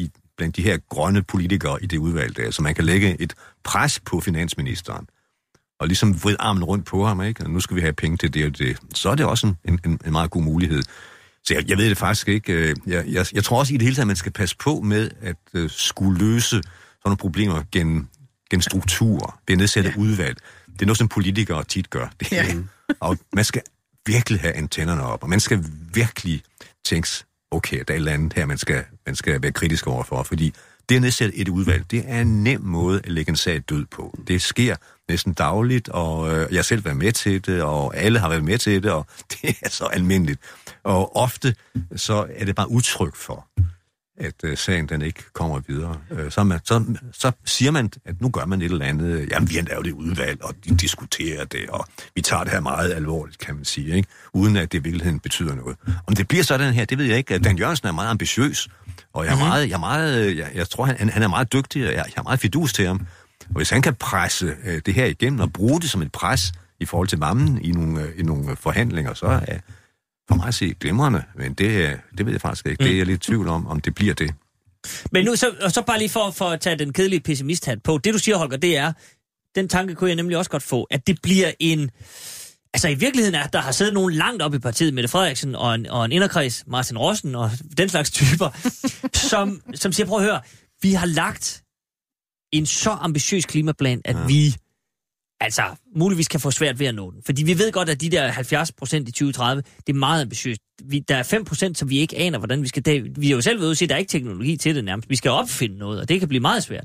Speaker 8: blandt de her grønne politikere i det udvalg der, så man kan lægge et pres på finansministeren, og ligesom vride armen rundt på ham, ikke? Og nu skal vi have penge til det og det. Så er det også en, en, en meget god mulighed. Så jeg, jeg ved det faktisk ikke. Jeg, jeg, jeg tror også i det hele taget, at man skal passe på med at uh, skulle løse sådan nogle problemer gennem, gennem strukturer, ved at nedsætte ja. udvalg. Det er noget, som politikere tit gør. Det, ja. Og man skal virkelig have antennerne op, og man skal virkelig tænke, okay, der er et eller andet her, man skal, man skal være kritisk overfor, fordi det at nedsætte et udvalg, det er en nem måde at lægge en sag død på. Det sker næsten dagligt, og øh, jeg har selv været med til det, og alle har været med til det, og det er så almindeligt. Og ofte så er det bare udtryk for, at øh, sagen den ikke kommer videre. Øh, så, man, så, så siger man, at nu gør man et eller andet. Jamen, vi har lavet det udvalg, og de diskuterer det, og vi tager det her meget alvorligt, kan man sige, ikke? Uden at det i virkeligheden betyder noget. Om det bliver sådan her, det ved jeg ikke. Dan Jørgensen er meget ambitiøs, og jeg, er meget, jeg, er meget, jeg, jeg tror, han, han er meget dygtig, og jeg, jeg har meget fidus til ham. Og hvis han kan presse øh, det her igennem og bruge det som et pres i forhold til mammen i nogle, øh, i nogle forhandlinger, så er for mig at se glimrende, men det, det ved jeg faktisk ikke. Det er jeg lidt i tvivl om, om det bliver det.
Speaker 4: Men nu, så, og så bare lige for, for at tage den kedelige pessimist-hat på. Det du siger, Holger, det er, den tanke kunne jeg nemlig også godt få, at det bliver en... Altså i virkeligheden er, der har siddet nogen langt op i partiet, Mette Frederiksen og en, og en inderkreds, Martin Rossen og den slags typer, som, som siger, prøv at høre, vi har lagt en så ambitiøs klimaplan, at ja. vi altså muligvis kan få svært ved at nå den. Fordi vi ved godt, at de der halvfjerds procent i tyve tredive, det er meget ambitiøst. Vi, der er fem procent, som vi ikke aner, hvordan vi skal... Der, vi har jo selv ved at sige, at der er ikke teknologi til det nærmest. Vi skal opfinde noget, og det kan blive meget svært.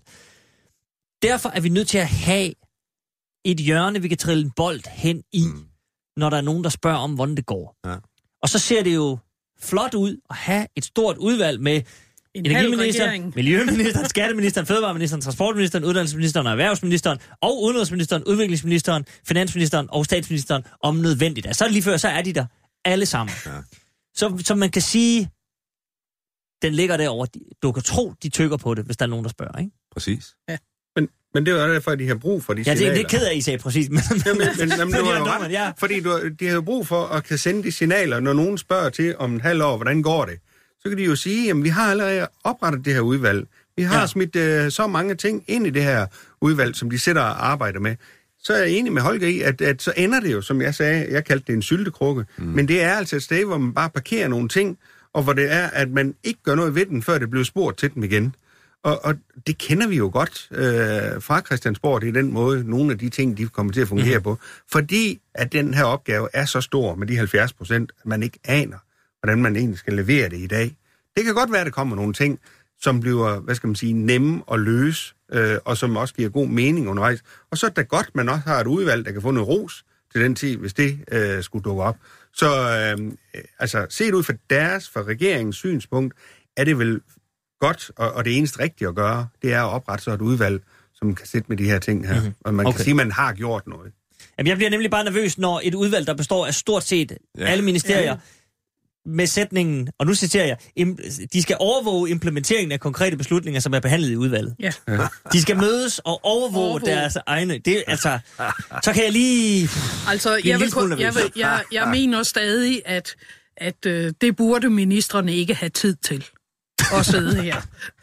Speaker 4: Derfor er vi nødt til at have et hjørne, vi kan trille en bold hen i, mm. når der er nogen, der spørger om, hvordan det går. Ja. Og så ser det jo flot ud at have et stort udvalg med en energiministeren, miljøministeren, skatteministeren, fødevareministeren, transportministeren, uddannelsesministeren og erhvervsministeren, og udenrigsministeren, udviklingsministeren, finansministeren og statsministeren om nødvendigt. Altså, så er det lige før, så er de der alle sammen. Ja. Så, så man kan sige, den ligger derovre. Du kan tro, de tykker på det, hvis der er nogen, der spørger, ikke?
Speaker 8: Præcis.
Speaker 7: Ja. Men, men det er jo derfor, at de har brug for de
Speaker 4: ja,
Speaker 7: signaler.
Speaker 4: Ja, det er ked af, I sagde præcis. Men,
Speaker 7: ja, men, men, men, fordi, ret, ja. fordi du, de har jo brug for at kan sende de signaler, når nogen spørger til om en halv år, hvordan går det? Så kan de jo sige, at vi har allerede oprettet det her udvalg. Vi har ja. smidt uh, så mange ting ind i det her udvalg, som de sætter og arbejder med. Så er jeg enig med Holger i, at, at så ender det jo, som jeg sagde, jeg kaldte det en syltekrukke. Mm. Men det er altså et sted, hvor man bare parkerer nogle ting, og hvor det er, at man ikke gør noget ved den, før det bliver spurgt til dem igen. Og, og det kender vi jo godt øh, fra Christiansborg, det er den måde, nogle af de ting, de kommer til at fungere mm. på. Fordi at den her opgave er så stor med de halvfjerds procent, at man ikke aner, hvordan man egentlig skal levere det i dag. Det kan godt være, at der kommer nogle ting, som bliver, hvad skal man sige, nemme at løse, øh, og som også giver god mening undervejs. Og så er det godt, at man også har et udvalg, der kan få noget ros til den tid, hvis det øh, skulle dukke op. Så øh, altså, set ud fra deres, fra regeringens synspunkt, er det vel godt, og, og det eneste rigtige at gøre, det er at oprette så et udvalg, som kan sætte med de her ting her. Mm-hmm. Og man okay. kan sige, at man har gjort noget.
Speaker 4: Jamen, jeg bliver nemlig bare nervøs, når et udvalg, der består af stort set ja. alle ministerier, ja. med sætningen, og nu citerer jeg, de skal overvåge implementeringen af konkrete beslutninger, som er behandlet i udvalget. Ja. De skal mødes og overvåge, overvåge. deres egne... Det, altså, så kan jeg lige...
Speaker 6: Altså, jeg, vil, kun, jeg, vil, jeg, jeg mener stadig, at, at øh, det burde ministrene ikke have tid til at sidde her.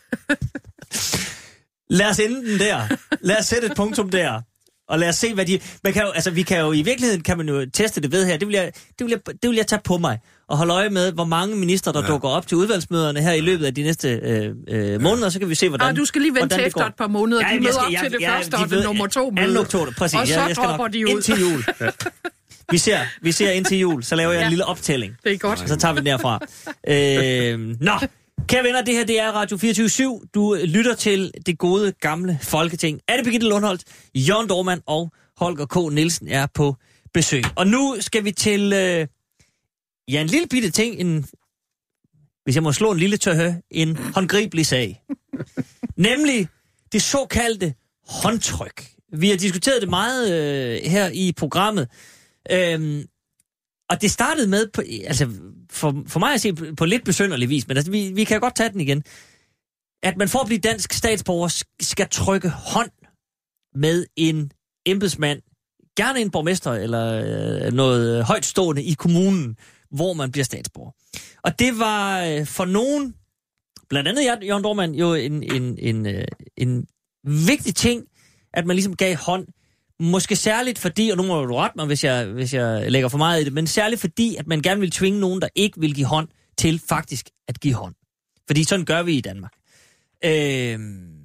Speaker 4: Lad os ende den der. Lad os sætte et punktum der. Og lad os se, hvad de... Man kan jo, altså, vi kan jo i virkeligheden, kan man jo teste det ved her. Det vil jeg, det vil jeg, det vil jeg tage på mig. Og holde øje med, hvor mange minister, der ja. dukker op til udvalgsmøderne her i løbet af de næste øh, øh, måneder. Så kan vi se, hvordan
Speaker 6: ah, du skal lige vente efter et par måneder. De ja, møder op jeg, til det ja, første og det nummer to møde.
Speaker 4: oktober, præcis.
Speaker 6: Og så
Speaker 4: jeg, jeg skal
Speaker 6: dropper
Speaker 4: nok,
Speaker 6: de ud.
Speaker 4: Indtil jul. Ja. Vi ser, vi ser indtil jul. Så laver jeg ja. en lille optælling.
Speaker 6: Det er godt.
Speaker 4: Og så tager vi den derfra. øh, nå, kære venner, det her det er Radio fireogtyve syv. Du lytter til det gode, gamle Folketing. Er det Birgitte Lundholt, Jørgen Dohrmann og Holger K. Nielsen er på besøg. Og nu skal vi til... Øh, ja, en lille bitte ting, en, hvis jeg må slå en lille tørhø, en håndgribelig sag. Nemlig det såkaldte håndtryk. Vi har diskuteret det meget øh, her i programmet. Øhm, og det startede med, på, altså for, for mig at se på, på lidt besynderlig vis, men altså, vi, vi kan godt tage den igen. At man for at blive dansk statsborger skal trykke hånd med en embedsmand, gerne en borgmester eller øh, noget højtstående i kommunen, hvor man bliver statsborger. Og det var øh, for nogen, blandt blandt andet Jørgen Dohrmann, jo en, en, en, en, en vigtig ting, at man ligesom gav hånd. Måske særligt fordi, og nu må du rette mig, hvis jeg, hvis jeg lægger for meget i det, men særligt fordi, at man gerne vil tvinge nogen, der ikke vil give hånd, til faktisk at give hånd. Fordi sådan gør vi i Danmark. Øh,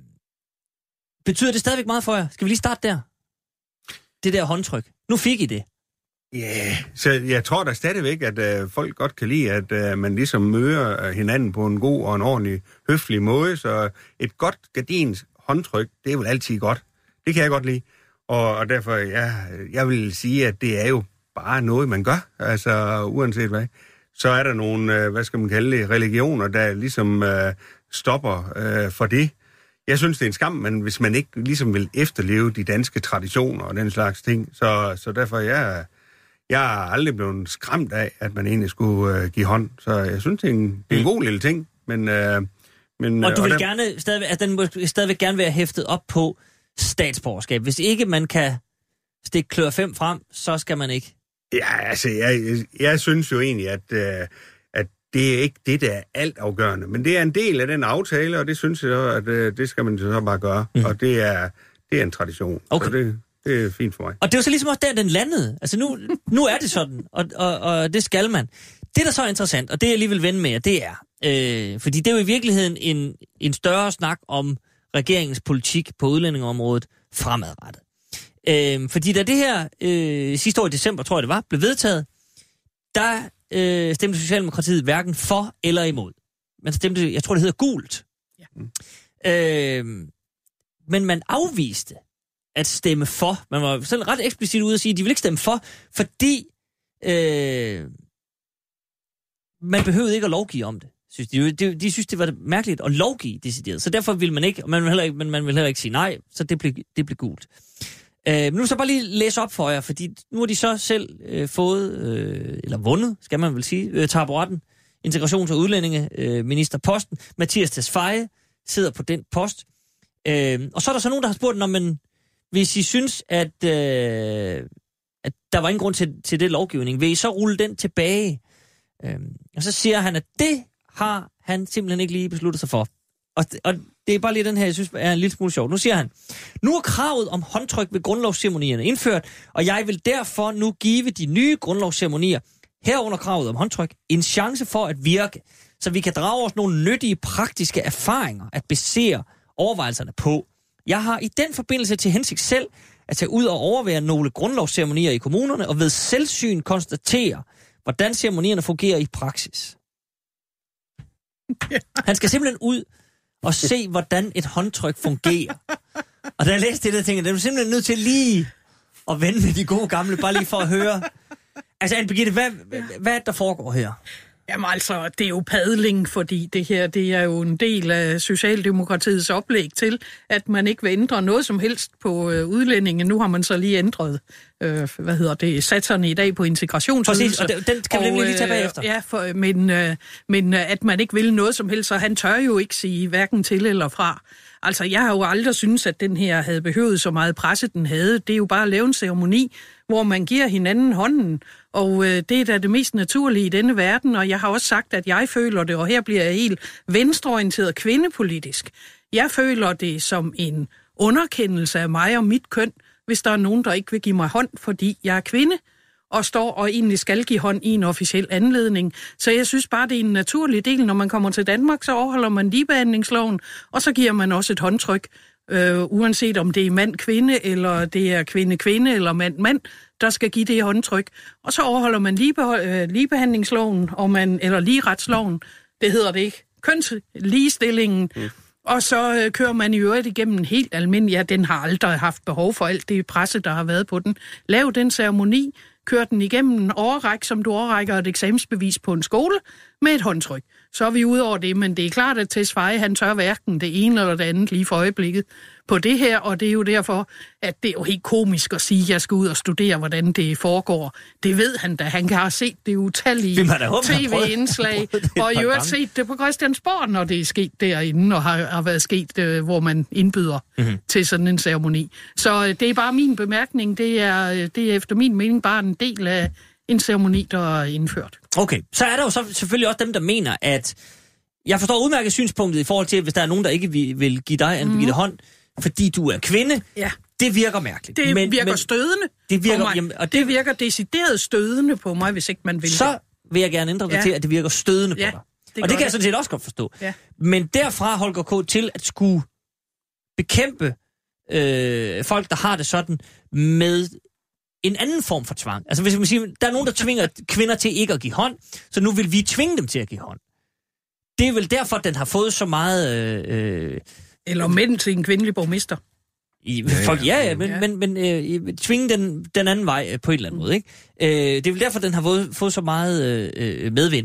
Speaker 4: betyder det stadigvæk meget for jer? Skal vi lige starte der? Det der håndtryk. Nu fik I det.
Speaker 7: Ja, yeah. Så jeg tror da stadigvæk, at øh, folk godt kan lide, at øh, man ligesom møder hinanden på en god og en ordentlig, høflig måde. Så et godt gardins håndtryk, det er vel altid godt. Det kan jeg godt lide. Og, og derfor, ja, jeg vil sige, at det er jo bare noget, man gør. Altså, uanset hvad. Så er der nogle, øh, hvad skal man kalde det, religioner, der ligesom øh, stopper øh, for det. Jeg synes, det er en skam, men hvis man ikke ligesom vil efterleve de danske traditioner og den slags ting, så, så derfor, jeg, jeg er aldrig blevet skræmt af, at man egentlig skulle øh, give hånd. Så jeg synes, det er en, det er en god lille ting, men... Øh, men
Speaker 4: og du vil
Speaker 7: og der...
Speaker 4: gerne, stadig, altså, den må stadigvæk gerne være hæftet op på statsborgerskab. Hvis ikke man kan stikke klør fem frem, så skal man ikke.
Speaker 7: Ja, altså, jeg, jeg, jeg synes jo egentlig, at, øh, at det er ikke det, der er altafgørende. Men det er en del af den aftale, og det synes jeg, at øh, det skal man så bare gøre. Mm. Og det er, det er en tradition.
Speaker 4: Okay.
Speaker 7: Så det, det er fint for mig.
Speaker 4: Og det er jo så ligesom også der, den landede. Altså nu, nu er det sådan, og, og, og det skal man. Det, der så er interessant, og det jeg lige vil vende med, det er, øh, fordi det er jo i virkeligheden en, en større snak om regeringens politik på udlændingeområdet fremadrettet. Øh, fordi da det her øh, sidste år i december, tror jeg det var, blev vedtaget, der øh, stemte Socialdemokratiet hverken for eller imod. Man stemte, jeg tror det hedder gult. Ja. Øh, men man afviste at stemme for. Man var selv ret eksplicit ude at sige, at de ville ikke stemme for, fordi øh, man behøvede ikke at lovgive om det. Synes de, de, de synes, det var mærkeligt at lovgive decideret. Så derfor ville man ikke, man ville heller ikke, men man ville heller ikke sige nej, så det blev, det blev gult. Øh, nu så bare lige læse op for jer, fordi nu har de så selv øh, fået, øh, eller vundet, skal man vel sige, øh, taburetten, integrations- og udlændingeministerposten. Øh, Mathias Tesfaye sidder på den post. Øh, og så er der så nogen, der har spurgt, når man, hvis I synes, at, øh, at der var ingen grund til, til det lovgivning, vil I så rulle den tilbage? Øh, og så siger han, at det har han simpelthen ikke lige besluttet sig for. Og, og det er bare lige den her, jeg synes er en lille smule sjov. Nu siger han, nu er kravet om håndtryk ved grundlovsceremonierne indført, og jeg vil derfor nu give de nye grundlovsceremonier, herunder kravet om håndtryk, en chance for at virke, så vi kan drage os nogle nyttige praktiske erfaringer at basere overvejelserne på. Jeg har i den forbindelse til hensigt selv at tage ud og overvære nogle grundlovsceremonier i kommunerne, og ved selvsyn konstatere, hvordan ceremonierne fungerer i praksis. Han skal simpelthen ud og se, hvordan et håndtryk fungerer. Og da jeg læste det, der tænkte jeg, det er simpelthen nødt til lige at vende med de gode gamle, bare lige for at høre. Altså, Anne-Birgitte, hvad, hvad er det, der foregår her?
Speaker 6: Jamen altså, det er jo padling, fordi det her, det er jo en del af Socialdemokratiets oplæg til, at man ikke vil ændre noget som helst på øh, udlændinge. Nu har man så lige ændret, øh, hvad hedder det, satserne i dag på integrationsydelse.
Speaker 4: Præcis, og den kan vi nemlig lige tage bagefter.
Speaker 6: Ja, for, men, øh, men at man ikke vil noget som helst, så han tør jo ikke sige hverken til eller fra. Altså, jeg har jo aldrig syntes, at den her havde behøvet så meget presse, den havde. Det er jo bare at lave en ceremoni, hvor man giver hinanden hånden, og øh, det er da det mest naturlige i denne verden, og jeg har også sagt, at jeg føler det, og her bliver jeg helt venstreorienteret kvindepolitisk. Jeg føler det som en underkendelse af mig og mit køn, hvis der er nogen, der ikke vil give mig hånd, fordi jeg er kvinde, og står og egentlig skal give hånd i en officiel anledning. Så jeg synes bare, det er en naturlig del. Når man kommer til Danmark, så overholder man ligebehandlingsloven, og så giver man også et håndtryk, øh, uanset om det er mand-kvinde, eller det er kvinde-kvinde, eller mand-mand, der skal give det håndtryk. Og så overholder man ligebehold, øh, ligebehandlingsloven, og man, eller ligeretsloven, det hedder det ikke, kønsligestillingen, mm. Og så øh, kører man i øvrigt igennem helt almindelig, ja, den har aldrig haft behov for alt det presse, der har været på den. Lav den ceremoni, kør den igennem en overræk, som du overrækker et eksamensbevis på en skole, med et håndtryk. Så er vi ude over det, men det er klart, at Tesfaye, han tør hverken det ene eller det andet lige for øjeblikket på det her, og det er jo derfor, at det er jo helt komisk at sige, at jeg skal ud og studere, hvordan det foregår. Det ved han da. Han kan have set det utallige tv-indslag, og i øvrigt set det på Christiansborg, når det er sket derinde, og har, har været sket, øh, hvor man indbyder mm-hmm. til sådan en ceremoni. Så øh, det er bare min bemærkning. Det er, det er efter min mening bare en del af en ceremoni, der er indført.
Speaker 4: Okay, så er der jo så selvfølgelig også dem, der mener, at Jeg forstår udmærket synspunktet i forhold til, hvis der er nogen, der ikke vil, vil give dig en mm. hånd, fordi du er kvinde.
Speaker 6: Ja.
Speaker 4: Det virker mærkeligt.
Speaker 6: Det
Speaker 4: men,
Speaker 6: virker
Speaker 4: men,
Speaker 6: stødende
Speaker 4: det virker,
Speaker 6: på mig.
Speaker 4: Jamen, og
Speaker 6: det, det virker decideret stødende på mig, hvis ikke man vil
Speaker 4: så
Speaker 6: det.
Speaker 4: vil jeg gerne ændre det ja. til, at det virker stødende ja, på dig. Det og det kan det. jeg sådan set også godt forstå. Ja. Men derfra, Holger K., til at skulle bekæmpe øh, folk, der har det sådan, med en anden form for tvang. Altså hvis man siger, der er nogen, der tvinger kvinder til ikke at give hånd, så nu vil vi tvinge dem til at give hånd. Det er vel derfor, den har fået så meget... Øh,
Speaker 6: Eller mænd til en kvindelig borgmester.
Speaker 4: I, folk, ja, ja, men, ja. men, men øh, tvinge den, den anden vej øh, på en eller anden måde. Ikke? Øh, det er vel derfor, den har fået, fået så meget øh, medvind.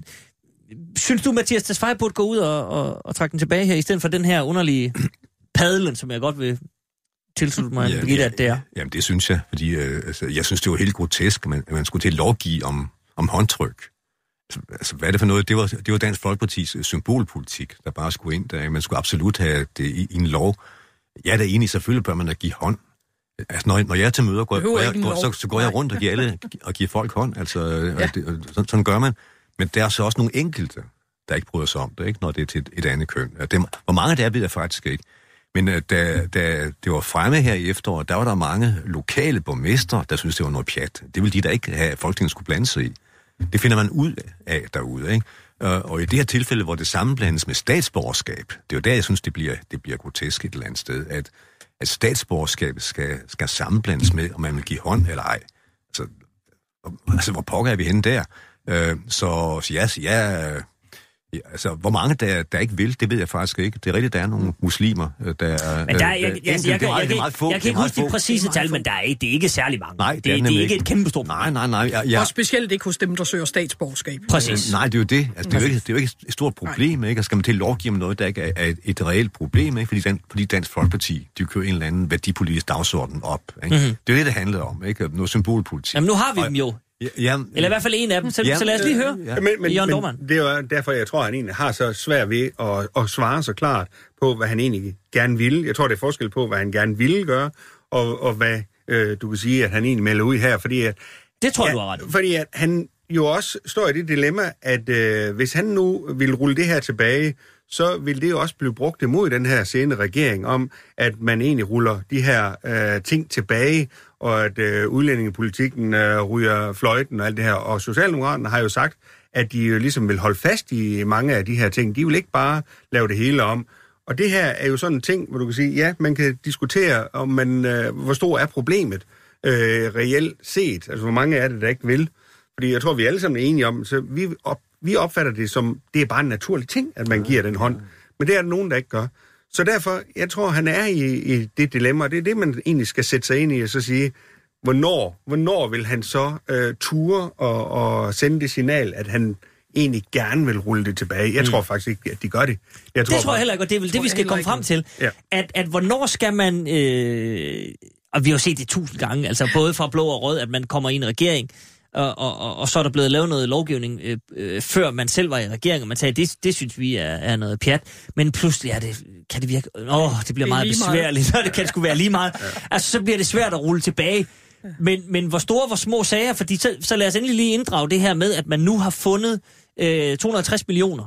Speaker 4: Synes du, Mathias Tesfaye burde gå ud og, og, og trække den tilbage her, i stedet for den her underlige padlen, som jeg godt vil tilslutte mig, ja, Birgitte, ja, at det er?
Speaker 8: Jamen, det synes jeg, fordi øh, altså, jeg synes, det var helt grotesk, at man, at man skulle til at lovgive om, om håndtryk. Altså, hvad er det for noget? Det var, det var Dansk Folkepartis symbolpolitik, der bare skulle ind der. Man skulle absolut have det i, i en lov. Jeg er da enig, selvfølgelig bør man da give hånd. Altså, når, når jeg er til møder, går, går jeg, går, så, så går jeg rundt og giver, alle, og giver folk hånd. Altså, ja. det, sådan, sådan gør man. Men der er så også nogle enkelte, der ikke bryder sig om det, ikke, når det er til et, et andet køn. Dem, hvor mange der er, ved jeg faktisk ikke. Men uh, da, da det var fremme her i efteråret, der var der mange lokale borgmestre, der synes det var noget pjat. Det ville de da ikke have, at Folketinget skulle blande sig i. Det finder man ud af derude, ikke? Og i det her tilfælde, hvor det sammenblandes med statsborgerskab, det er jo der, jeg synes, det bliver, det bliver grotesk et eller andet sted, at, at statsborgerskabet skal, skal sammenblandes med, om man vil give hånd eller ej. Altså, altså hvor pokker er vi henne der? Øh, så så ja, ja, ja, altså, hvor mange der, der ikke vil, det ved jeg faktisk ikke. Det er rigtigt, der er nogle muslimer, der...
Speaker 4: Men der er, jeg, jeg, jeg, jeg, jeg, jeg, jeg kan ikke huske de præcise tal, men der er ikke, det er ikke særlig mange.
Speaker 8: Nej, det,
Speaker 4: det,
Speaker 8: er,
Speaker 4: det er ikke et kæmpe stort
Speaker 8: Nej, nej, nej. Jeg, jeg...
Speaker 6: Og specielt ikke hos dem, der søger statsborgerskab.
Speaker 4: Præcis.
Speaker 8: Nej, det er jo det. Altså, det, er jo ikke, det er jo ikke et stort problem, nej. Ikke? Og skal man til at lovgive om noget, der ikke er, er et, et reelt problem, ikke? Fordi, Dan, fordi Dansk Folkeparti, de kører en eller anden værdipolitisk dagsorden op. Ikke? Mm-hmm. Det er jo det, det handler om, ikke? Noget symbolpolitik.
Speaker 4: Jamen, nu har vi og, dem jo.
Speaker 8: Ja, ja,
Speaker 4: Eller i hvert fald en af dem, så, ja, så lad os lige høre. Ja.
Speaker 7: Men, men, men det er jo derfor, jeg tror, at han egentlig har så svært ved at, at svare så klart på, hvad han egentlig gerne vil. Jeg tror, det er forskel på, hvad han gerne ville gøre, og, og hvad øh, du kan sige, at han egentlig melder ud her. Fordi at,
Speaker 4: det tror
Speaker 7: ja,
Speaker 4: du har ret.
Speaker 7: Fordi at han jo også står i det dilemma, at øh, hvis han nu vil rulle det her tilbage, så vil det jo også blive brugt imod den her sene regering om, at man egentlig ruller de her øh, ting tilbage, og at øh, udlændingepolitikken øh, ryger fløjten og alt det her. Og Socialdemokraterne har jo sagt, at de jo ligesom vil holde fast i mange af de her ting. De vil ikke bare lave det hele om. Og det her er jo sådan en ting, hvor du kan sige, ja, man kan diskutere, om man, øh, hvor stor er problemet øh, reelt set. Altså, hvor mange er det, der ikke vil. Fordi jeg tror, vi alle sammen er enige om, så vi, op, vi opfatter det som, det er bare en naturlig ting, at man giver den hånd. Men det er der nogen, der ikke gør. Så derfor, jeg tror, han er i, i det dilemma, og det er det, man egentlig skal sætte sig ind i, og så sige, hvornår, hvornår vil han så øh, ture og, og sende det signal, at han egentlig gerne vil rulle det tilbage. Jeg tror mm. faktisk ikke, at de gør det. Jeg tror,
Speaker 4: det tror jeg heller ikke, og det er vel det, vi skal komme frem til. Ja. At, at hvornår skal man, øh, og vi har jo set det tusind gange, altså både fra blå og rød, at man kommer i en regering, Og, og, og så er der blevet lavet noget lovgivning, øh, øh, før man selv var i regering, og man sagde, det, det synes vi er, er noget pjat. Men pludselig er det, kan det virke, åh, det bliver det meget besværligt, så det kan sgu være lige meget. Altså, så bliver det svært at rulle tilbage. Men, men hvor store, hvor små sager, fordi så, så lad os endelig lige inddrage det her med, at man nu har fundet øh, to hundrede og tres millioner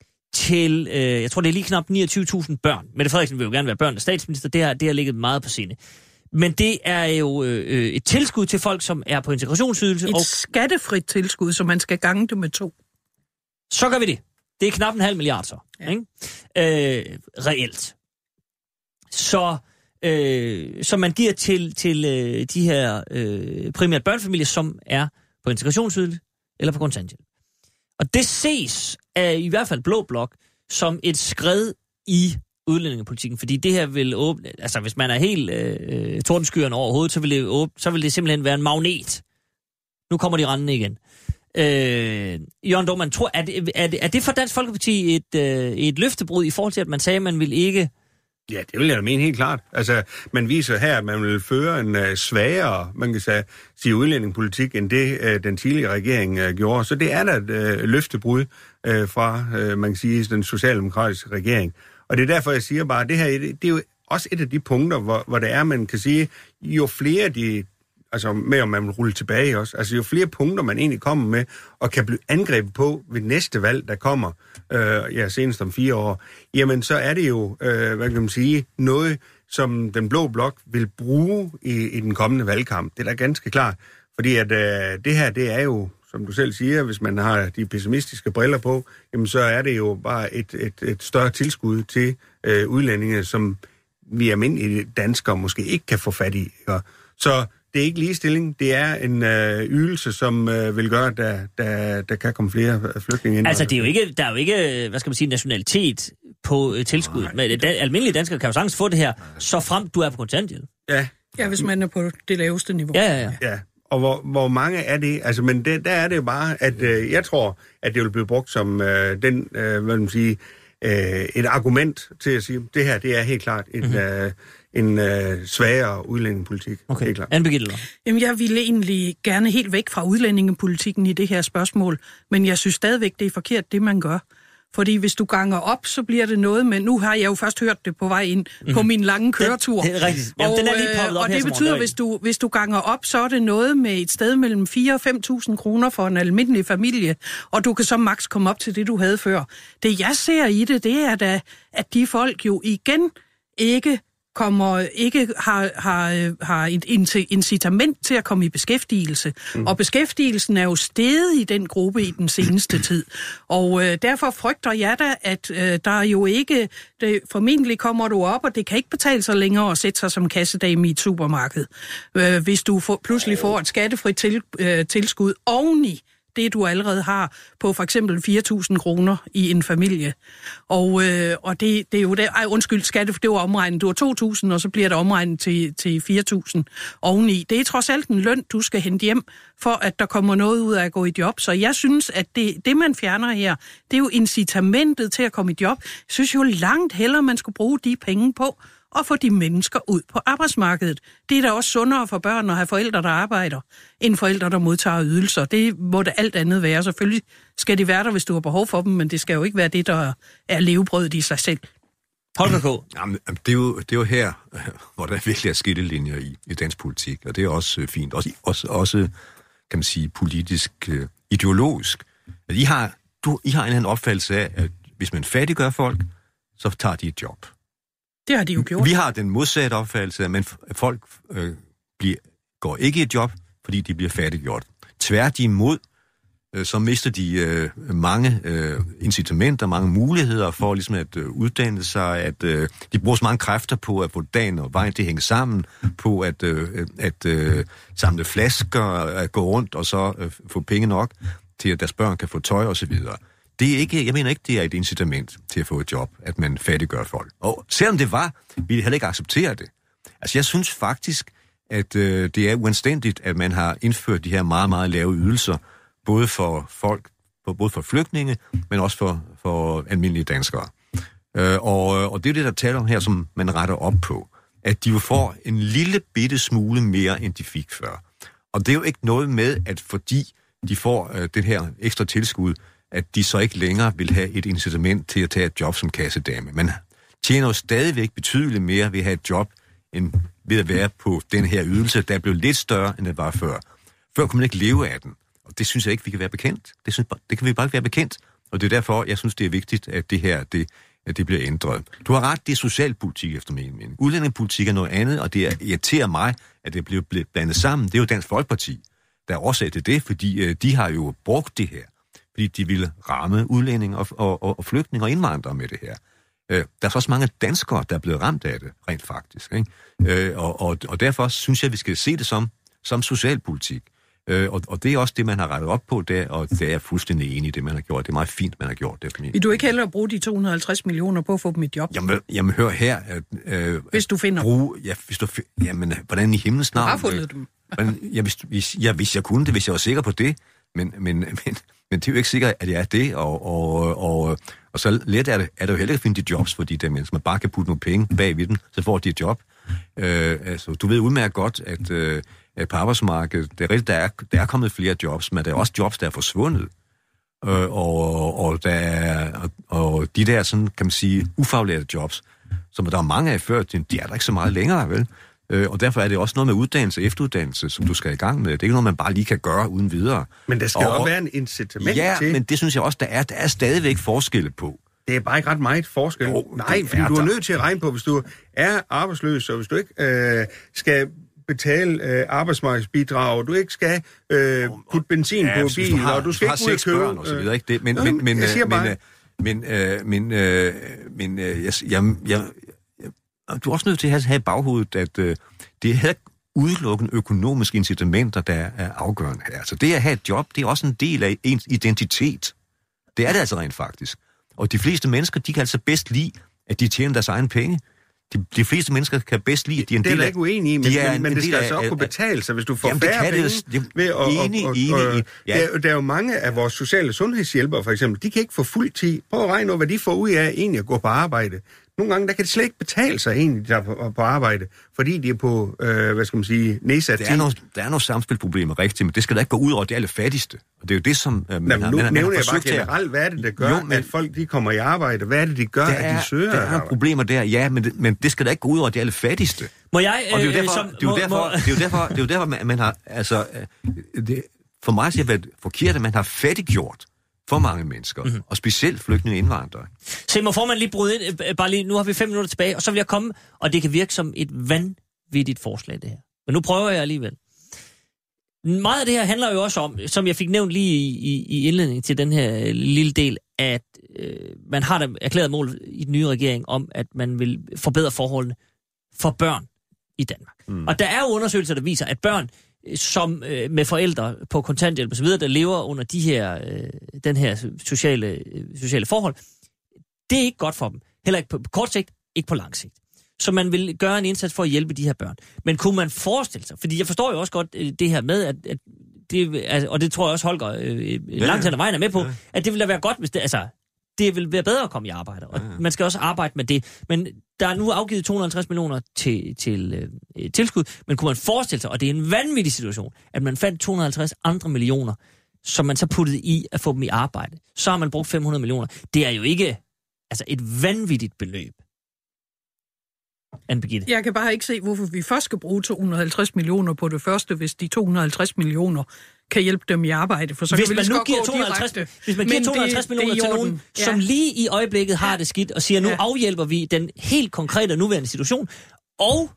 Speaker 4: til, øh, jeg tror det er lige knap niogtyve tusind børn. Mette Frederiksen vil jo gerne være børn og statsminister, det har, det har ligget meget på sinde. Men det er jo øh, et tilskud til folk, som er på integrationsydelse.
Speaker 6: Et
Speaker 4: og
Speaker 6: skattefrit tilskud, så man skal gange det med to.
Speaker 4: Så gør vi det. Det er knap en halv milliard så. Ja. Ikke? Øh, reelt. Så, øh, så man giver til, til øh, de her øh, primært børnefamilier, som er på integrationsydelse eller på kontanthjælp. Og det ses af i hvert fald Blå Blok som et skred i udlændingepolitikken, fordi det her vil åbne, altså hvis man er helt øh, tordenskyerne overhovedet, så vil, det åbne, så vil det simpelthen være en magnet. Nu kommer de rendende igen. Øh, Jørgen Dohrmann, tror, er, det, er, det, er det for Dansk Folkeparti et, øh, et løftebrud i forhold til, at man sagde, at man vil ikke...
Speaker 7: Ja, det vil jeg da mene helt klart. Altså, man viser her, at man vil føre en uh, svagere, man kan sige, sige udlændingepolitik, end det uh, den tidligere regering uh, gjorde. Så det er da et uh, løftebrud uh, fra, uh, man kan sige, den socialdemokratiske regering. Og det er derfor, jeg siger bare, at det her det er jo også et af de punkter, hvor, hvor det er, man kan sige, jo flere de altså med om man vil rulle tilbage også. Altså jo flere punkter man egentlig kommer med, og kan blive angrebet på ved næste valg, der kommer, øh, ja, senest om fire år, jamen så er det jo, øh, hvad kan man sige, noget, som den blå blok vil bruge i, i den kommende valgkamp. Det er da ganske klart. Fordi at øh, det her, det er jo, som du selv siger, hvis man har de pessimistiske briller på, jamen så er det jo bare et, et, et større tilskud til øh, udlændinge, som vi almindelige danskere måske ikke kan få fat i. Og så det er ikke ligestilling, det er en øh, ydelse, som øh, vil gøre, at der, der, der kan komme flere flygtninge ind.
Speaker 4: Altså, det er jo ikke, der er jo ikke, hvad skal man sige, nationalitet på øh, tilskud. Nej, Men da, almindelige danskere kan jo sagtens få det her, så frem du er på kontanthjælp.
Speaker 7: Ja.
Speaker 6: Ja, hvis man er på det laveste niveau.
Speaker 4: Ja, ja, ja.
Speaker 7: ja. Og hvor, hvor mange er det? Altså, men det, der er det jo bare, at øh, jeg tror, at det vil blive brugt som øh, den, øh, hvad man sige, øh, et argument til at sige, det her, det er helt klart et, mm-hmm. øh, en øh, svagere udlændingepolitik.
Speaker 4: Okay.
Speaker 7: Helt klart.
Speaker 4: Anne-Birgitte.
Speaker 6: Jamen, jeg ville egentlig gerne helt væk fra udlændingepolitikken i det her spørgsmål, men jeg synes stadigvæk, det er forkert, det man gør. Fordi hvis du ganger op, så bliver det noget, men nu har jeg jo først hørt det på vej ind mm-hmm. på min lange køretur.
Speaker 4: Det, det er rigtigt. Jamen, og, den er lige poppet op
Speaker 6: og
Speaker 4: her
Speaker 6: det betyder, hvis du, hvis du ganger op, så er det noget med et sted mellem fire og fem tusind kroner for en almindelig familie, og du kan så maks komme op til det, du havde før. Det jeg ser i det, det er da, at de folk jo igen ikke kommer ikke har, har, har et incitament til at komme i beskæftigelse. Mm. Og beskæftigelsen er jo steget i den gruppe i den seneste tid. Og øh, derfor frygter jeg da, at øh, der jo ikke... Det, formentlig kommer du op, og det kan ikke betale sig længere at sætte sig som kassedame i et supermarked. Øh, hvis du får, pludselig får et skattefrit til, øh, tilskud oveni det, du allerede har på for eksempel fire tusind kroner i en familie. Og, øh, og det, det er jo det, ej, undskyld, skatte, det var omregnet. Du har to tusind, og så bliver det omregnet til, til fire tusind oveni. Det er trods alt en løn, du skal hente hjem, for at der kommer noget ud af at gå i job. Så jeg synes, at det, det man fjerner her, det er jo incitamentet til at komme i job. Jeg synes jo langt hellere, man skulle bruge de penge på og få de mennesker ud på arbejdsmarkedet. Det er da også sundere for børn at have forældre, der arbejder, end forældre, der modtager ydelser. Det må det alt andet være. Selvfølgelig skal de være der, hvis du har behov for dem, men det skal jo ikke være det, der er levebrødet i sig selv.
Speaker 4: Holger K.
Speaker 8: Jamen, det er jo, det er jo her, hvor der virkelig er skillelinjer i, i dansk politik, og det er også øh, fint. Også, også, også, kan man sige, politisk, øh, ideologisk. At I har, du, I har en eller anden opfattelse af, at hvis man fattiggør folk, så tager de et job.
Speaker 6: Det har de jo gjort.
Speaker 8: Vi har den modsatte opfattelse, at man, folk øh, bliver, går ikke i et job, fordi de bliver fattiggjort. Tværtimod, øh, så mister de øh, mange øh, incitamenter, mange muligheder for ligesom at øh, uddanne sig, at øh, de bruger så mange kræfter på at få dagen og vejen til at hænge sammen, på at, øh, at øh, samle flasker, at gå rundt og så øh, få penge nok til, at deres børn kan få tøj osv. Det er ikke, jeg mener ikke, det er et incitament til at få et job, at man fattiggør folk. Og selvom det var, ville jeg heller ikke acceptere det. Altså, jeg synes faktisk, at øh, det er uanstændigt, at man har indført de her meget, meget lave ydelser, både for folk, både for flygtninge, men også for, for almindelige danskere. Øh, og, og det er det, der taler om her, som man retter op på. At de jo får en lille bitte smule mere, end de fik før. Og det er jo ikke noget med, at fordi de får øh, det her ekstra tilskud, at de så ikke længere vil have et incitament til at tage et job som kassedame. Man tjener jo stadigvæk betydeligt mere ved at have et job, end ved at være på den her ydelse, der er blevet lidt større, end det var før. Før kunne man ikke leve af den, og det synes jeg ikke, vi kan være bekendt. Det, synes, det kan vi bare ikke være bekendt, og det er derfor, jeg synes, det er vigtigt, at det her det, at det bliver ændret. Du har ret, det er socialpolitik efter min mening. Udlændingepolitik er noget andet, og det irriterer mig, at det bliver blandet sammen. Det er jo Dansk Folkeparti, der er årsag til det, fordi de har jo brugt det her, fordi de ville ramme udlændinge og, og, og flygtninge og indvandrere med det her. Øh, der er så også mange danskere, der er blevet ramt af det, rent faktisk. Ikke? Øh, og, og, og derfor synes jeg, at vi skal se det som, som socialpolitik. Øh, og, og det er også det, man har rettet op på der, og det er jeg fuldstændig enig i, det man har gjort. Det er meget fint, man har gjort det.
Speaker 6: Vil du ikke hellere bruge de to hundrede og halvtreds millioner på at få dem i job?
Speaker 8: Jamen, jamen hør her. At, øh,
Speaker 6: hvis du finder
Speaker 8: bruge, ja, hvis du Jamen, hvordan i himlens navn?
Speaker 6: Du har fundet dem.
Speaker 8: Hvordan, ja, hvis, hvis, ja, hvis jeg kunne det, hvis jeg var sikker på det, men... men, men Men det er jo ikke sikkert, at jeg er det, og, og, og, og så let er det, er det jo heller ikke at finde de jobs for de der mennesker. Man bare kan putte nogle penge bag ved dem, så får de et job. Øh, altså, du ved udmærket godt, at, øh, at på arbejdsmarkedet, det er rigtigt, der er, der er kommet flere jobs, men der er også jobs, der er forsvundet. Øh, og, og, der er, og, og de der, sådan, kan man sige, ufaglærte jobs, som der er mange af før, de er der ikke så meget længere, vel? Øh, og derfor er det også noget med uddannelse og efteruddannelse, som du skal i gang med. Det er ikke noget, man bare lige kan gøre uden videre.
Speaker 7: Men der skal
Speaker 8: og,
Speaker 7: også være en incitament
Speaker 8: ja,
Speaker 7: til.
Speaker 8: Ja, men det synes jeg også, der er, der er stadigvæk forskelle på.
Speaker 7: Det er bare ikke ret meget forskel. Oh, Nej, fordi du er nødt til at regne på, hvis du er arbejdsløs, og hvis du ikke øh, skal betale øh, arbejdsmarkedsbidrag, og du ikke skal øh, putte benzin
Speaker 8: ja,
Speaker 7: på bilen, og du skal ikke ud og købe...
Speaker 8: Børn, og så videre, ikke det? Men, men, men,
Speaker 7: jeg siger
Speaker 8: men,
Speaker 7: bare...
Speaker 8: Men, øh, men, øh, men øh, jeg, jeg, jeg, jeg, du er også nødt til at have i baghovedet, at øh, det er heller udelukkende økonomiske incitamenter, der er afgørende her. Altså det at have et job, det er også en del af ens identitet. Det er det altså rent faktisk. Og de fleste mennesker, de kan altså bedst lide, at de tjener deres egen penge. De, de fleste mennesker kan bedst lide, at de er en
Speaker 7: del af... Det er
Speaker 8: af...
Speaker 7: ikke uenig i, men,
Speaker 8: de
Speaker 7: men, men det skal altså også kunne betale sig, hvis du får
Speaker 8: jamen,
Speaker 7: færre penge
Speaker 8: det,
Speaker 7: ved at... Og,
Speaker 8: enig,
Speaker 7: og, og,
Speaker 8: enig,
Speaker 7: ja. der, der er jo mange af vores sociale sundhedshjælpere, for eksempel, de kan ikke få fuld tid. Prøv at regne over, hvad de får ud af egentlig at gå på arbejde. Nogle gange, der kan det slet ikke betale sig egentlig, der på, på arbejde, fordi de er på, øh, hvad skal man sige, nedsat
Speaker 8: der er, nogle, der er nogle samspilproblemer, rigtigt, men det skal da ikke gå ud over de allerfattigste. Og det er jo det, som øh, man,
Speaker 7: Jamen,
Speaker 8: har,
Speaker 7: nu
Speaker 8: man,
Speaker 7: nævner
Speaker 8: man har
Speaker 7: jeg bare
Speaker 8: forsøgt
Speaker 7: generelt, hvad er det, der gør, jo, men, at folk de kommer i arbejde? Hvad er det, de gør,
Speaker 8: der
Speaker 7: at de søger?
Speaker 8: Der er problemer der, ja, men det, men det skal da ikke gå ud over de allerfattigste.
Speaker 4: Må jeg...
Speaker 8: Og det er jo
Speaker 4: øh,
Speaker 8: derfor,
Speaker 4: som,
Speaker 8: det er jo derfor, må, det er jo derfor, det er jo derfor, man, man har, altså, det, for mig siger det forkert, at man har fattiggjort for mange mennesker, mm-hmm. og specielt flygtninge og indvandrere.
Speaker 4: Se, må formanden lige bryde ind, bare lige, nu har vi fem minutter tilbage, og så vil jeg komme, og det kan virke som et vanvittigt forslag, det her. Men nu prøver jeg alligevel. Meget af det her handler jo også om, som jeg fik nævnt lige i, i, i indledningen til den her lille del, at øh, man har da erklæret mål i den nye regering om, at man vil forbedre forholdene for børn i Danmark. Mm. Og der er jo undersøgelser, der viser, at børn, som øh, med forældre på kontanthjælp og så videre, der lever under de her, øh, den her sociale, øh, sociale forhold, det er ikke godt for dem. Heller ikke på, på kort sigt, ikke på lang sigt. Så man vil gøre en indsats for at hjælpe de her børn. Men kunne man forestille sig, fordi jeg forstår jo også godt øh, det her med, at, at det, altså, og det tror jeg også Holger øh, ja, langt hen ad vejen er med på, ja. At det ville da være godt, hvis det, altså, det vil være bedre at komme i arbejde, og ja. Man skal også arbejde med det. Men der er nu afgivet to hundrede og halvtreds millioner til, til øh, tilskud, men kunne man forestille sig, og det er en vanvittig situation, at man fandt to hundrede og halvtreds andre millioner, som man så puttede i at få dem i arbejde. Så har man brugt fem hundrede millioner. Det er jo ikke altså et vanvittigt beløb. Anne-Birgitte.
Speaker 6: Jeg kan bare ikke se, hvorfor vi først skal bruge to hundrede og halvtreds millioner på det første, hvis de to hundrede og halvtreds millioner kan hjælpe dem i arbejde. For så
Speaker 4: hvis,
Speaker 6: kan
Speaker 4: man
Speaker 6: vi
Speaker 4: nu giver to hundrede og halvtreds, hvis man giver to hundrede og halvtreds millioner til nogen, ja. Som lige i øjeblikket har det skidt, og siger, nu ja. Afhjælper vi den helt konkrete nuværende situation, og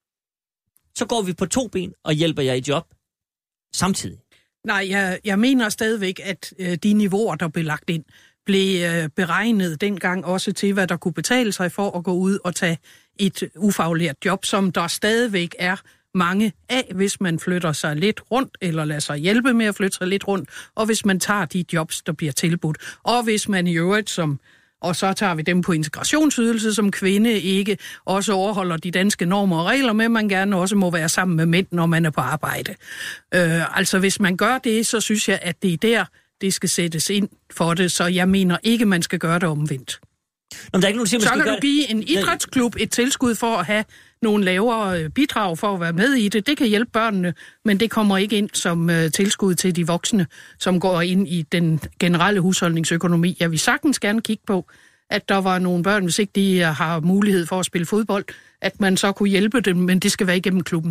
Speaker 4: så går vi på to ben og hjælper jer i job samtidig.
Speaker 6: Nej, jeg, jeg mener stadigvæk, at øh, de niveauer, der blev lagt ind, blev øh, beregnet dengang også til, hvad der kunne betale sig for at gå ud og tage et ufaglært job, som der stadigvæk er mange af, hvis man flytter sig lidt rundt, eller lader sig hjælpe med at flytte sig lidt rundt, og hvis man tager de jobs, der bliver tilbudt. Og hvis man i øvrigt, som, og så tager vi dem på integrationsydelse, som kvinde ikke også overholder de danske normer og regler med, man gerne også må være sammen med mænd, når man er på arbejde. Øh, altså hvis man gør det, så synes jeg, at det er der, det skal sættes ind for det, så jeg mener ikke, man skal gøre det omvendt.
Speaker 4: Nå, der er ikke nogen, der siger,
Speaker 6: så kan
Speaker 4: gøre...
Speaker 6: du give en idrætsklub et tilskud for at have nogle lavere bidrag for at være med i det. Det kan hjælpe børnene, men det kommer ikke ind som uh, tilskud til de voksne, som går ind i den generelle husholdningsøkonomi. Jeg vil sagtens gerne kigge på, at der var nogle børn, hvis ikke de har mulighed for at spille fodbold, at man så kunne hjælpe dem, men det skal være igennem klubben.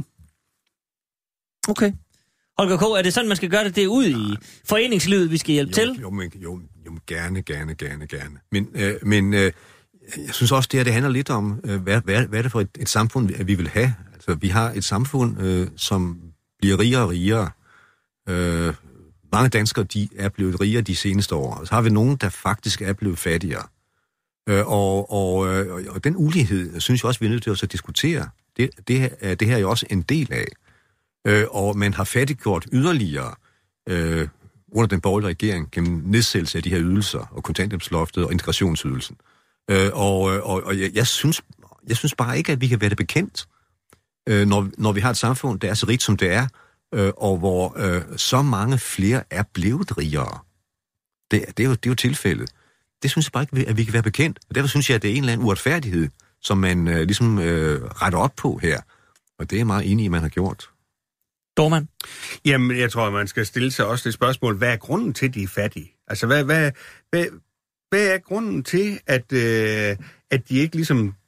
Speaker 4: Okay. Holger K., er det sådan, man skal gøre det? Det er ude i foreningslivet, vi skal hjælpe
Speaker 8: jo,
Speaker 4: til?
Speaker 8: Jo, men, jo, jo, gerne, gerne, gerne, gerne. Men, øh, men øh, jeg synes også, det her det handler lidt om, øh, hvad, hvad, hvad er det for et, et samfund, vi vil have? Altså, vi har et samfund, øh, som bliver rigere og rigere. Øh, mange danskere, de er blevet rigere de seneste år. Og så har vi nogen, der faktisk er blevet fattigere. Øh, og, og, og, og den ulighed, synes jeg også, vi er nødt til at diskutere. Det, det, her, det her er jo også en del af. Øh, og man har fattiggjort yderligere øh, under den borgerlige regering gennem nedsættelse af de her ydelser, og kontanthjælpsloftet og integrationsydelsen. Øh, og og, og jeg, jeg, synes, jeg synes bare ikke, at vi kan være det bekendt, øh, når, når vi har et samfund, der er så rigt, som det er, øh, og hvor øh, så mange flere er blevet rigere. Det, det, er jo, det er jo tilfældet. Det synes jeg bare ikke, at vi kan være bekendt. Og derfor synes jeg, at det er en eller anden uretfærdighed, som man øh, ligesom øh, retter op på her. Og det er jeg meget enig i, man har gjort.
Speaker 4: Dorman?
Speaker 7: Jamen, jeg tror, man skal stille sig også det spørgsmål, hvad er grunden til, at de er fattige? Altså, hvad, hvad, hvad, hvad er grunden til, at, øh, at de ikke ligesom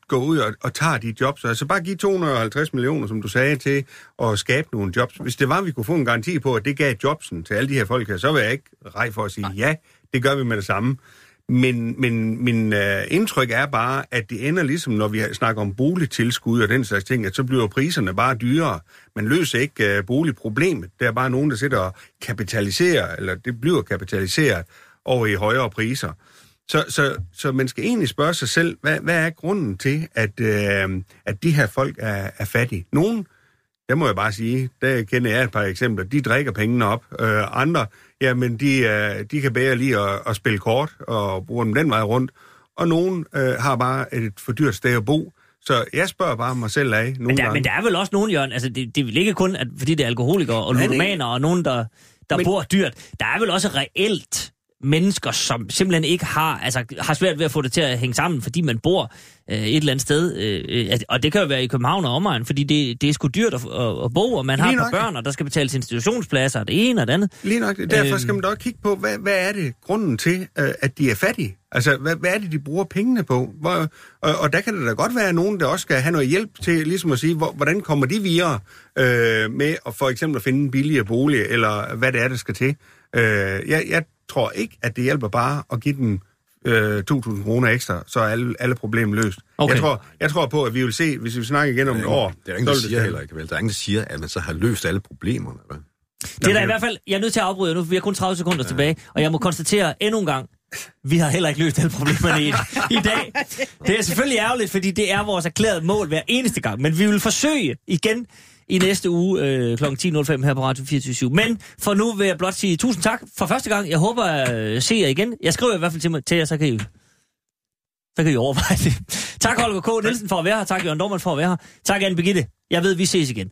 Speaker 7: går ud og, og tager de jobs. Altså bare give to hundrede og halvtreds millioner, som du sagde, til at skabe nogle jobs. Hvis det var, at vi kunne få en garanti på, at det gav jobsen til alle de her folk her, så vil jeg ikke rej for at sige, ja, det gør vi med det samme. Men, men min øh, indtryk er bare, at det ender ligesom, når vi snakker om boligtilskud og den slags ting, at så bliver priserne bare dyrere. Man løser ikke øh, boligproblemet. Der er bare nogen, der sidder og kapitaliserer, eller det bliver kapitaliseret over i højere priser. Så, så, så man skal egentlig spørge sig selv, hvad, hvad er grunden til, at, øh, at de her folk er, er fattige? Nogen, der må jeg bare sige, der kender jeg et par eksempler, de drikker pengene op. Øh, andre, jamen de, øh, de kan bære lige at, at spille kort og bruge dem den vej rundt. Og nogen øh, har bare et for dyrt sted at bo. Så jeg spørger bare mig selv af nogle
Speaker 4: men der,
Speaker 7: gange.
Speaker 4: Men der er vel også nogen, Jørgen, altså det, det er vel ikke kun, at, fordi det er alkoholikere og ludomaner og nogen, der, der men, bor dyrt. Der er vel også reelt mennesker, som simpelthen ikke har, altså, har svært ved at få det til at hænge sammen, fordi man bor øh, et eller andet sted. Øh, og det kan jo være i København og omegn, fordi det, det er sgu dyrt at, at, at bo, og man har et par børn, og der skal betales institutionspladser, og det ene og det andet.
Speaker 7: Lige nok. Derfor skal man da også kigge på, hvad, hvad er det grunden til, øh, at de er fattige? Altså, hvad, hvad er det, de bruger pengene på? Hvor, og, og der kan det da godt være nogen, der også skal have noget hjælp til ligesom at sige, hvor, hvordan kommer de videre øh, med at for eksempel at finde en billigere bolig, eller hvad det er, der skal til. Øh, jeg, jeg tror ikke, at det hjælper bare at give dem øh, to tusind kroner ekstra, så er alle, alle problemer løst. Okay. Jeg, tror, jeg tror på, at vi vil se, hvis vi snakker igen om et år...
Speaker 8: Det er ingen, der siger heller ikke, vel? Der er ingen, der siger, at man så har løst alle problemerne, vel?
Speaker 4: Det er der i hvert fald... Jeg er nødt til at afbryde nu, for vi har kun tredive sekunder ja. tilbage, og jeg må konstatere endnu en gang, vi har heller ikke løst alle problemerne i, i dag. Det er selvfølgelig ærgerligt, fordi det er vores erklærede mål hver eneste gang, men vi vil forsøge igen i næste uge øh, klokken ti nul fem her på Radio fireogtyve syv. Men for nu vil jeg blot sige tusind tak for første gang. Jeg håber at øh, se jer igen. Jeg skriver i hvert fald til, mig, til jer, så kan I, så kan I overveje det. Tak Holger K. Nielsen for at være her. Tak Jørgen Dormann for at være her. Tak Anne Birgitte. Jeg ved, vi ses igen.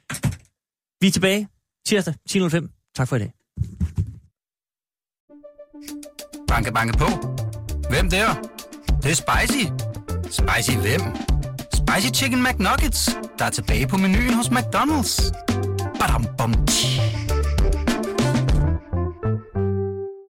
Speaker 4: Vi er tilbage tirsdag ti nul fem. Tak for i dag.
Speaker 1: Banke, banke på. Hvem der? Det, det er spicy. Spicy hvem? Spicy Chicken McNuggets, der er tilbage på menuen hos McDonald's. Badum, bom, tji.